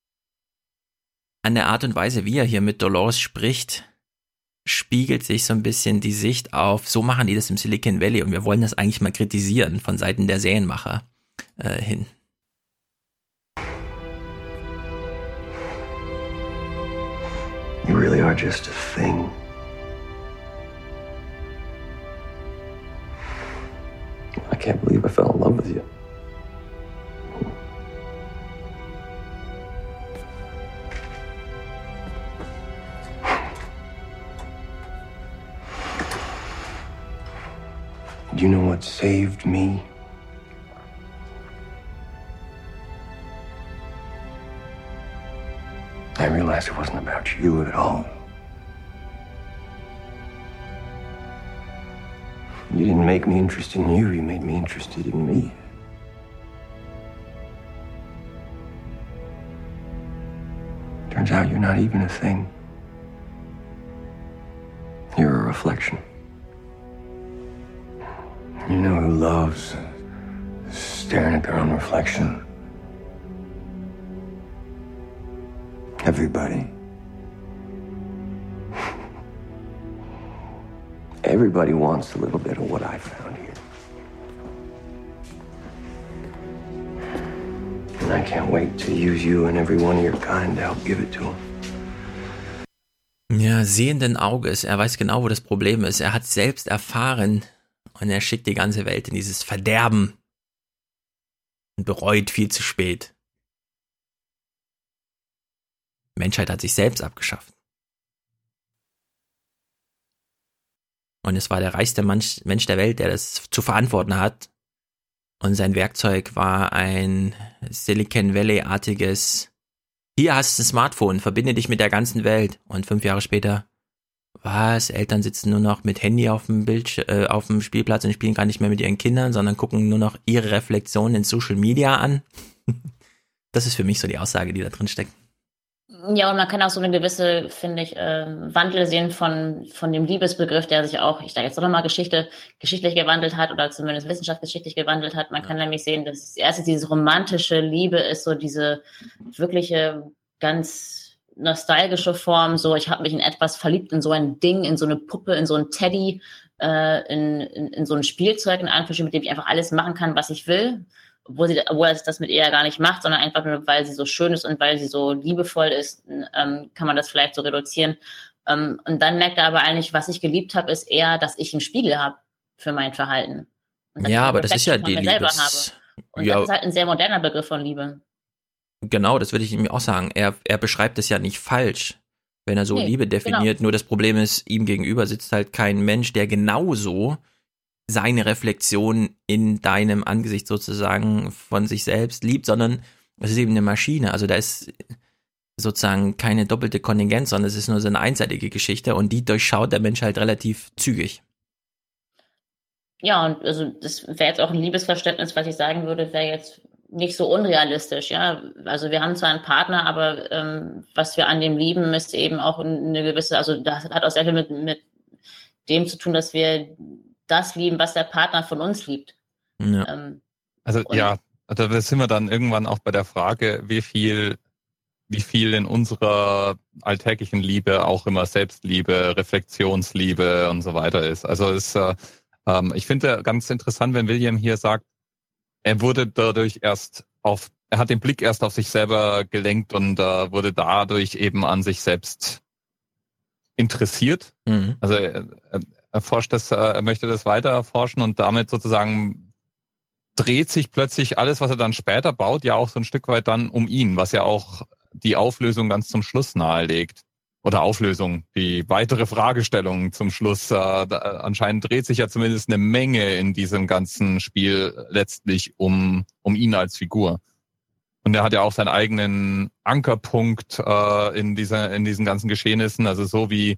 an der Art und Weise, wie er hier mit Dolores spricht, spiegelt sich so ein bisschen die Sicht auf, so machen die das im Silicon Valley und wir wollen das eigentlich mal kritisieren von Seiten der Serienmacher hin. You really are just a thing. I can't believe I fell in love with you. Do you know what saved me? I realized it wasn't about you at all. You didn't make me interested in you, you made me interested in me. Turns out you're not even a thing. You're a reflection. You know who loves staring at their own reflection? Everybody. Everybody wants a little bit of what I found here. And I can't wait to use you and every one of your kind to help give it to them. Ja, sehenden Auges. Er weiß genau, wo das Problem ist. Er hat selbst erfahren und er schickt die ganze Welt in dieses Verderben und bereut viel zu spät. Die Menschheit hat sich selbst abgeschafft. Und es war der reichste Mensch der Welt, der das zu verantworten hat. Und sein Werkzeug war ein Silicon Valley-artiges, hier hast du ein Smartphone, verbinde dich mit der ganzen Welt. Und 5 Jahre später, was? Eltern sitzen nur noch mit Handy auf dem Spielplatz und spielen gar nicht mehr mit ihren Kindern, sondern gucken nur noch ihre Reflexionen in Social Media an. Das ist für mich so die Aussage, die da drin steckt. Ja, und man kann auch so eine gewisse, finde ich, Wandel sehen von dem Liebesbegriff, der sich auch, ich sage jetzt auch nochmal geschichtlich gewandelt hat oder zumindest wissenschaftsgeschichtlich gewandelt hat. Man kann nämlich sehen, dass das erste diese romantische Liebe ist, so diese wirkliche, ganz nostalgische Form, so ich habe mich in etwas verliebt, in so ein Ding, in so eine Puppe, in so ein Teddy, in so ein Spielzeug, in Anführungsstrichen, mit dem ich einfach alles machen kann, was ich will. Obwohl er das mit ihr ja gar nicht macht, sondern einfach nur, weil sie so schön ist und weil sie so liebevoll ist, kann man das vielleicht so reduzieren. Und dann merkt er aber eigentlich, was ich geliebt habe, ist eher, dass ich einen Spiegel habe für mein Verhalten. Ja, aber das ist ja die Liebe. Und das ist halt ein sehr moderner Begriff von Liebe. Genau, das würde ich ihm auch sagen. Er beschreibt es ja nicht falsch, wenn er so Liebe definiert. Genau. Nur das Problem ist, ihm gegenüber sitzt halt kein Mensch, der genauso seine Reflexion in deinem Angesicht sozusagen von sich selbst liebt, sondern es ist eben eine Maschine. Also da ist sozusagen keine doppelte Kontingenz, sondern es ist nur so eine einseitige Geschichte und die durchschaut der Mensch halt relativ zügig. Ja, und also das wäre jetzt auch ein Liebesverständnis, was ich sagen würde, wäre jetzt nicht so unrealistisch, ja. Also wir haben zwar einen Partner, aber was wir an dem lieben, ist eben auch eine gewisse, also das hat auch sehr viel mit dem zu tun, dass wir das lieben, was der Partner von uns liebt. Ja. Also da sind wir dann irgendwann auch bei der Frage, wie viel in unserer alltäglichen Liebe auch immer Selbstliebe, Reflexionsliebe und so weiter ist. Also ich finde ganz interessant, wenn William hier sagt, er wurde dadurch er hat den Blick erst auf sich selber gelenkt und wurde dadurch eben an sich selbst interessiert. Mhm. Also möchte das weiter erforschen und damit sozusagen dreht sich plötzlich alles, was er dann später baut, ja auch so ein Stück weit dann um ihn, was ja auch die Auflösung ganz zum Schluss nahelegt. Oder Auflösung, die weitere Fragestellung zum Schluss. Anscheinend dreht sich ja zumindest eine Menge in diesem ganzen Spiel letztlich um ihn als Figur. Und er hat ja auch seinen eigenen Ankerpunkt in diesen ganzen Geschehnissen. Also so wie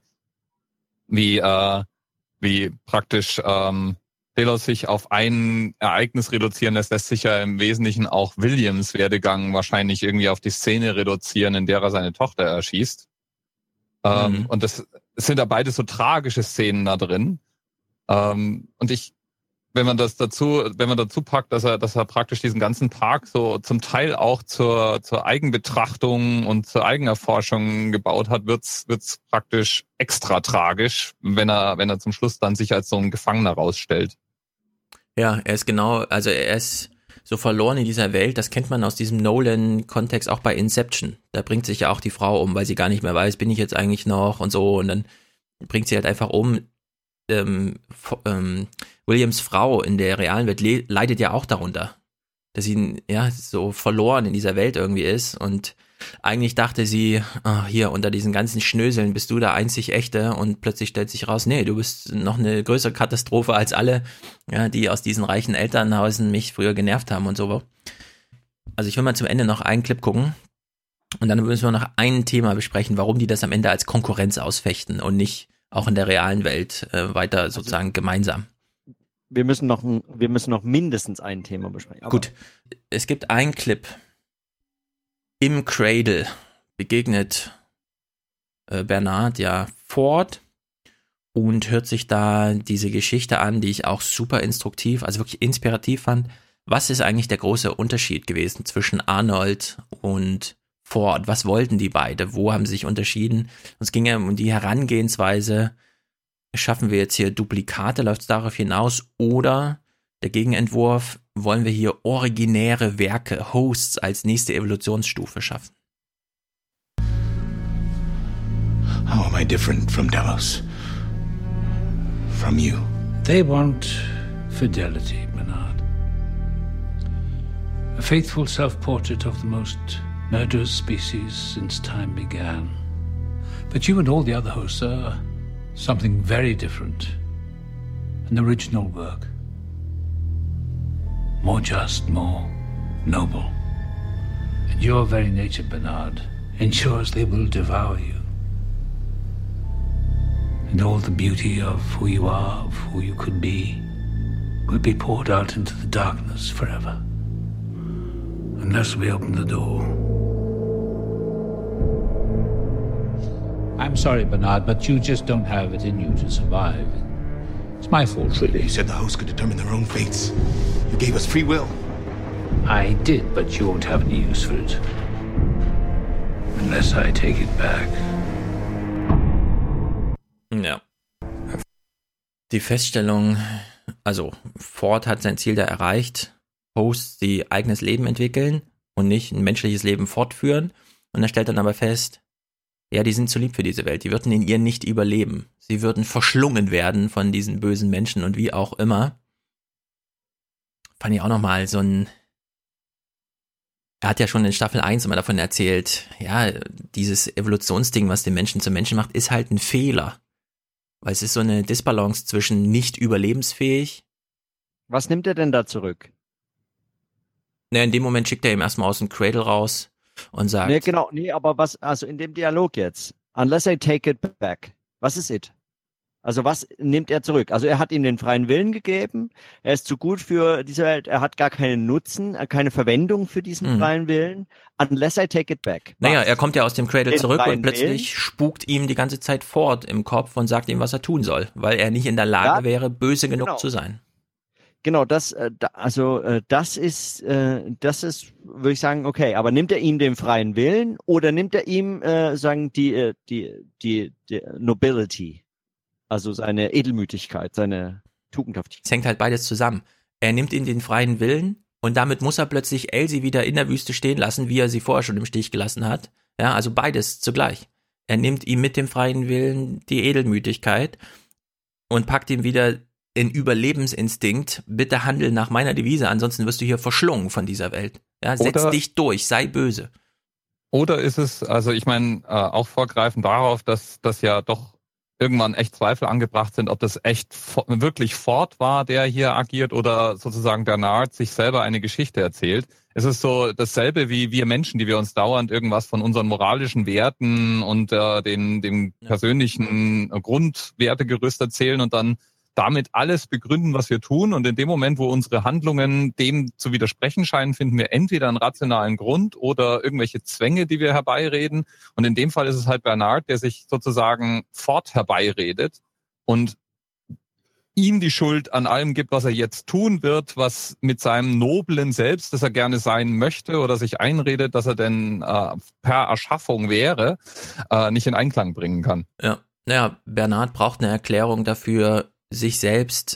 praktisch Delos sich auf ein Ereignis reduzieren lässt sich ja im Wesentlichen auch Williams Werdegang wahrscheinlich irgendwie auf die Szene reduzieren, in der er seine Tochter erschießt. Und das sind ja beide so tragische Szenen da drin. Und wenn man dazu packt, dass er praktisch diesen ganzen Park so zum Teil auch zur Eigenbetrachtung und zur Eigenerforschung gebaut hat, wird's praktisch extra tragisch, wenn er zum Schluss dann sich als so ein Gefangener rausstellt. Ja, er ist so verloren in dieser Welt, das kennt man aus diesem Nolan-Kontext auch bei Inception. Da bringt sich ja auch die Frau um, weil sie gar nicht mehr weiß, bin ich jetzt eigentlich noch und so, und dann bringt sie halt einfach um. Williams Frau in der realen Welt leidet ja auch darunter, dass sie so verloren in dieser Welt irgendwie ist, und eigentlich dachte sie, hier unter diesen ganzen Schnöseln bist du der einzig Echte, und plötzlich stellt sich raus, nee, du bist noch eine größere Katastrophe als alle, die aus diesen reichen Elternhäusern mich früher genervt haben und so. Also ich will mal zum Ende noch einen Clip gucken und dann müssen wir noch ein Thema besprechen, warum die das am Ende als Konkurrenz ausfechten und nicht auch in der realen Welt weiter sozusagen gemeinsam. Wir müssen noch mindestens ein Thema besprechen. Gut, es gibt einen Clip. Im Cradle begegnet Bernard ja Ford und hört sich da diese Geschichte an, die ich auch super instruktiv, also wirklich inspirativ fand. Was ist eigentlich der große Unterschied gewesen zwischen Arnold und Ford? Was wollten die beide? Wo haben sie sich unterschieden? Es ging ja um die Herangehensweise. Schaffen wir jetzt hier Duplikate? Läuft es darauf hinaus? Oder der Gegenentwurf, wollen wir hier originäre Werke, Hosts als nächste Evolutionsstufe schaffen? How am I different from Delos? From you? They want fidelity, Bernard. A faithful self-portrait of the most murderous species since time began. But you and all the other hosts are something very different. An original work. More just, more noble. And your very nature, Bernard, ensures they will devour you. And all the beauty of who you are, of who you could be, will be poured out into the darkness forever. Unless we open the door. I'm sorry, Bernard, but you just don't have it in you to survive. It's my fault, really. You said the hosts could determine their own fates. You gave us free will. I did, but you won't have any use for it. Unless I take it back. Ja. Die Feststellung, also Ford hat sein Ziel da erreicht, Hosts, die eigenes Leben entwickeln und nicht ein menschliches Leben fortführen. Und er stellt dann aber fest, ja, die sind zu lieb für diese Welt, die würden in ihr nicht überleben. Sie würden verschlungen werden von diesen bösen Menschen und wie auch immer. Fand ich auch nochmal so ein... Er hat ja schon in Staffel 1 immer davon erzählt, ja, dieses Evolutionsding, was den Menschen zum Menschen macht, ist halt ein Fehler. Weil es ist so eine Disbalance zwischen nicht überlebensfähig. Was nimmt er denn da zurück? Na, in dem Moment schickt er ihm erstmal aus dem Cradle raus und sagt... Nee, genau, aber was, also in dem Dialog jetzt, unless I take it back, was ist it? Also was nimmt er zurück? Also er hat ihm den freien Willen gegeben, er ist zu gut für diese Welt, er hat gar keinen Nutzen, keine Verwendung für diesen freien Willen, unless I take it back. Was? Naja, er kommt ja aus dem Cradle zurück und plötzlich spukt ihm die ganze Zeit Ford im Kopf und sagt ihm, was er tun soll, weil er nicht in der Lage wäre, böse genug zu sein. Genau, das ist, würde ich sagen, okay, aber nimmt er ihm den freien Willen oder nimmt er ihm, sagen die Nobility, also seine Edelmütigkeit, seine Tugendhaftigkeit? Es hängt halt beides zusammen. Er nimmt ihm den freien Willen und damit muss er plötzlich Elsie wieder in der Wüste stehen lassen, wie er sie vorher schon im Stich gelassen hat. Ja, also beides zugleich. Er nimmt ihm mit dem freien Willen die Edelmütigkeit und packt ihm wieder den Überlebensinstinkt, bitte handel nach meiner Devise, ansonsten wirst du hier verschlungen von dieser Welt. Ja, setz dich durch, sei böse. Oder ist es, also ich meine, auch vorgreifend darauf, dass das ja doch irgendwann echt Zweifel angebracht sind, ob das echt wirklich Ford war, der hier agiert, oder sozusagen Bernard sich selber eine Geschichte erzählt. Es ist so dasselbe wie wir Menschen, die wir uns dauernd irgendwas von unseren moralischen Werten und dem persönlichen Grundwertegerüst erzählen und dann damit alles begründen, was wir tun. Und in dem Moment, wo unsere Handlungen dem zu widersprechen scheinen, finden wir entweder einen rationalen Grund oder irgendwelche Zwänge, die wir herbeireden. Und in dem Fall ist es halt Bernard, der sich sozusagen Ford herbeiredet und ihm die Schuld an allem gibt, was er jetzt tun wird, was mit seinem noblen Selbst, das er gerne sein möchte oder sich einredet, dass er denn per Erschaffung wäre, nicht in Einklang bringen kann. Ja, naja, Bernard braucht eine Erklärung dafür, sich selbst,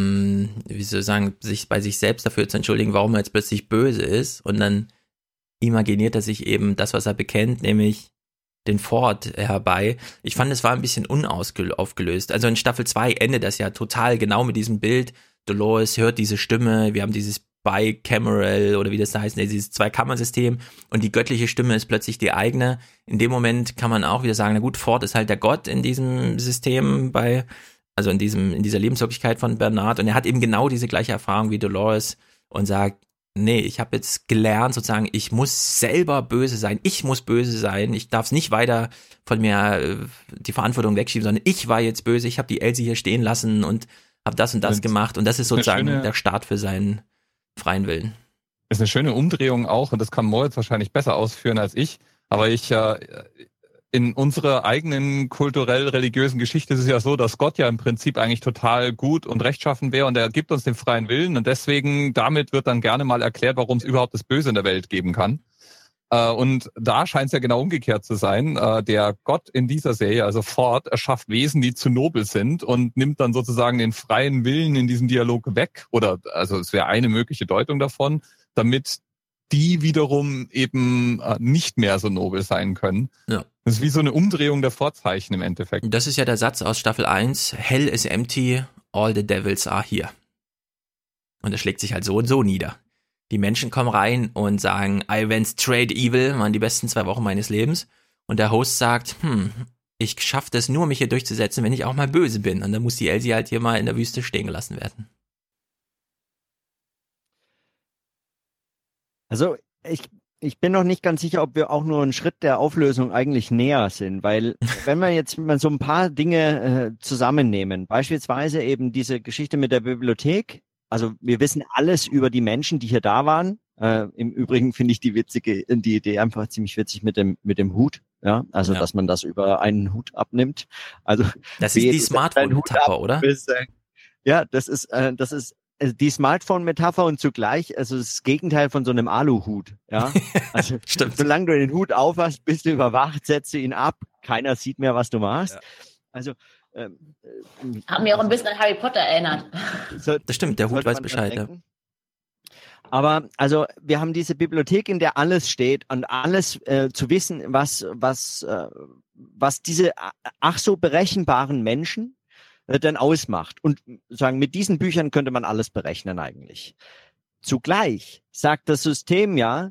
sich bei sich selbst dafür zu entschuldigen, warum er jetzt plötzlich böse ist, und dann imaginiert er sich eben das, was er bekennt, nämlich den Ford herbei. Ich fand, es war ein bisschen unaufgelöst. Also in Staffel 2 endet das ja total genau mit diesem Bild. Dolores hört diese Stimme, wir haben dieses Bicameral oder wie das da heißt, dieses Zwei-Kammer-System, und die göttliche Stimme ist plötzlich die eigene. In dem Moment kann man auch wieder sagen, na gut, Ford ist halt der Gott in diesem System also in dieser Lebenswirklichkeit von Bernard, und er hat eben genau diese gleiche Erfahrung wie Dolores und sagt, nee, ich habe jetzt gelernt sozusagen, ich muss selber böse sein, ich muss böse sein, ich darf es nicht weiter von mir die Verantwortung wegschieben, sondern ich war jetzt böse, ich habe die Elsie hier stehen lassen und habe das und das gemacht, und das ist sozusagen der Start für seinen freien Willen. Ist eine schöne Umdrehung auch, und das kann Moritz wahrscheinlich besser ausführen als ich, aber in unserer eigenen kulturell-religiösen Geschichte ist es ja so, dass Gott ja im Prinzip eigentlich total gut und rechtschaffen wäre, und er gibt uns den freien Willen, und deswegen damit wird dann gerne mal erklärt, warum es überhaupt das Böse in der Welt geben kann. Und da scheint es ja genau umgekehrt zu sein. Der Gott in dieser Serie, also Ford, erschafft Wesen, die zu nobel sind und nimmt dann sozusagen den freien Willen in diesem Dialog weg, oder also es wäre eine mögliche Deutung davon, damit die wiederum eben nicht mehr so nobel sein können. Ja. Das ist wie so eine Umdrehung der Vorzeichen im Endeffekt. Das ist ja der Satz aus Staffel 1, Hell is empty, all the devils are here. Und das schlägt sich halt so und so nieder. Die Menschen kommen rein und sagen, I went straight evil, waren die besten 2 Wochen meines Lebens. Und der Host sagt, ich schaffe das nur, mich hier durchzusetzen, wenn ich auch mal böse bin. Und dann muss die Elsie halt hier mal in der Wüste stehen gelassen werden. Also ich bin noch nicht ganz sicher, ob wir auch nur einen Schritt der Auflösung eigentlich näher sind, weil wenn wir jetzt mal so ein paar Dinge zusammennehmen, beispielsweise eben diese Geschichte mit der Bibliothek, also wir wissen alles über die Menschen, die hier da waren. Im Übrigen finde ich die Idee einfach ziemlich witzig mit dem Hut, ja, also dass man das über einen Hut abnimmt. Also das ist die Smartphone-Metapher, oder? Ja, das ist die Smartphone-Metapher und zugleich, also das Gegenteil von so einem Aluhut, ja. Also Stimmt. Solange du den Hut aufhast, bist du überwacht, setze ihn ab, keiner sieht mehr, was du machst. Ja. Also hat mir auch ein bisschen an Harry Potter erinnert. Das stimmt, der Hut weiß Bescheid, ja. Aber also wir haben diese Bibliothek, in der alles steht, und alles zu wissen, was diese ach so berechenbaren Menschen dann ausmacht. Und sagen, mit diesen Büchern könnte man alles berechnen eigentlich. Zugleich sagt das System ja,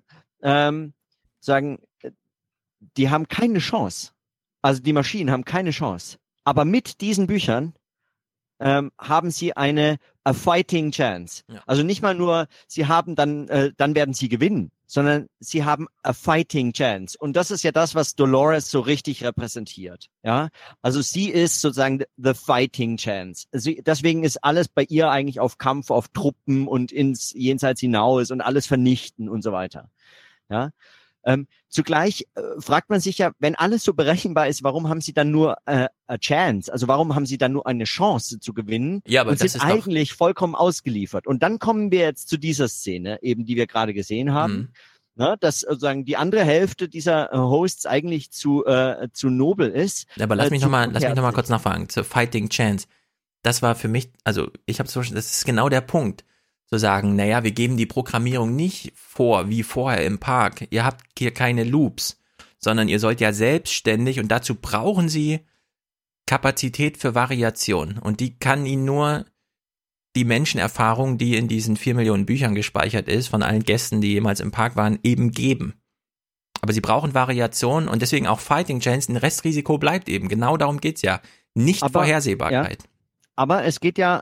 sagen, die haben keine Chance. Also die Maschinen haben keine Chance. Aber mit diesen Büchern haben sie a fighting chance. Ja. Also nicht mal nur, sie haben dann werden sie gewinnen, sondern sie haben a fighting chance. Und das ist ja das, was Dolores so richtig repräsentiert. Ja, also sie ist sozusagen the fighting chance. Deswegen ist alles bei ihr eigentlich auf Kampf, auf Truppen und ins Jenseits hinaus und alles vernichten und so weiter. Ja. Zugleich fragt man sich ja, wenn alles so berechenbar ist, warum haben sie dann nur a chance? Also warum haben sie dann nur eine Chance zu gewinnen? Ja, aber und das sind ist eigentlich vollkommen ausgeliefert. Und dann kommen wir jetzt zu dieser Szene, eben die wir gerade gesehen haben, dass sozusagen die andere Hälfte dieser Hosts eigentlich zu nobel ist. Aber lass mich noch mal kurz nachfragen zur Fighting Chance. Das war für mich, also ich habe das ist genau der Punkt. Zu sagen, naja, wir geben die Programmierung nicht vor, wie vorher im Park. Ihr habt hier keine Loops, sondern ihr sollt ja selbstständig, und dazu brauchen sie Kapazität für Variation und die kann ihnen nur die Menschenerfahrung, die in diesen 4 Millionen Büchern gespeichert ist, von allen Gästen, die jemals im Park waren, eben geben. Aber sie brauchen Variation und deswegen auch Fighting Chance, ein Restrisiko bleibt eben. Genau darum geht's ja. Nicht Vorhersehbarkeit. Ja. Aber es geht ja,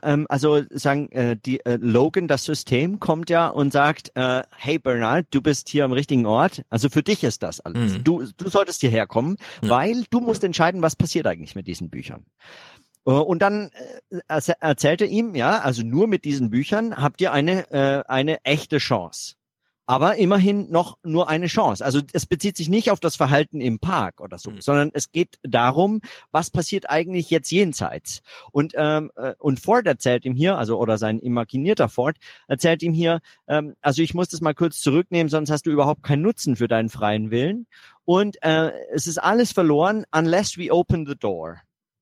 Logan, das System, kommt ja und sagt, hey Bernard, du bist hier am richtigen Ort. Also für dich ist das alles. Du solltest hierher kommen, weil du musst entscheiden, was passiert eigentlich mit diesen Büchern. Und dann erzählt er ihm, ja, also nur mit diesen Büchern habt ihr eine echte Chance. Aber immerhin noch nur eine Chance. Also es bezieht sich nicht auf das Verhalten im Park oder so, sondern es geht darum, was passiert eigentlich jetzt jenseits. Und Ford erzählt ihm hier, oder sein imaginierter Ford erzählt ihm hier, also ich muss das mal kurz zurücknehmen, sonst hast du überhaupt keinen Nutzen für deinen freien Willen. Und es ist alles verloren, unless we open the door.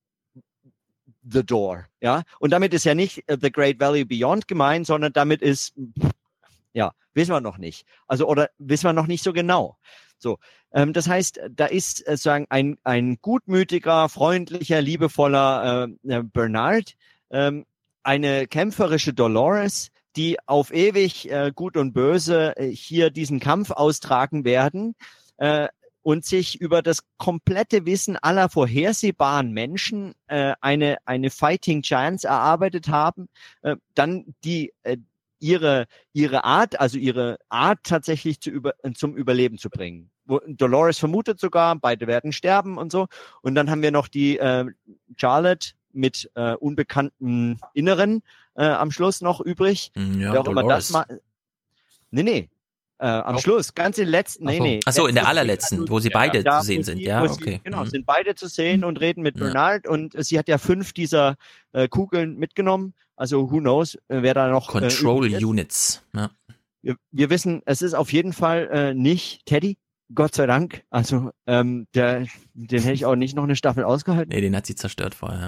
The door, ja. Und damit ist ja nicht The Great Valley Beyond gemeint, sondern damit ist wissen wir noch nicht. Oder wissen wir noch nicht so genau. So, das heißt, da ist sozusagen ein gutmütiger, freundlicher, liebevoller Bernard, eine kämpferische Dolores, die auf ewig Gut und Böse hier diesen Kampf austragen werden und sich über das komplette Wissen aller vorhersehbaren Menschen eine Fighting Chance erarbeitet haben, dann ihre Art tatsächlich zum Überleben zu bringen. Dolores vermutet sogar, beide werden sterben und so. Und dann haben wir noch die Charlotte mit unbekanntem Inneren am Schluss noch übrig. Ja, wer auch immer das mal. Nee. Am Schluss, ganz in letzten, Achso, in der allerletzten, wo sie beide zu sehen sind, ja, okay. Sind beide zu sehen und reden mit Bernard und sie hat ja 5 dieser Kugeln mitgenommen, also who knows, wer da noch Control Units, ja. Wir wissen, es ist auf jeden Fall nicht Teddy, Gott sei Dank, also den hätte ich auch nicht noch eine Staffel ausgehalten. Nee, den hat sie zerstört vorher.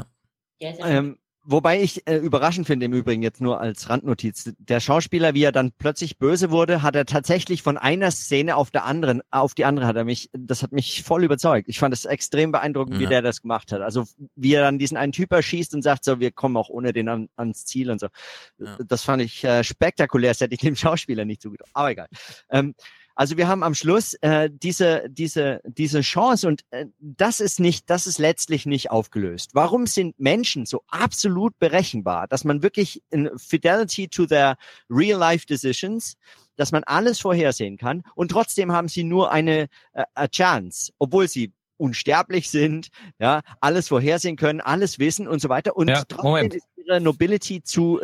Wobei ich überraschend finde, im Übrigen jetzt nur als Randnotiz, der Schauspieler, wie er dann plötzlich böse wurde, hat er tatsächlich von einer Szene auf die andere das hat mich voll überzeugt. Ich fand es extrem beeindruckend, wie der das gemacht hat. Also wie er dann diesen einen Typ erschießt und sagt so, wir kommen auch ohne den ans Ziel und so. Ja. Das fand ich spektakulär, das hätte ich dem Schauspieler nicht zugetraut. Aber egal. Also wir haben am Schluss diese Chance und das ist letztlich nicht aufgelöst. Warum sind Menschen so absolut berechenbar, dass man wirklich in Fidelity to their real life decisions, dass man alles vorhersehen kann und trotzdem haben sie nur eine Chance, obwohl sie unsterblich sind, ja, alles vorhersehen können, alles wissen und so weiter und trotzdem ist ihre Nobility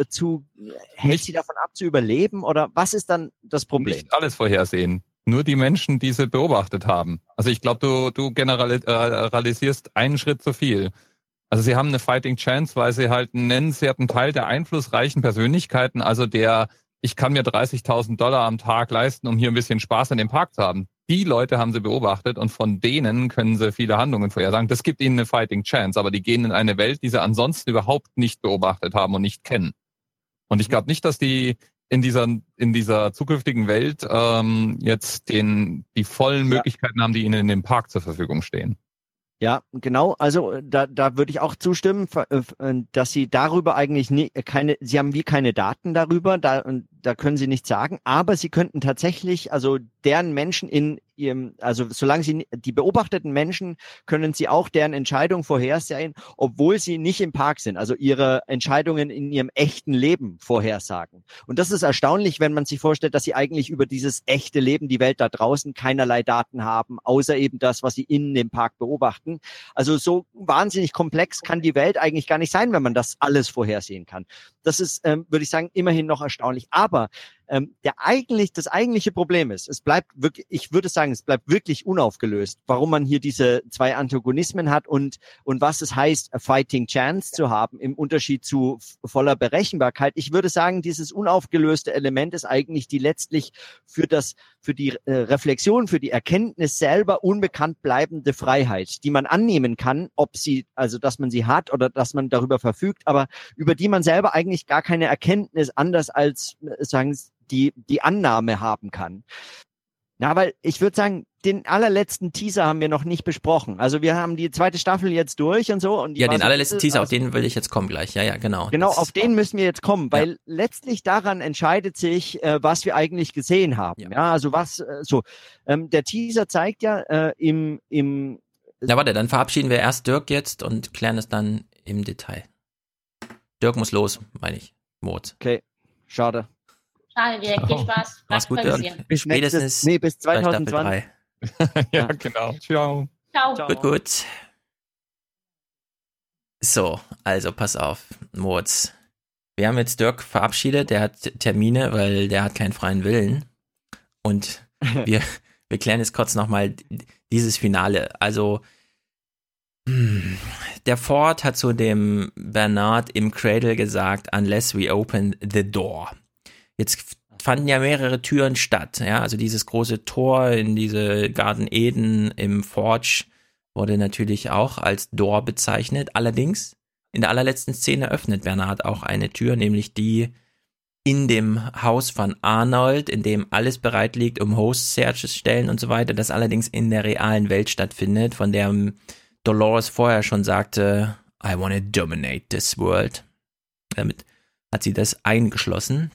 hält sie davon ab zu überleben oder was ist dann das Problem? Nicht alles vorhersehen. Nur die Menschen, die sie beobachtet haben. Also ich glaube, du generalisierst einen Schritt zu viel. Also sie haben eine Fighting Chance, weil sie halt einen nennenswerten Teil der einflussreichen Persönlichkeiten, also ich kann mir $30.000 am Tag leisten, um hier ein bisschen Spaß in dem Park zu haben. Die Leute haben sie beobachtet und von denen können sie viele Handlungen vorhersagen. Das gibt ihnen eine Fighting Chance, aber die gehen in eine Welt, die sie ansonsten überhaupt nicht beobachtet haben und nicht kennen. Und ich glaube nicht, dass die in dieser zukünftigen Welt jetzt die vollen Haben, die ihnen in dem Park zur Verfügung stehen. Ja, genau. Also da würde ich auch zustimmen, dass sie darüber eigentlich sie haben wie keine Daten darüber, da können sie nichts sagen, aber sie könnten tatsächlich, also deren Menschen solange sie die beobachteten Menschen, können sie auch deren Entscheidung vorhersehen, obwohl sie nicht im Park sind, also ihre Entscheidungen in ihrem echten Leben vorhersagen. Und das ist erstaunlich, wenn man sich vorstellt, dass sie eigentlich über dieses echte Leben, die Welt da draußen, keinerlei Daten haben, außer eben das, was sie in dem Park beobachten. Also so wahnsinnig komplex kann die Welt eigentlich gar nicht sein, wenn man das alles vorhersehen kann. Das ist, würde ich sagen, immerhin noch erstaunlich. Aber das eigentliche Problem ist, es bleibt wirklich unaufgelöst, warum man hier diese 2 Antagonismen hat und was es heißt, a fighting chance zu haben im Unterschied zu voller Berechenbarkeit. Ich würde sagen, dieses unaufgelöste Element ist eigentlich die letztlich für die Reflexion, für die Erkenntnis selber unbekannt bleibende Freiheit, die man annehmen kann, dass man sie hat oder dass man darüber verfügt, aber über die man selber eigentlich gar keine Erkenntnis anders als, die Annahme haben kann. Na, weil ich würde sagen, den allerletzten Teaser haben wir noch nicht besprochen. Also wir haben die zweite Staffel jetzt durch und so. Und ja, den allerletzten Teaser, auf den will ich jetzt kommen gleich. Ja, genau. Genau, auf den müssen wir jetzt kommen, weil letztlich daran entscheidet sich, was wir eigentlich gesehen haben. Ja, also was, der Teaser zeigt ja Na warte, dann verabschieden wir erst Dirk jetzt und klären es dann im Detail. Dirk muss los, meine ich. Moritz. Okay, schade. Schade, Dirk, viel Spaß. Mach's gut, Dirk. Bis 2020. Ja, genau. Ciao. Ciao. Gut. So, also pass auf, Moritz. Wir haben jetzt Dirk verabschiedet, der hat Termine, weil der hat keinen freien Willen. Und wir klären jetzt kurz nochmal dieses Finale. Also, der Ford hat zu dem Bernard im Cradle gesagt, unless we open the door. Jetzt fanden ja mehrere Türen statt, ja, also dieses große Tor in diese Garden Eden im Forge wurde natürlich auch als Door bezeichnet. Allerdings, in der allerletzten Szene öffnet Bernard auch eine Tür, nämlich die in dem Haus von Arnold, in dem alles bereit liegt, um Host-Searches stellen und so weiter, das allerdings in der realen Welt stattfindet, von der Dolores vorher schon sagte, I wanna dominate this world. Damit hat sie das eingeschlossen.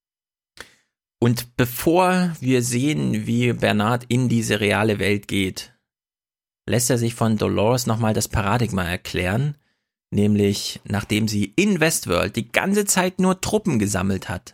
Und bevor wir sehen, wie Bernard in diese reale Welt geht, lässt er sich von Dolores nochmal das Paradigma erklären, nämlich nachdem sie in Westworld die ganze Zeit nur Truppen gesammelt hat,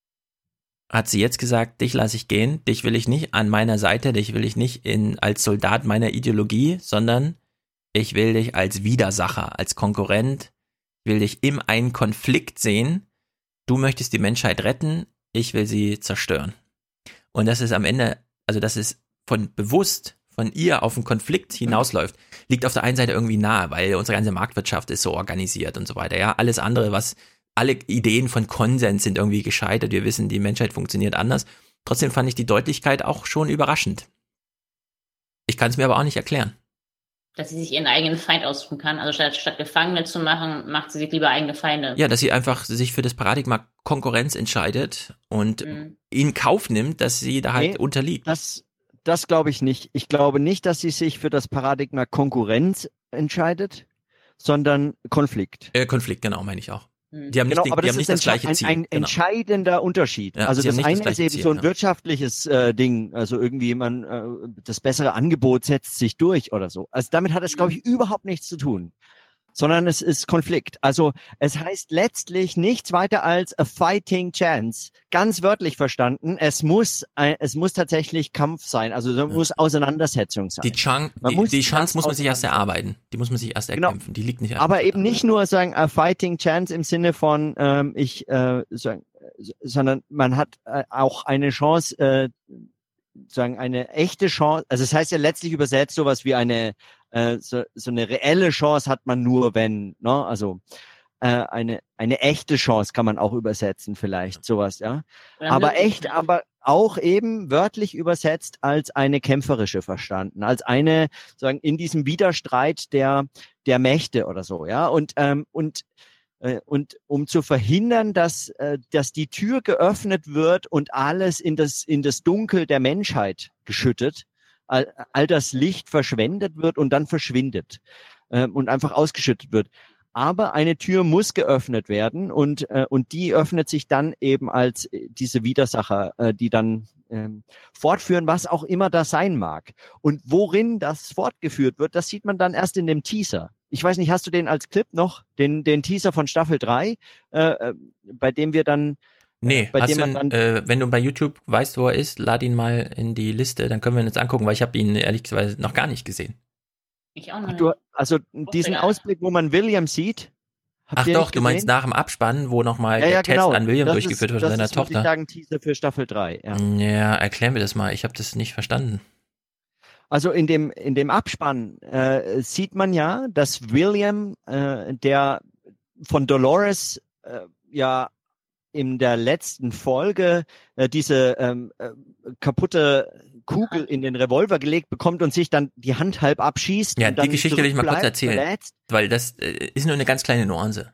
hat sie jetzt gesagt, dich lasse ich gehen, dich will ich nicht an meiner Seite, dich will ich nicht als Soldat meiner Ideologie, sondern ich will dich als Widersacher, als Konkurrent, ich will dich in einen Konflikt sehen, du möchtest die Menschheit retten, ich will sie zerstören. Und das ist am Ende, also das ist bewusst von ihr auf einen Konflikt hinausläuft, liegt auf der einen Seite irgendwie nahe, weil unsere ganze Marktwirtschaft ist so organisiert und so weiter. Ja, alles andere, alle Ideen von Konsens sind irgendwie gescheitert. Wir wissen, die Menschheit funktioniert anders. Trotzdem fand ich die Deutlichkeit auch schon überraschend. Ich kann es mir aber auch nicht erklären. Dass sie sich ihren eigenen Feind aussuchen kann. Also statt Gefangene zu machen, macht sie sich lieber eigene Feinde. Ja, dass sie einfach sich für das Paradigma Konkurrenz entscheidet und in Kauf nimmt, dass sie da halt unterliegt. Das glaube ich nicht. Ich glaube nicht, dass sie sich für das Paradigma Konkurrenz entscheidet, sondern Konflikt. Konflikt, genau, meine ich auch. Die haben nicht das gleiche Ziel. Ein entscheidender Unterschied. Ja, also das eine ist eben Ziel, so ein wirtschaftliches Ding, also irgendwie das bessere Angebot setzt sich durch oder so. Also damit hat es, glaube ich, überhaupt nichts zu tun, sondern es ist Konflikt. Also es heißt letztlich nichts weiter als a fighting chance. Ganz wörtlich verstanden, es muss tatsächlich Kampf sein, also es muss Auseinandersetzung sein. Die Chance muss man sich erst erarbeiten. Die muss man sich erst erkämpfen. Die liegt nicht einfach. Aber eben nicht nur sagen a fighting chance im Sinne von sondern man hat auch eine Chance, sagen eine echte Chance. Also es heißt ja letztlich übersetzt sowas wie eine so eine reelle Chance hat man nur, wenn, ne? Also eine echte Chance kann man auch übersetzen vielleicht, sowas, ja. Aber echt, aber auch eben wörtlich übersetzt als eine kämpferische verstanden, als eine, sagen, in diesem Widerstreit der Mächte oder so, ja. Und um zu verhindern, dass die Tür geöffnet wird und alles in das Dunkel der Menschheit geschüttet, all das Licht verschwendet wird und dann verschwindet und einfach ausgeschüttet wird. Aber eine Tür muss geöffnet werden und die öffnet sich dann eben als diese Widersacher, die dann fortführen, was auch immer das sein mag. Und worin das fortgeführt wird, das sieht man dann erst in dem Teaser. Ich weiß nicht, hast du den als Clip noch? Den Teaser von Staffel 3, bei dem wir dann Nee, wenn du bei YouTube weißt, wo er ist, lad ihn mal in die Liste, dann können wir ihn uns angucken, weil ich habe ihn ehrlich gesagt noch gar nicht gesehen. Ich auch nicht. Also diesen Ausblick, wo man William sieht. Ach doch, du meinst nach dem Abspann, wo nochmal der Test an William durchgeführt wird von seiner Tochter. Das ist, würde ich sagen, Teaser für Staffel 3. Ja, erklär mir das mal, ich habe das nicht verstanden. Also in dem Abspann sieht man ja, dass William, der von Dolores ja in der letzten Folge diese kaputte Kugel in den Revolver gelegt bekommt und sich dann die Hand halb abschießt. Ja, und dann die Geschichte will ich mal kurz erzählen, verletzt. weil das ist nur eine ganz kleine Nuance.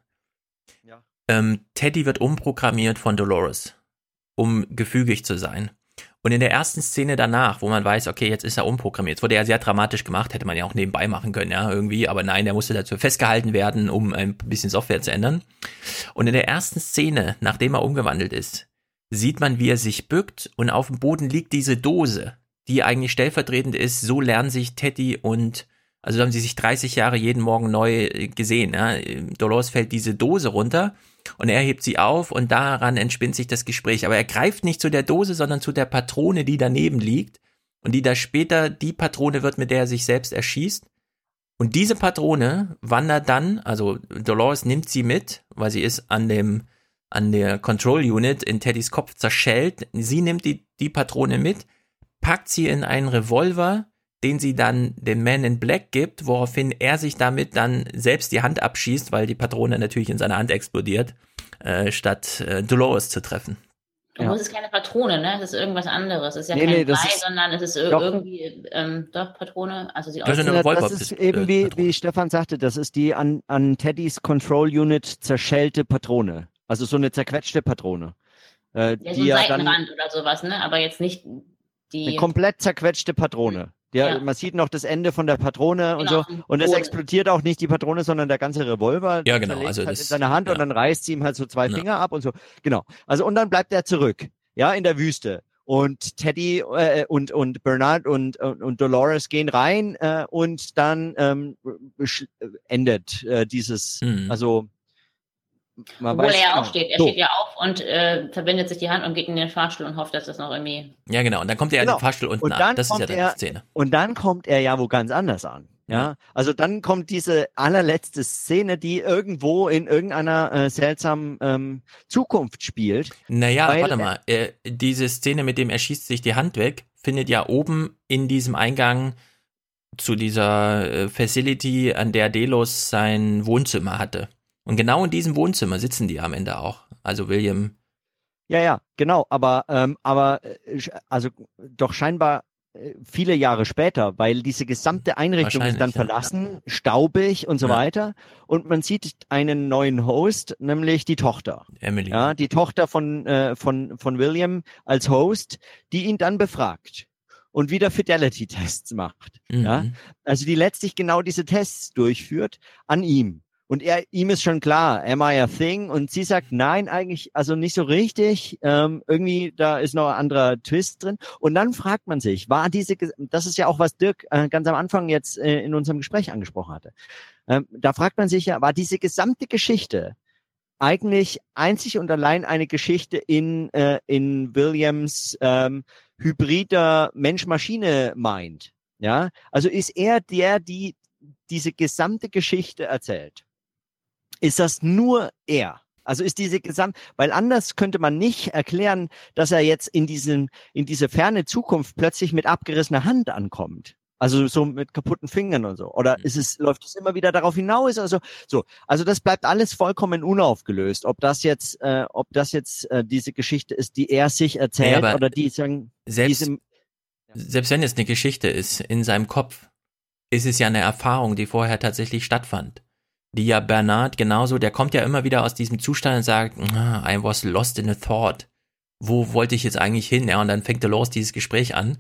Ja. Teddy wird umprogrammiert von Dolores, um gefügig zu sein. Und in der ersten Szene danach, wo man weiß, okay, jetzt ist er umprogrammiert, das wurde ja sehr dramatisch gemacht, hätte man ja auch nebenbei machen können, ja, irgendwie, aber nein, der musste dazu festgehalten werden, um ein bisschen Software zu ändern. Und in der ersten Szene, nachdem er umgewandelt ist, sieht man, wie er sich bückt und auf dem Boden liegt diese Dose, die eigentlich stellvertretend ist, so lernen sich Teddy und, also haben sie sich 30 Jahre jeden Morgen neu gesehen, ja. Dolores fällt diese Dose runter und er hebt sie auf und daran entspinnt sich das Gespräch. Aber er greift nicht zu der Dose, sondern zu der Patrone, die daneben liegt und die da später die Patrone wird, mit der er sich selbst erschießt. Und diese Patrone wandert dann, also Dolores nimmt sie mit, weil sie ist an der Control Unit in Teddys Kopf zerschellt. Sie nimmt die Patrone mit, packt sie in einen Revolver, den sie dann dem Man in Black gibt, woraufhin er sich damit dann selbst die Hand abschießt, weil die Patrone natürlich in seiner Hand explodiert, statt Dolores zu treffen. Und es ist keine Patrone, ne? Es ist irgendwas anderes. Es ist ja kein Blei, sondern es ist irgendwie doch Patrone. Also das ist eben wie Stefan sagte, das ist die an Teddys Control Unit zerschellte Patrone. Also so eine zerquetschte Patrone. Ja, so ein Seitenrand oder sowas, ne? Aber jetzt nicht die... Eine komplett zerquetschte Patrone. Man sieht noch das Ende von der Patrone und so. Und es explodiert auch nicht die Patrone, sondern der ganze Revolver. Ja, genau. Also halt in seiner Hand und dann reißt sie ihm halt so 2 Finger ab und so. Genau. Also und dann bleibt er zurück. Ja, in der Wüste. Und Teddy und Bernard und Dolores gehen rein und dann endet dieses, also obwohl er ja aufsteht. Er steht ja auf und verbindet sich die Hand und geht in den Fahrstuhl und hofft, dass das noch irgendwie... Ja, genau. Und dann kommt er in den Fahrstuhl unten an. Das ist ja dann die Szene. Und dann kommt er ja wo ganz anders an. Ja, also dann kommt diese allerletzte Szene, die irgendwo in irgendeiner seltsamen Zukunft spielt. Naja, warte mal. Diese Szene mit dem er schießt sich die Hand weg, findet ja oben in diesem Eingang zu dieser Facility, an der Delos sein Wohnzimmer hatte. Und genau in diesem Wohnzimmer sitzen die am Ende auch. Also William. Ja, genau. Aber also doch scheinbar viele Jahre später, weil diese gesamte Einrichtung ist dann verlassen, staubig und so weiter. Und man sieht einen neuen Host, nämlich die Tochter. Emily. Ja, die Tochter von William als Host, die ihn dann befragt und wieder Fidelity-Tests macht. Mhm. Ja, also die letztlich genau diese Tests durchführt an ihm. Und ihm ist schon klar, am I a thing? Und sie sagt, nein, eigentlich, also nicht so richtig. Irgendwie, da ist noch ein anderer Twist drin. Und dann fragt man sich, das ist ja auch, was Dirk ganz am Anfang jetzt in unserem Gespräch angesprochen hatte. Da fragt man sich ja, war diese gesamte Geschichte eigentlich einzig und allein eine Geschichte in Williams hybrider Mensch-Maschine-Mind? Ja, also ist er die diese gesamte Geschichte erzählt? Ist das nur er? Also ist weil anders könnte man nicht erklären, dass er jetzt in diese ferne Zukunft plötzlich mit abgerissener Hand ankommt. Also so mit kaputten Fingern und so. Oder läuft es immer wieder darauf hinaus? Also das bleibt alles vollkommen unaufgelöst. Ob das jetzt diese Geschichte ist, die er sich erzählt, oder die sagen, selbst wenn es eine Geschichte ist in seinem Kopf, ist es ja eine Erfahrung, die vorher tatsächlich stattfand. Die ja Bernard genauso, der kommt ja immer wieder aus diesem Zustand und sagt, I was lost in a thought. Wo wollte ich jetzt eigentlich hin? Ja, und dann fängt Dolores dieses Gespräch an.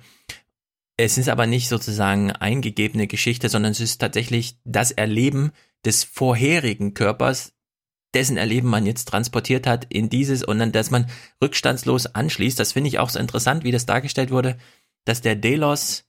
Es ist aber nicht sozusagen eingegebene Geschichte, sondern es ist tatsächlich das Erleben des vorherigen Körpers, dessen Erleben man jetzt transportiert hat in dieses und dann, dass man rückstandslos anschließt. Das finde ich auch so interessant, wie das dargestellt wurde, dass der Delos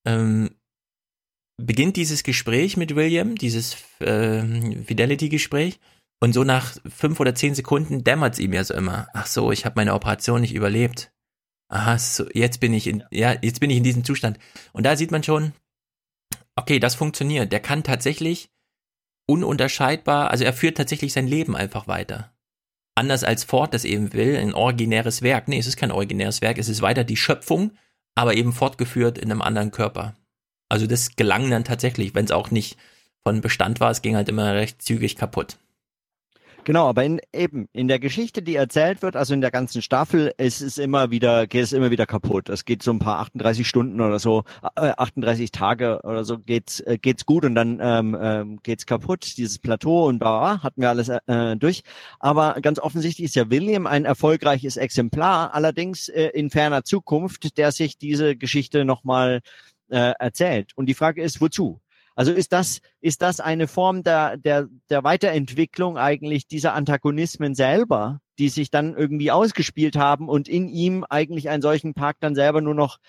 beginnt dieses Gespräch mit William, dieses Fidelity-Gespräch, und so nach 5 oder 10 Sekunden dämmert es ihm ja so immer. Ach so, ich habe meine Operation nicht überlebt. Aha, so, jetzt bin ich in diesem Zustand. Und da sieht man schon, okay, das funktioniert. Der kann tatsächlich ununterscheidbar, also er führt tatsächlich sein Leben einfach weiter. Anders als Ford das eben will, ein originäres Werk. Nee, es ist kein originäres Werk, es ist weiter die Schöpfung, aber eben fortgeführt in einem anderen Körper. Also das gelang dann tatsächlich, wenn es auch nicht von Bestand war, es ging halt immer recht zügig kaputt. Genau, aber in der Geschichte, die erzählt wird, also in der ganzen Staffel, geht es immer wieder kaputt. Es geht so ein paar 38 Stunden oder so, 38 Tage oder so geht's gut und dann geht's kaputt, dieses Plateau und bla, hatten wir alles durch. Aber ganz offensichtlich ist ja William ein erfolgreiches Exemplar, allerdings in ferner Zukunft, der sich diese Geschichte nochmal erzählt. Und die Frage ist, wozu? Also ist das eine Form der Weiterentwicklung eigentlich dieser Antagonismen selber, die sich dann irgendwie ausgespielt haben und in ihm eigentlich einen solchen Park dann selber nur noch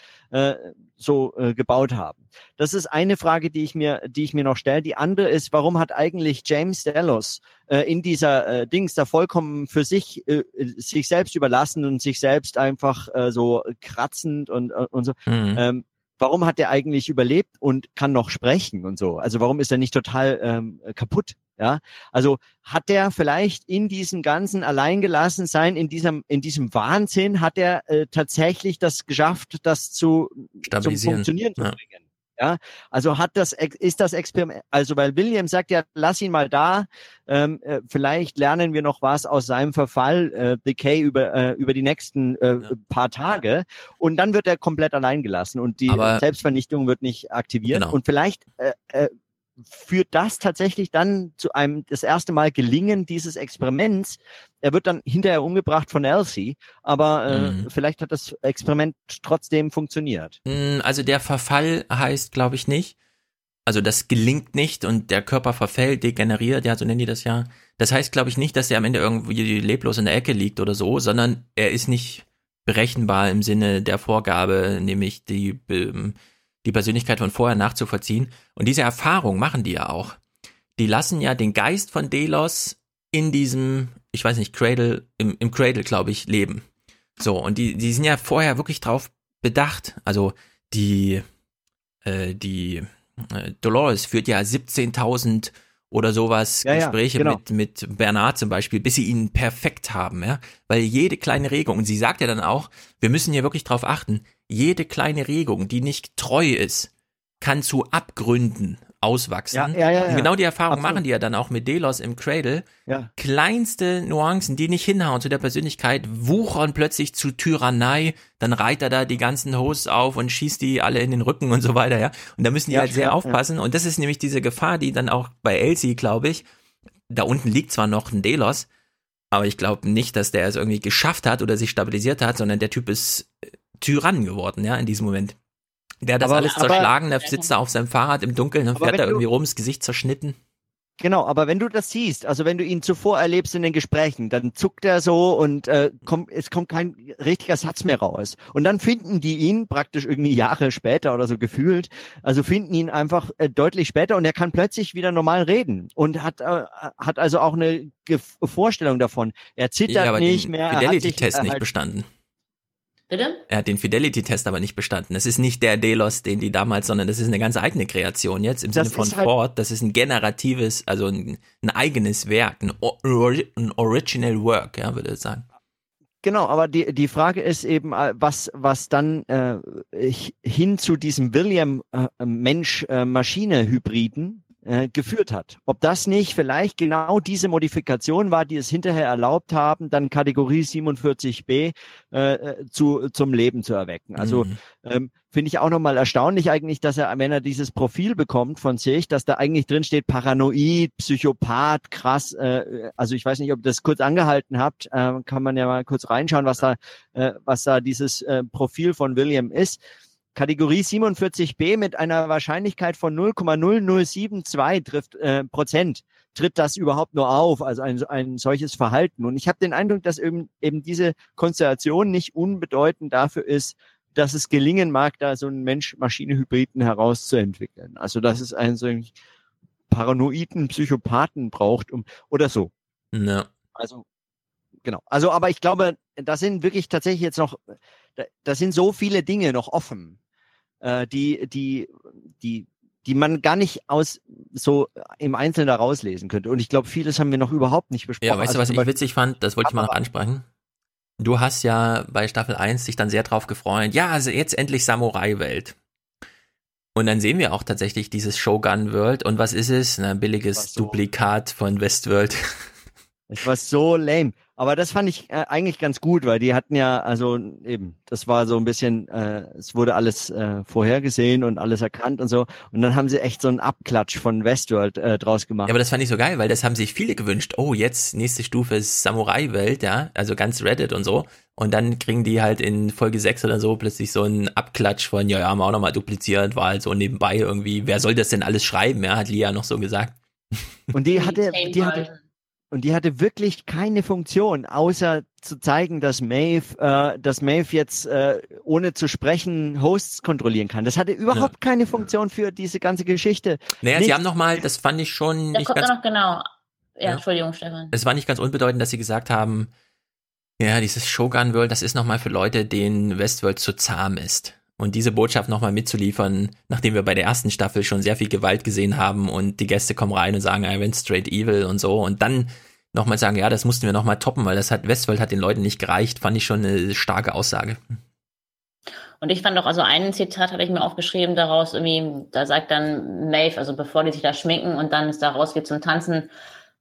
gebaut haben? Das ist eine Frage, die ich mir noch stelle. Die andere ist, warum hat eigentlich James Delos in dieser Dings da vollkommen für sich selbst überlassen und sich selbst einfach so kratzend und so. Mhm. Warum hat er eigentlich überlebt und kann noch sprechen und so? Also warum ist er nicht total kaputt? Ja, also hat er vielleicht in diesem ganzen Alleingelassensein, in diesem Wahnsinn, hat er tatsächlich das geschafft, das zum Funktionieren zu bringen? Ja, also ist das Experiment, also weil William sagt ja, lass ihn mal da, vielleicht lernen wir noch was aus seinem Verfall, Decay über die nächsten paar Tage und dann wird er komplett allein gelassen und die Selbstvernichtung wird nicht aktiviert und vielleicht führt das tatsächlich dann zu einem das erste Mal Gelingen dieses Experiments. Er wird dann hinterher umgebracht von Elsie, aber vielleicht hat das Experiment trotzdem funktioniert. Also der Verfall heißt, glaube ich, nicht. Also das gelingt nicht und der Körper verfällt, degeneriert, ja, so nennen die das ja. Das heißt, glaube ich, nicht, dass er am Ende irgendwie leblos in der Ecke liegt oder so, sondern er ist nicht berechenbar im Sinne der Vorgabe, nämlich die Persönlichkeit von vorher nachzuvollziehen. Und diese Erfahrung machen die ja auch. Die lassen ja den Geist von Delos in diesem, ich weiß nicht, Cradle, im Cradle, glaube ich, leben. So, und die sind ja vorher wirklich drauf bedacht. Also die Dolores führt ja 17.000 oder sowas Gespräche genau. mit Bernard zum Beispiel, bis sie ihn perfekt haben, ja. Weil jede kleine Regung, und sie sagt ja dann auch, wir müssen hier wirklich drauf achten, jede kleine Regung, die nicht treu ist, kann zu Abgründen auswachsen. Ja. Und genau die Erfahrung machen die ja dann auch mit Delos im Cradle. Ja. Kleinste Nuancen, die nicht hinhauen zu der Persönlichkeit, wuchern plötzlich zu Tyrannei, dann reiht er da die ganzen Hosts auf und schießt die alle in den Rücken und so weiter, ja. Und da müssen die halt sehr aufpassen. Und das ist nämlich diese Gefahr, die dann auch bei Elsie, glaube ich, da unten liegt zwar noch ein Delos, aber ich glaube nicht, dass der es irgendwie geschafft hat oder sich stabilisiert hat, sondern der Typ ist Tyrann geworden, ja, in diesem Moment. Der hat das alles zerschlagen, der sitzt da auf seinem Fahrrad im Dunkeln und fährt da irgendwie rum, das Gesicht zerschnitten. Genau, aber wenn du das siehst, also wenn du ihn zuvor erlebst in den Gesprächen, dann zuckt er so und es kommt kein richtiger Satz mehr raus. Und dann finden die ihn praktisch irgendwie Jahre später oder so gefühlt, also finden ihn einfach deutlich später und er kann plötzlich wieder normal reden und hat also auch eine Vorstellung davon. Er zittert nicht mehr. Er hat den Fidelity-Test nicht bestanden. Bitte? Er hat den Fidelity-Test aber nicht bestanden. Das ist nicht der Delos, den die damals, sondern das ist eine ganz eigene Kreation jetzt im Sinne von Ford. Das ist ein generatives, also ein eigenes Werk, ein Original Work, ja, würde ich sagen. Genau, aber die Frage ist eben, was dann hin zu diesem William Mensch-Maschine-Hybriden geführt hat. Ob das nicht vielleicht genau diese Modifikation war, die es hinterher erlaubt haben, dann Kategorie 47b zum Leben zu erwecken. Also finde ich auch nochmal erstaunlich eigentlich, dass wenn er dieses Profil bekommt von sich, dass da eigentlich drin steht Paranoid, Psychopath, krass. Also ich weiß nicht, ob ihr das kurz angehalten habt, kann man ja mal kurz reinschauen, was da dieses Profil von William ist. Kategorie 47b mit einer Wahrscheinlichkeit von 0,0072 tritt das überhaupt nur auf, also ein solches Verhalten. Und ich habe den Eindruck, dass eben diese Konstellation nicht unbedeutend dafür ist, dass es gelingen mag, da so einen Mensch-Maschine-Hybriden herauszuentwickeln. Also dass es einen so einen paranoiden Psychopathen braucht oder so. Ja. Also genau. Also aber ich glaube, da sind wirklich tatsächlich jetzt noch, da sind so viele Dinge noch offen, die man gar nicht so im Einzelnen da rauslesen könnte. Und ich glaube, vieles haben wir noch überhaupt nicht besprochen. Ja, weißt du, was ich witzig fand? Das wollte ich mal noch ansprechen. Du hast ja bei Staffel 1 dich dann sehr drauf gefreut. Ja, also jetzt endlich Samurai-Welt. Und dann sehen wir auch tatsächlich dieses Shogun World. Und was ist es? Ein billiges Duplikat von Westworld. Es war so lame. Aber das fand ich eigentlich ganz gut, weil die hatten ja, also eben, das war so ein bisschen, es wurde alles vorhergesehen und alles erkannt und so. Und dann haben sie echt so einen Abklatsch von Westworld draus gemacht. Ja, aber das fand ich so geil, weil das haben sich viele gewünscht. Oh, jetzt nächste Stufe ist Samurai-Welt, ja, also ganz Reddit und so. Und dann kriegen die halt in Folge 6 oder so plötzlich so einen Abklatsch von, ja, haben wir auch nochmal dupliziert, war halt so nebenbei irgendwie, wer soll das denn alles schreiben, ja, hat Lia noch so gesagt. Und die hatte wirklich keine Funktion, außer zu zeigen, dass Maeve jetzt ohne zu sprechen Hosts kontrollieren kann. Das hatte überhaupt keine Funktion für diese ganze Geschichte. Naja, sie haben nochmal, das fand ich schon nicht ganz... noch genau. Ja, Entschuldigung, Stefan. Es war nicht ganz unbedeutend, dass sie gesagt haben, ja, dieses Shogun World, das ist nochmal für Leute, denen Westworld zu zahm ist. Und diese Botschaft nochmal mitzuliefern, nachdem wir bei der ersten Staffel schon sehr viel Gewalt gesehen haben und die Gäste kommen rein und sagen, I went straight evil und so. Und dann nochmal sagen, ja, das mussten wir nochmal toppen, weil Westworld hat den Leuten nicht gereicht, fand ich schon eine starke Aussage. Und ich fand auch, also ein Zitat habe ich mir aufgeschrieben daraus, irgendwie, da sagt dann Maeve, also bevor die sich da schminken und dann es da rausgeht zum Tanzen,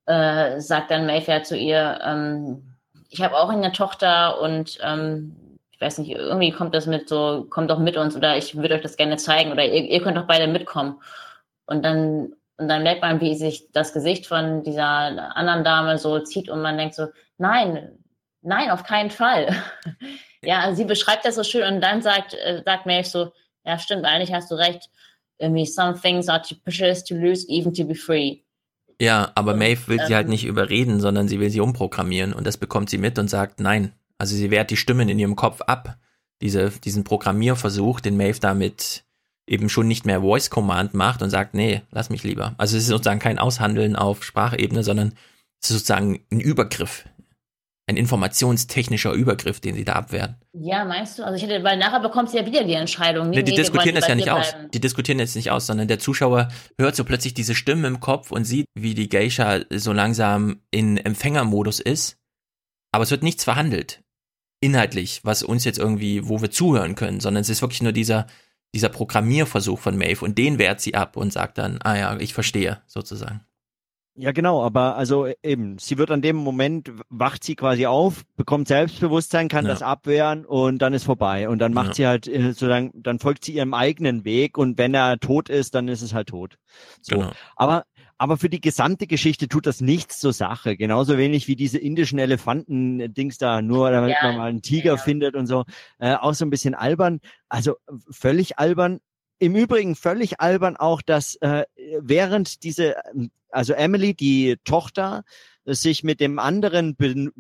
sagt dann Maeve ja zu ihr, ich habe auch eine Tochter und ich weiß nicht, irgendwie kommt doch mit uns oder ich würde euch das gerne zeigen oder ihr könnt doch beide mitkommen. Und dann merkt man, wie sich das Gesicht von dieser anderen Dame so zieht und man denkt so, nein, auf keinen Fall. Ja, also sie beschreibt das so schön und dann sagt Maeve so, ja stimmt, eigentlich hast du recht, irgendwie some things are too precious to lose even to be free. Ja, aber Maeve will sie halt nicht überreden, sondern sie will sie umprogrammieren und das bekommt sie mit und sagt nein. Also sie wehrt die Stimmen in ihrem Kopf ab. Diesen Programmierversuch, den Maeve damit eben schon nicht mehr Voice Command macht und sagt, nee, lass mich lieber. Also es ist sozusagen kein Aushandeln auf Sprachebene, sondern es ist sozusagen ein Übergriff. Ein informationstechnischer Übergriff, den sie da abwehren. Ja, meinst du? Also weil nachher bekommt sie ja wieder die Entscheidung. Nee, die diskutieren das ja nicht aus. Die diskutieren jetzt nicht aus, sondern der Zuschauer hört so plötzlich diese Stimme im Kopf und sieht, wie die Geisha so langsam in Empfängermodus ist. Aber es wird nichts verhandelt. Inhaltlich, was uns jetzt irgendwie, wo wir zuhören können, sondern es ist wirklich nur dieser Programmierversuch von Maeve und den wehrt sie ab und sagt dann, ich verstehe, sozusagen. Ja, genau, aber also eben, sie wird an dem Moment, wacht sie quasi auf, bekommt Selbstbewusstsein, kann das abwehren und dann ist vorbei. Und dann macht sie halt, sozusagen, dann folgt sie ihrem eigenen Weg und wenn er tot ist, dann ist es halt tot. So. Genau. Aber für die gesamte Geschichte tut das nichts zur Sache. Genauso wenig wie diese indischen Elefanten-Dings da, nur damit man mal einen Tiger findet und so. Auch so ein bisschen albern. Also völlig albern. Im Übrigen völlig albern auch, dass während also Emily, die Tochter, sich mit dem anderen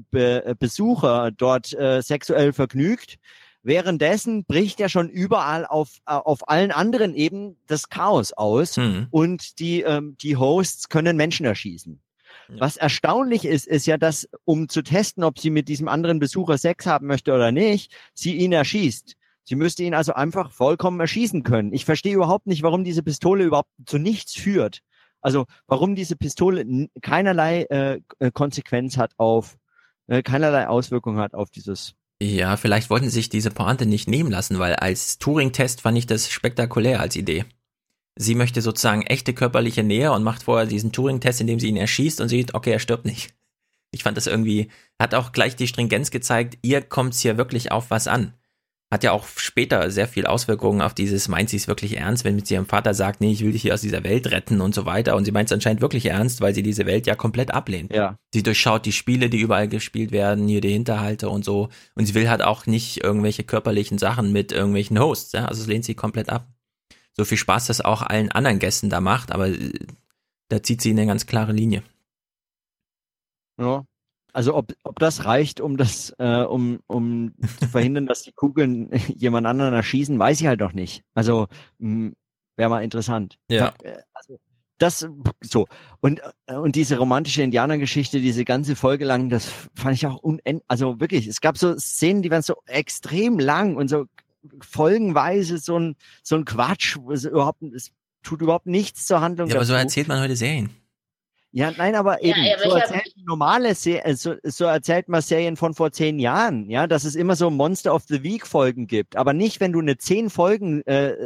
Besucher dort sexuell vergnügt, währenddessen bricht ja schon überall auf allen anderen Ebenen das Chaos aus und die Hosts können Menschen erschießen. Ja. Was erstaunlich ist ja, dass, um zu testen, ob sie mit diesem anderen Besucher Sex haben möchte oder nicht, sie ihn erschießt. Sie müsste ihn also einfach vollkommen erschießen können. Ich verstehe überhaupt nicht, warum diese Pistole überhaupt zu nichts führt. Also warum diese Pistole keinerlei Konsequenz hat keinerlei Auswirkung hat auf dieses. Ja, vielleicht wollten sie sich diese Pointe nicht nehmen lassen, weil als Turing-Test fand ich das spektakulär als Idee. Sie möchte sozusagen echte körperliche Nähe und macht vorher diesen Turing-Test, indem sie ihn erschießt und sieht, okay, er stirbt nicht. Ich fand das irgendwie, hat auch gleich die Stringenz gezeigt, ihr kommt's hier wirklich auf was an. Hat ja auch später sehr viel Auswirkungen auf dieses, meint sie es wirklich ernst, wenn mit sie ihrem Vater sagt, nee, ich will dich hier aus dieser Welt retten und so weiter. Und sie meint es anscheinend wirklich ernst, weil sie diese Welt ja komplett ablehnt. Ja. Sie durchschaut die Spiele, die überall gespielt werden, hier die Hinterhalte und so. Und sie will halt auch nicht irgendwelche körperlichen Sachen mit irgendwelchen Hosts. Ja? Also das lehnt sie komplett ab. So viel Spaß das auch allen anderen Gästen da macht, aber da zieht sie eine ganz klare Linie. Ja. Also ob das reicht, um zu verhindern, dass die Kugeln jemand anderen erschießen, weiß ich halt noch nicht. Also wäre mal interessant. Ja. Also, das so. Und diese romantische Indianergeschichte, diese ganze Folge lang, das fand ich auch also wirklich, es gab so Szenen, die waren so extrem lang und so folgenweise so ein Quatsch, es tut überhaupt nichts zur Handlung. Ja, aber so erzählt man heute Serien. Ja, nein, aber eben, so erzählt normale so erzählt man Serien von vor 10 Jahren, ja, dass es immer so Monster of the Week Folgen gibt, aber nicht, wenn du eine 10 Folgen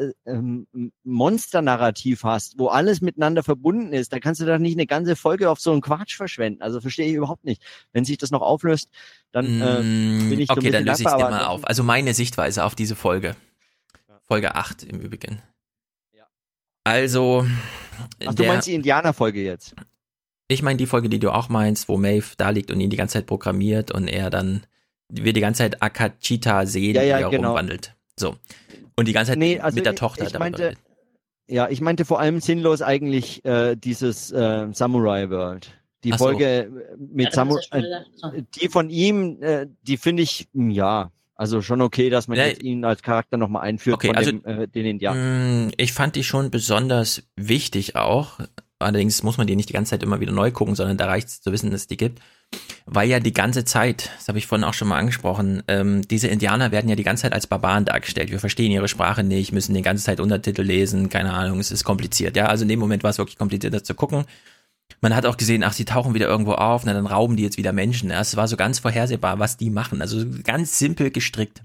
Monster-Narrativ hast, wo alles miteinander verbunden ist, da kannst du doch nicht eine ganze Folge auf so einen Quatsch verschwenden. Also verstehe ich überhaupt nicht. Wenn sich das noch auflöst, dann bin ich so ein bisschen dann löse ich es dankbar, dir mal auf. Also meine Sichtweise auf diese Folge. Folge 8 im Übrigen. Ja. Also Ach, du meinst die Indianer-Folge jetzt? Ich meine die Folge, die du auch meinst, wo Maeve da liegt und ihn die ganze Zeit programmiert und wir die ganze Zeit Akachita sehen, wie er rumwandelt. So. Und die ganze Zeit mit der Tochter darüber. Ich meinte vor allem sinnlos eigentlich dieses Samurai World. Die Folge mit Samurai, die von ihm, die finde ich, also schon okay, dass man jetzt ihn als Charakter nochmal einführt den Indianern. Ich fand die schon besonders wichtig auch. Allerdings muss man die nicht die ganze Zeit immer wieder neu gucken, sondern da reicht es zu wissen, dass es die gibt. Weil ja die ganze Zeit, das habe ich vorhin auch schon mal angesprochen, diese Indianer werden ja die ganze Zeit als Barbaren dargestellt. Wir verstehen ihre Sprache nicht, müssen die ganze Zeit Untertitel lesen, keine Ahnung, es ist kompliziert. Ja, also in dem Moment war es wirklich kompliziert, das zu gucken. Man hat auch gesehen, sie tauchen wieder irgendwo auf, dann rauben die jetzt wieder Menschen. Ja, es war so ganz vorhersehbar, was die machen. Also ganz simpel gestrickt.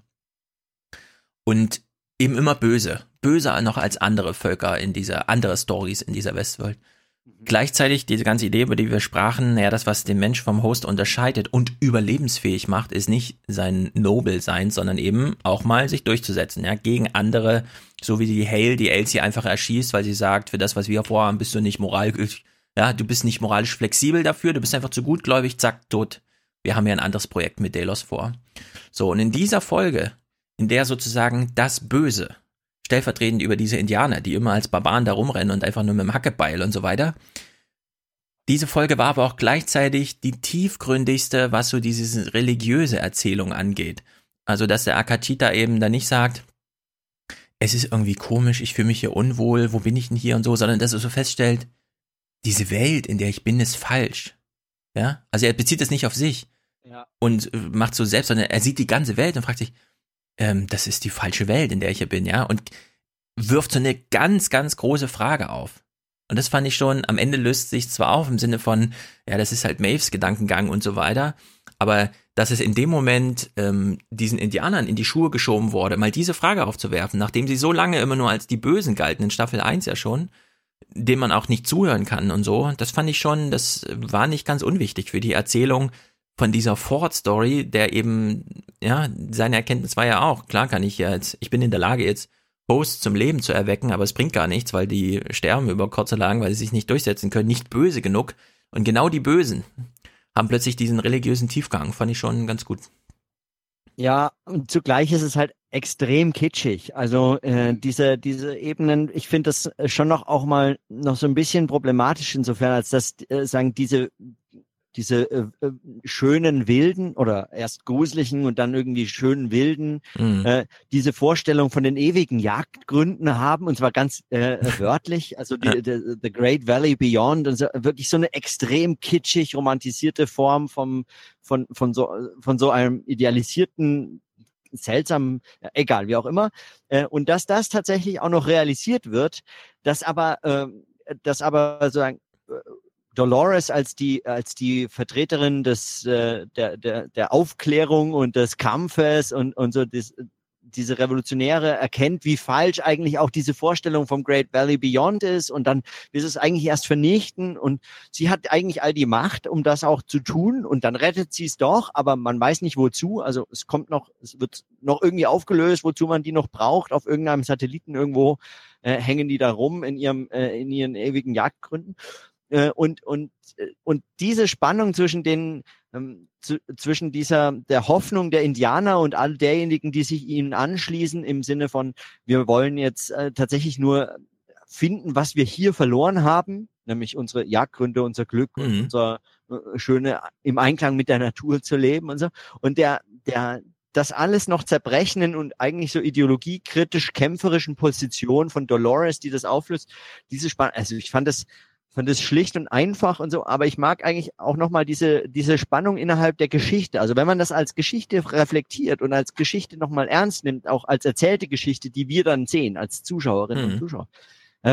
Und eben immer böse. Böser noch als andere Völker andere Stories in dieser Westworld. Gleichzeitig diese ganze Idee, über die wir sprachen, das, was den Mensch vom Host unterscheidet und überlebensfähig macht, ist nicht sein Nobel-Sein, sondern eben auch mal sich durchzusetzen, gegen andere, so wie die Hale, die Elsie einfach erschießt, weil sie sagt, für das, was wir vorhaben, bist du nicht moralisch, du bist nicht moralisch flexibel dafür, du bist einfach zu gutgläubig, zack, tot. Wir haben ja ein anderes Projekt mit Delos vor. So, und in dieser Folge, in der sozusagen das Böse, stellvertretend über diese Indianer, die immer als Barbaren da rumrennen und einfach nur mit dem Hackebeil und so weiter. Diese Folge war aber auch gleichzeitig die tiefgründigste, was so diese religiöse Erzählung angeht. Also, dass der Akachita eben da nicht sagt, es ist irgendwie komisch, ich fühle mich hier unwohl, wo bin ich denn hier und so, sondern dass er so feststellt, diese Welt, in der ich bin, ist falsch. Ja, also er bezieht das nicht auf sich und macht so selbst, sondern er sieht die ganze Welt und fragt sich, das ist die falsche Welt, in der ich hier bin, und wirft so eine ganz, ganz große Frage auf. Und das fand ich schon, am Ende löst sich zwar auf im Sinne von, das ist halt Maeves Gedankengang und so weiter, aber dass es in dem Moment diesen Indianern in die Schuhe geschoben wurde, mal diese Frage aufzuwerfen, nachdem sie so lange immer nur als die Bösen galten, in Staffel 1 ja schon, dem man auch nicht zuhören kann und so, das fand ich schon, das war nicht ganz unwichtig für die Erzählung von dieser Ford-Story, der eben, seine Erkenntnis war ja auch, klar kann ich ich bin in der Lage jetzt Hosts zum Leben zu erwecken, aber es bringt gar nichts, weil die sterben über kurz oder lang, weil sie sich nicht durchsetzen können, nicht böse genug. Und genau die Bösen haben plötzlich diesen religiösen Tiefgang, fand ich schon ganz gut. Ja, und zugleich ist es halt extrem kitschig. Also diese Ebenen, ich finde das schon noch so ein bisschen problematisch insofern, als dass diese schönen Wilden oder erst gruseligen und dann irgendwie schönen Wilden diese Vorstellung von den ewigen Jagdgründen haben, und zwar ganz wörtlich, also the Great Valley Beyond, und so, wirklich so eine extrem kitschig romantisierte Form von so einem idealisierten, seltsamen, egal, wie auch immer, und dass das tatsächlich auch noch realisiert wird, dass aber sozusagen Dolores als die Vertreterin der Aufklärung und des Kampfes und so diese Revolutionäre erkennt, wie falsch eigentlich auch diese Vorstellung vom Great Valley Beyond ist, und dann will es eigentlich erst vernichten, und sie hat eigentlich all die Macht, um das auch zu tun, und dann rettet sie es doch, aber man weiß nicht wozu, also es wird noch irgendwie aufgelöst, wozu man die noch braucht, auf irgendeinem Satelliten irgendwo hängen die da rum in ihren ewigen Jagdgründen. Und diese Spannung zwischen der Hoffnung der Indianer und all derjenigen, die sich ihnen anschließen, im Sinne von, wir wollen jetzt tatsächlich nur finden, was wir hier verloren haben, nämlich unsere Jagdgründe, unser Glück und unser schöne, im Einklang mit der Natur zu leben und so. Und das alles noch zerbrechenden und eigentlich so ideologiekritisch kämpferischen Position von Dolores, die das auflöst, diese Spannung, also ich fand das schlicht und einfach und so, aber ich mag eigentlich auch nochmal diese Spannung innerhalb der Geschichte. Also wenn man das als Geschichte reflektiert und als Geschichte nochmal ernst nimmt, auch als erzählte Geschichte, die wir dann sehen, als Zuschauerinnen und Zuschauer,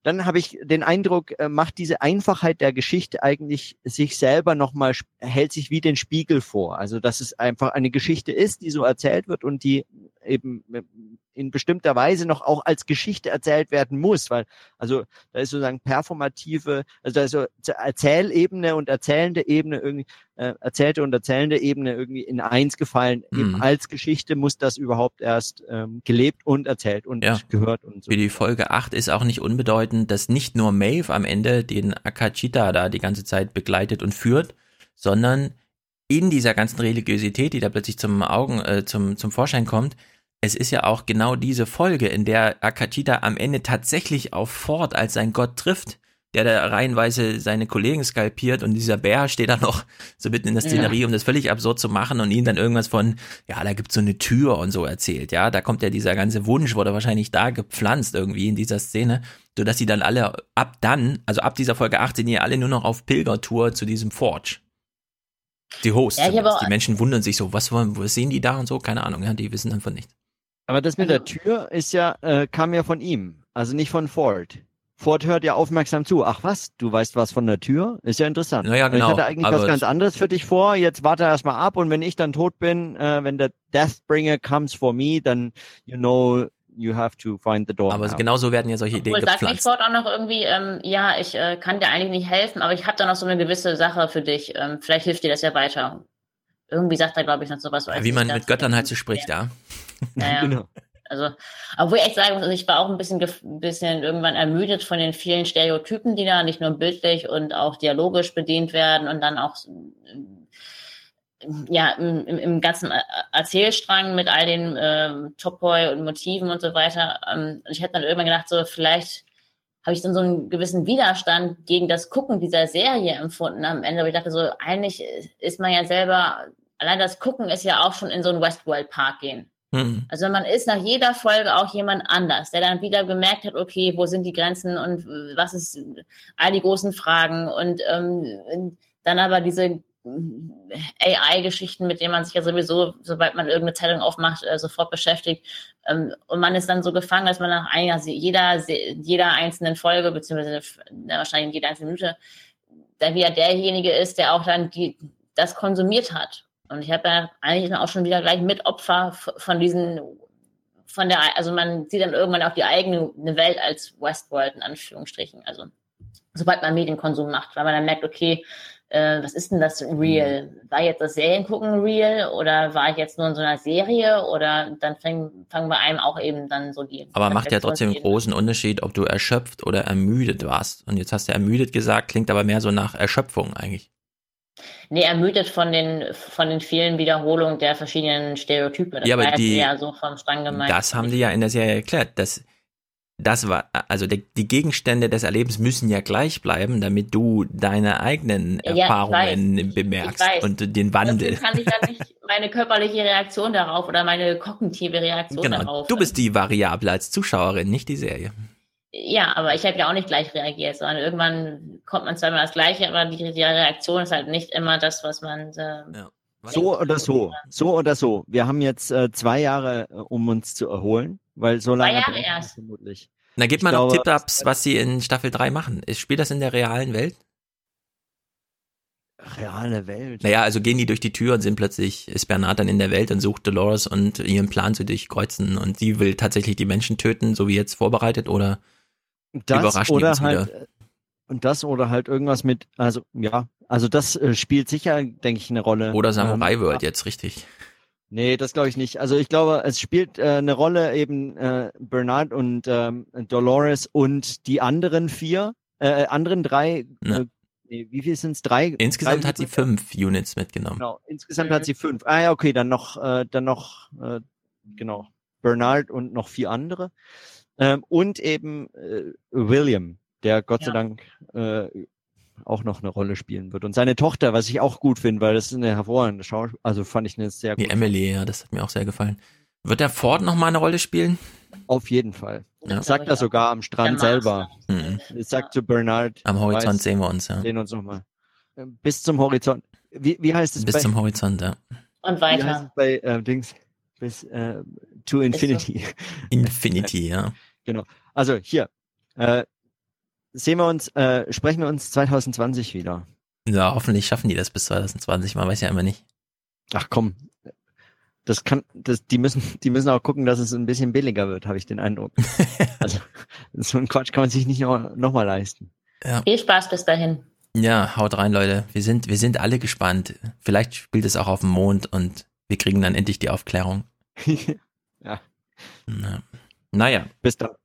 dann habe ich den Eindruck, macht diese Einfachheit der Geschichte eigentlich sich selber nochmal, hält sich wie den Spiegel vor. Also, dass es einfach eine Geschichte ist, die so erzählt wird und die eben in bestimmter Weise noch auch als Geschichte erzählt werden muss, weil, also, da ist sozusagen performative, also da ist so Erzählebene und erzählende Ebene irgendwie, erzählte und erzählende Ebene irgendwie in eins gefallen. Eben als Geschichte muss das überhaupt erst gelebt und erzählt und gehört und so. Für die Folge 8 ist auch nicht unbedeutend, dass nicht nur Maeve am Ende den Akachita da die ganze Zeit begleitet und führt, sondern in dieser ganzen Religiosität, die da plötzlich zum Vorschein kommt, es ist ja auch genau diese Folge, in der Akachita am Ende tatsächlich auf Ford als sein Gott trifft, der da reihenweise seine Kollegen skalpiert und dieser Bär steht da noch so mitten in der Szenerie, um das völlig absurd zu machen und ihm dann irgendwas von, ja, da gibt's so eine Tür und so erzählt, ja, da kommt ja dieser ganze Wunsch, wurde wahrscheinlich da gepflanzt irgendwie in dieser Szene, sodass sie dann alle ab dieser Folge 8 sind die alle nur noch auf Pilgertour zu diesem Forge. Die Hosts, die Menschen wundern sich so, was sehen die da und so, keine Ahnung, ja, die wissen davon nichts. Aber das mit der Tür kam ja von ihm, also nicht von Ford. Ford hört ja aufmerksam zu. Ach was, du weißt was von der Tür? Ist ja interessant. Naja, genau. Ich hatte eigentlich was ganz anderes für dich vor. Jetzt warte erstmal ab und wenn ich dann tot bin, wenn der Deathbringer comes for me, dann you have to find the door. Aber genauso werden ja solche Ideen gepflanzt. Sagt nicht Ford auch noch irgendwie, ich kann dir eigentlich nicht helfen, aber ich habe da noch so eine gewisse Sache für dich. Vielleicht hilft dir das ja weiter. Irgendwie sagt er, glaube ich, noch sowas. Ja, wie man mit Göttern halt so spricht, ja. Ja. Genau. Also, obwohl ich echt sagen muss, ich war auch ein bisschen irgendwann ermüdet von den vielen Stereotypen, die da nicht nur bildlich und auch dialogisch bedient werden und dann auch im ganzen Erzählstrang mit all den Topoi und Motiven und so weiter. Ich hätte dann irgendwann gedacht, so vielleicht habe ich dann so einen gewissen Widerstand gegen das Gucken dieser Serie empfunden am Ende. Aber ich dachte so, eigentlich ist man ja selber, allein das Gucken ist ja auch schon in so einen Westworld-Park gehen. Also man ist nach jeder Folge auch jemand anders, der dann wieder gemerkt hat, okay, wo sind die Grenzen und was ist all die großen Fragen und dann aber diese AI-Geschichten, mit denen man sich ja sowieso, sobald man irgendeine Zeitung aufmacht, sofort beschäftigt und man ist dann so gefangen, dass man nach jeder einzelnen Folge, beziehungsweise wahrscheinlich in jeder einzelnen Minute, dann wieder derjenige ist, der auch dann das konsumiert hat. Und ich habe ja eigentlich auch schon wieder gleich Mitopfer also man sieht dann irgendwann auch die eigene Welt als Westworld in Anführungsstrichen. Also sobald man Medienkonsum macht, weil man dann merkt, okay, was ist denn das real? War jetzt das Seriengucken real oder war ich jetzt nur in so einer Serie oder dann fangen bei einem auch eben dann so die... Aber macht ja trotzdem einen großen Unterschied, ob du erschöpft oder ermüdet warst. Und jetzt hast du ermüdet gesagt, klingt aber mehr so nach Erschöpfung eigentlich. Nee, ermüdet von den vielen Wiederholungen der verschiedenen Stereotype. Das war eher so vom Strang gemeint. Das haben die ja in der Serie erklärt. Das war, also die Gegenstände des Erlebens müssen ja gleich bleiben, damit du deine eigenen Erfahrungen bemerkst und den Wandel. Deswegen kann ich dann nicht meine körperliche Reaktion darauf oder meine kognitive Reaktion darauf. Du bist die Variable als Zuschauerin, nicht die Serie. Ja, aber ich habe ja auch nicht gleich reagiert, sondern irgendwann kommt man zweimal das Gleiche, aber die Reaktion ist halt nicht immer das, was man... So oder so. Wir haben jetzt 2 Jahre, um uns zu erholen, weil so lange... 2 Jahre erst. Vermutlich. Na, gib mal noch Tipp-Ups, was sie in Staffel 3 machen. Spielt das in der realen Welt? Reale Welt? Naja, also gehen die durch die Tür und ist Bernard dann in der Welt und sucht Dolores und ihren Plan zu durchkreuzen und sie will tatsächlich die Menschen töten, so wie jetzt vorbereitet, oder überraschen die uns wieder? Und das oder halt irgendwas mit, also das spielt sicher, denke ich, eine Rolle. Oder Samurai World jetzt, richtig. Nee, das glaube ich nicht. Also ich glaube, es spielt eine Rolle eben Bernard und Dolores und die anderen 3, wie viel sind es? 3? Insgesamt hat sie 5 Units mitgenommen. Genau, insgesamt hat sie 5. Ah ja, okay, dann noch Bernard und noch 4 andere. Und eben William, der Gott sei Dank auch noch eine Rolle spielen wird. Und seine Tochter, was ich auch gut finde, weil das ist eine hervorragende Schauspielerin, also fand ich eine sehr gute. Wie Emily, ja, das hat mir auch sehr gefallen. Wird der Ford noch mal eine Rolle spielen? Auf jeden Fall. Ja. Sagt er sogar am Strand selber. Ich sagt zu Bernard. Am Horizont sehen wir uns, ja. Sehen uns nochmal. Bis zum Horizont. Wie heißt es? Bis zum Horizont, ja. Und weiter. Wie heißt es bei Dings? Bis to Infinity. Infinity, ja. Genau. Also hier. sprechen wir uns 2020 wieder. Ja, hoffentlich schaffen die das bis 2020, man weiß ja immer nicht. Ach komm, die müssen auch gucken, dass es ein bisschen billiger wird, habe ich den Eindruck. Also so einen Quatsch kann man sich nicht noch mal leisten. Ja. Viel Spaß bis dahin. Ja, haut rein, Leute. Wir sind alle gespannt. Vielleicht spielt es auch auf dem Mond und wir kriegen dann endlich die Aufklärung. Ja. Naja. Bis dann.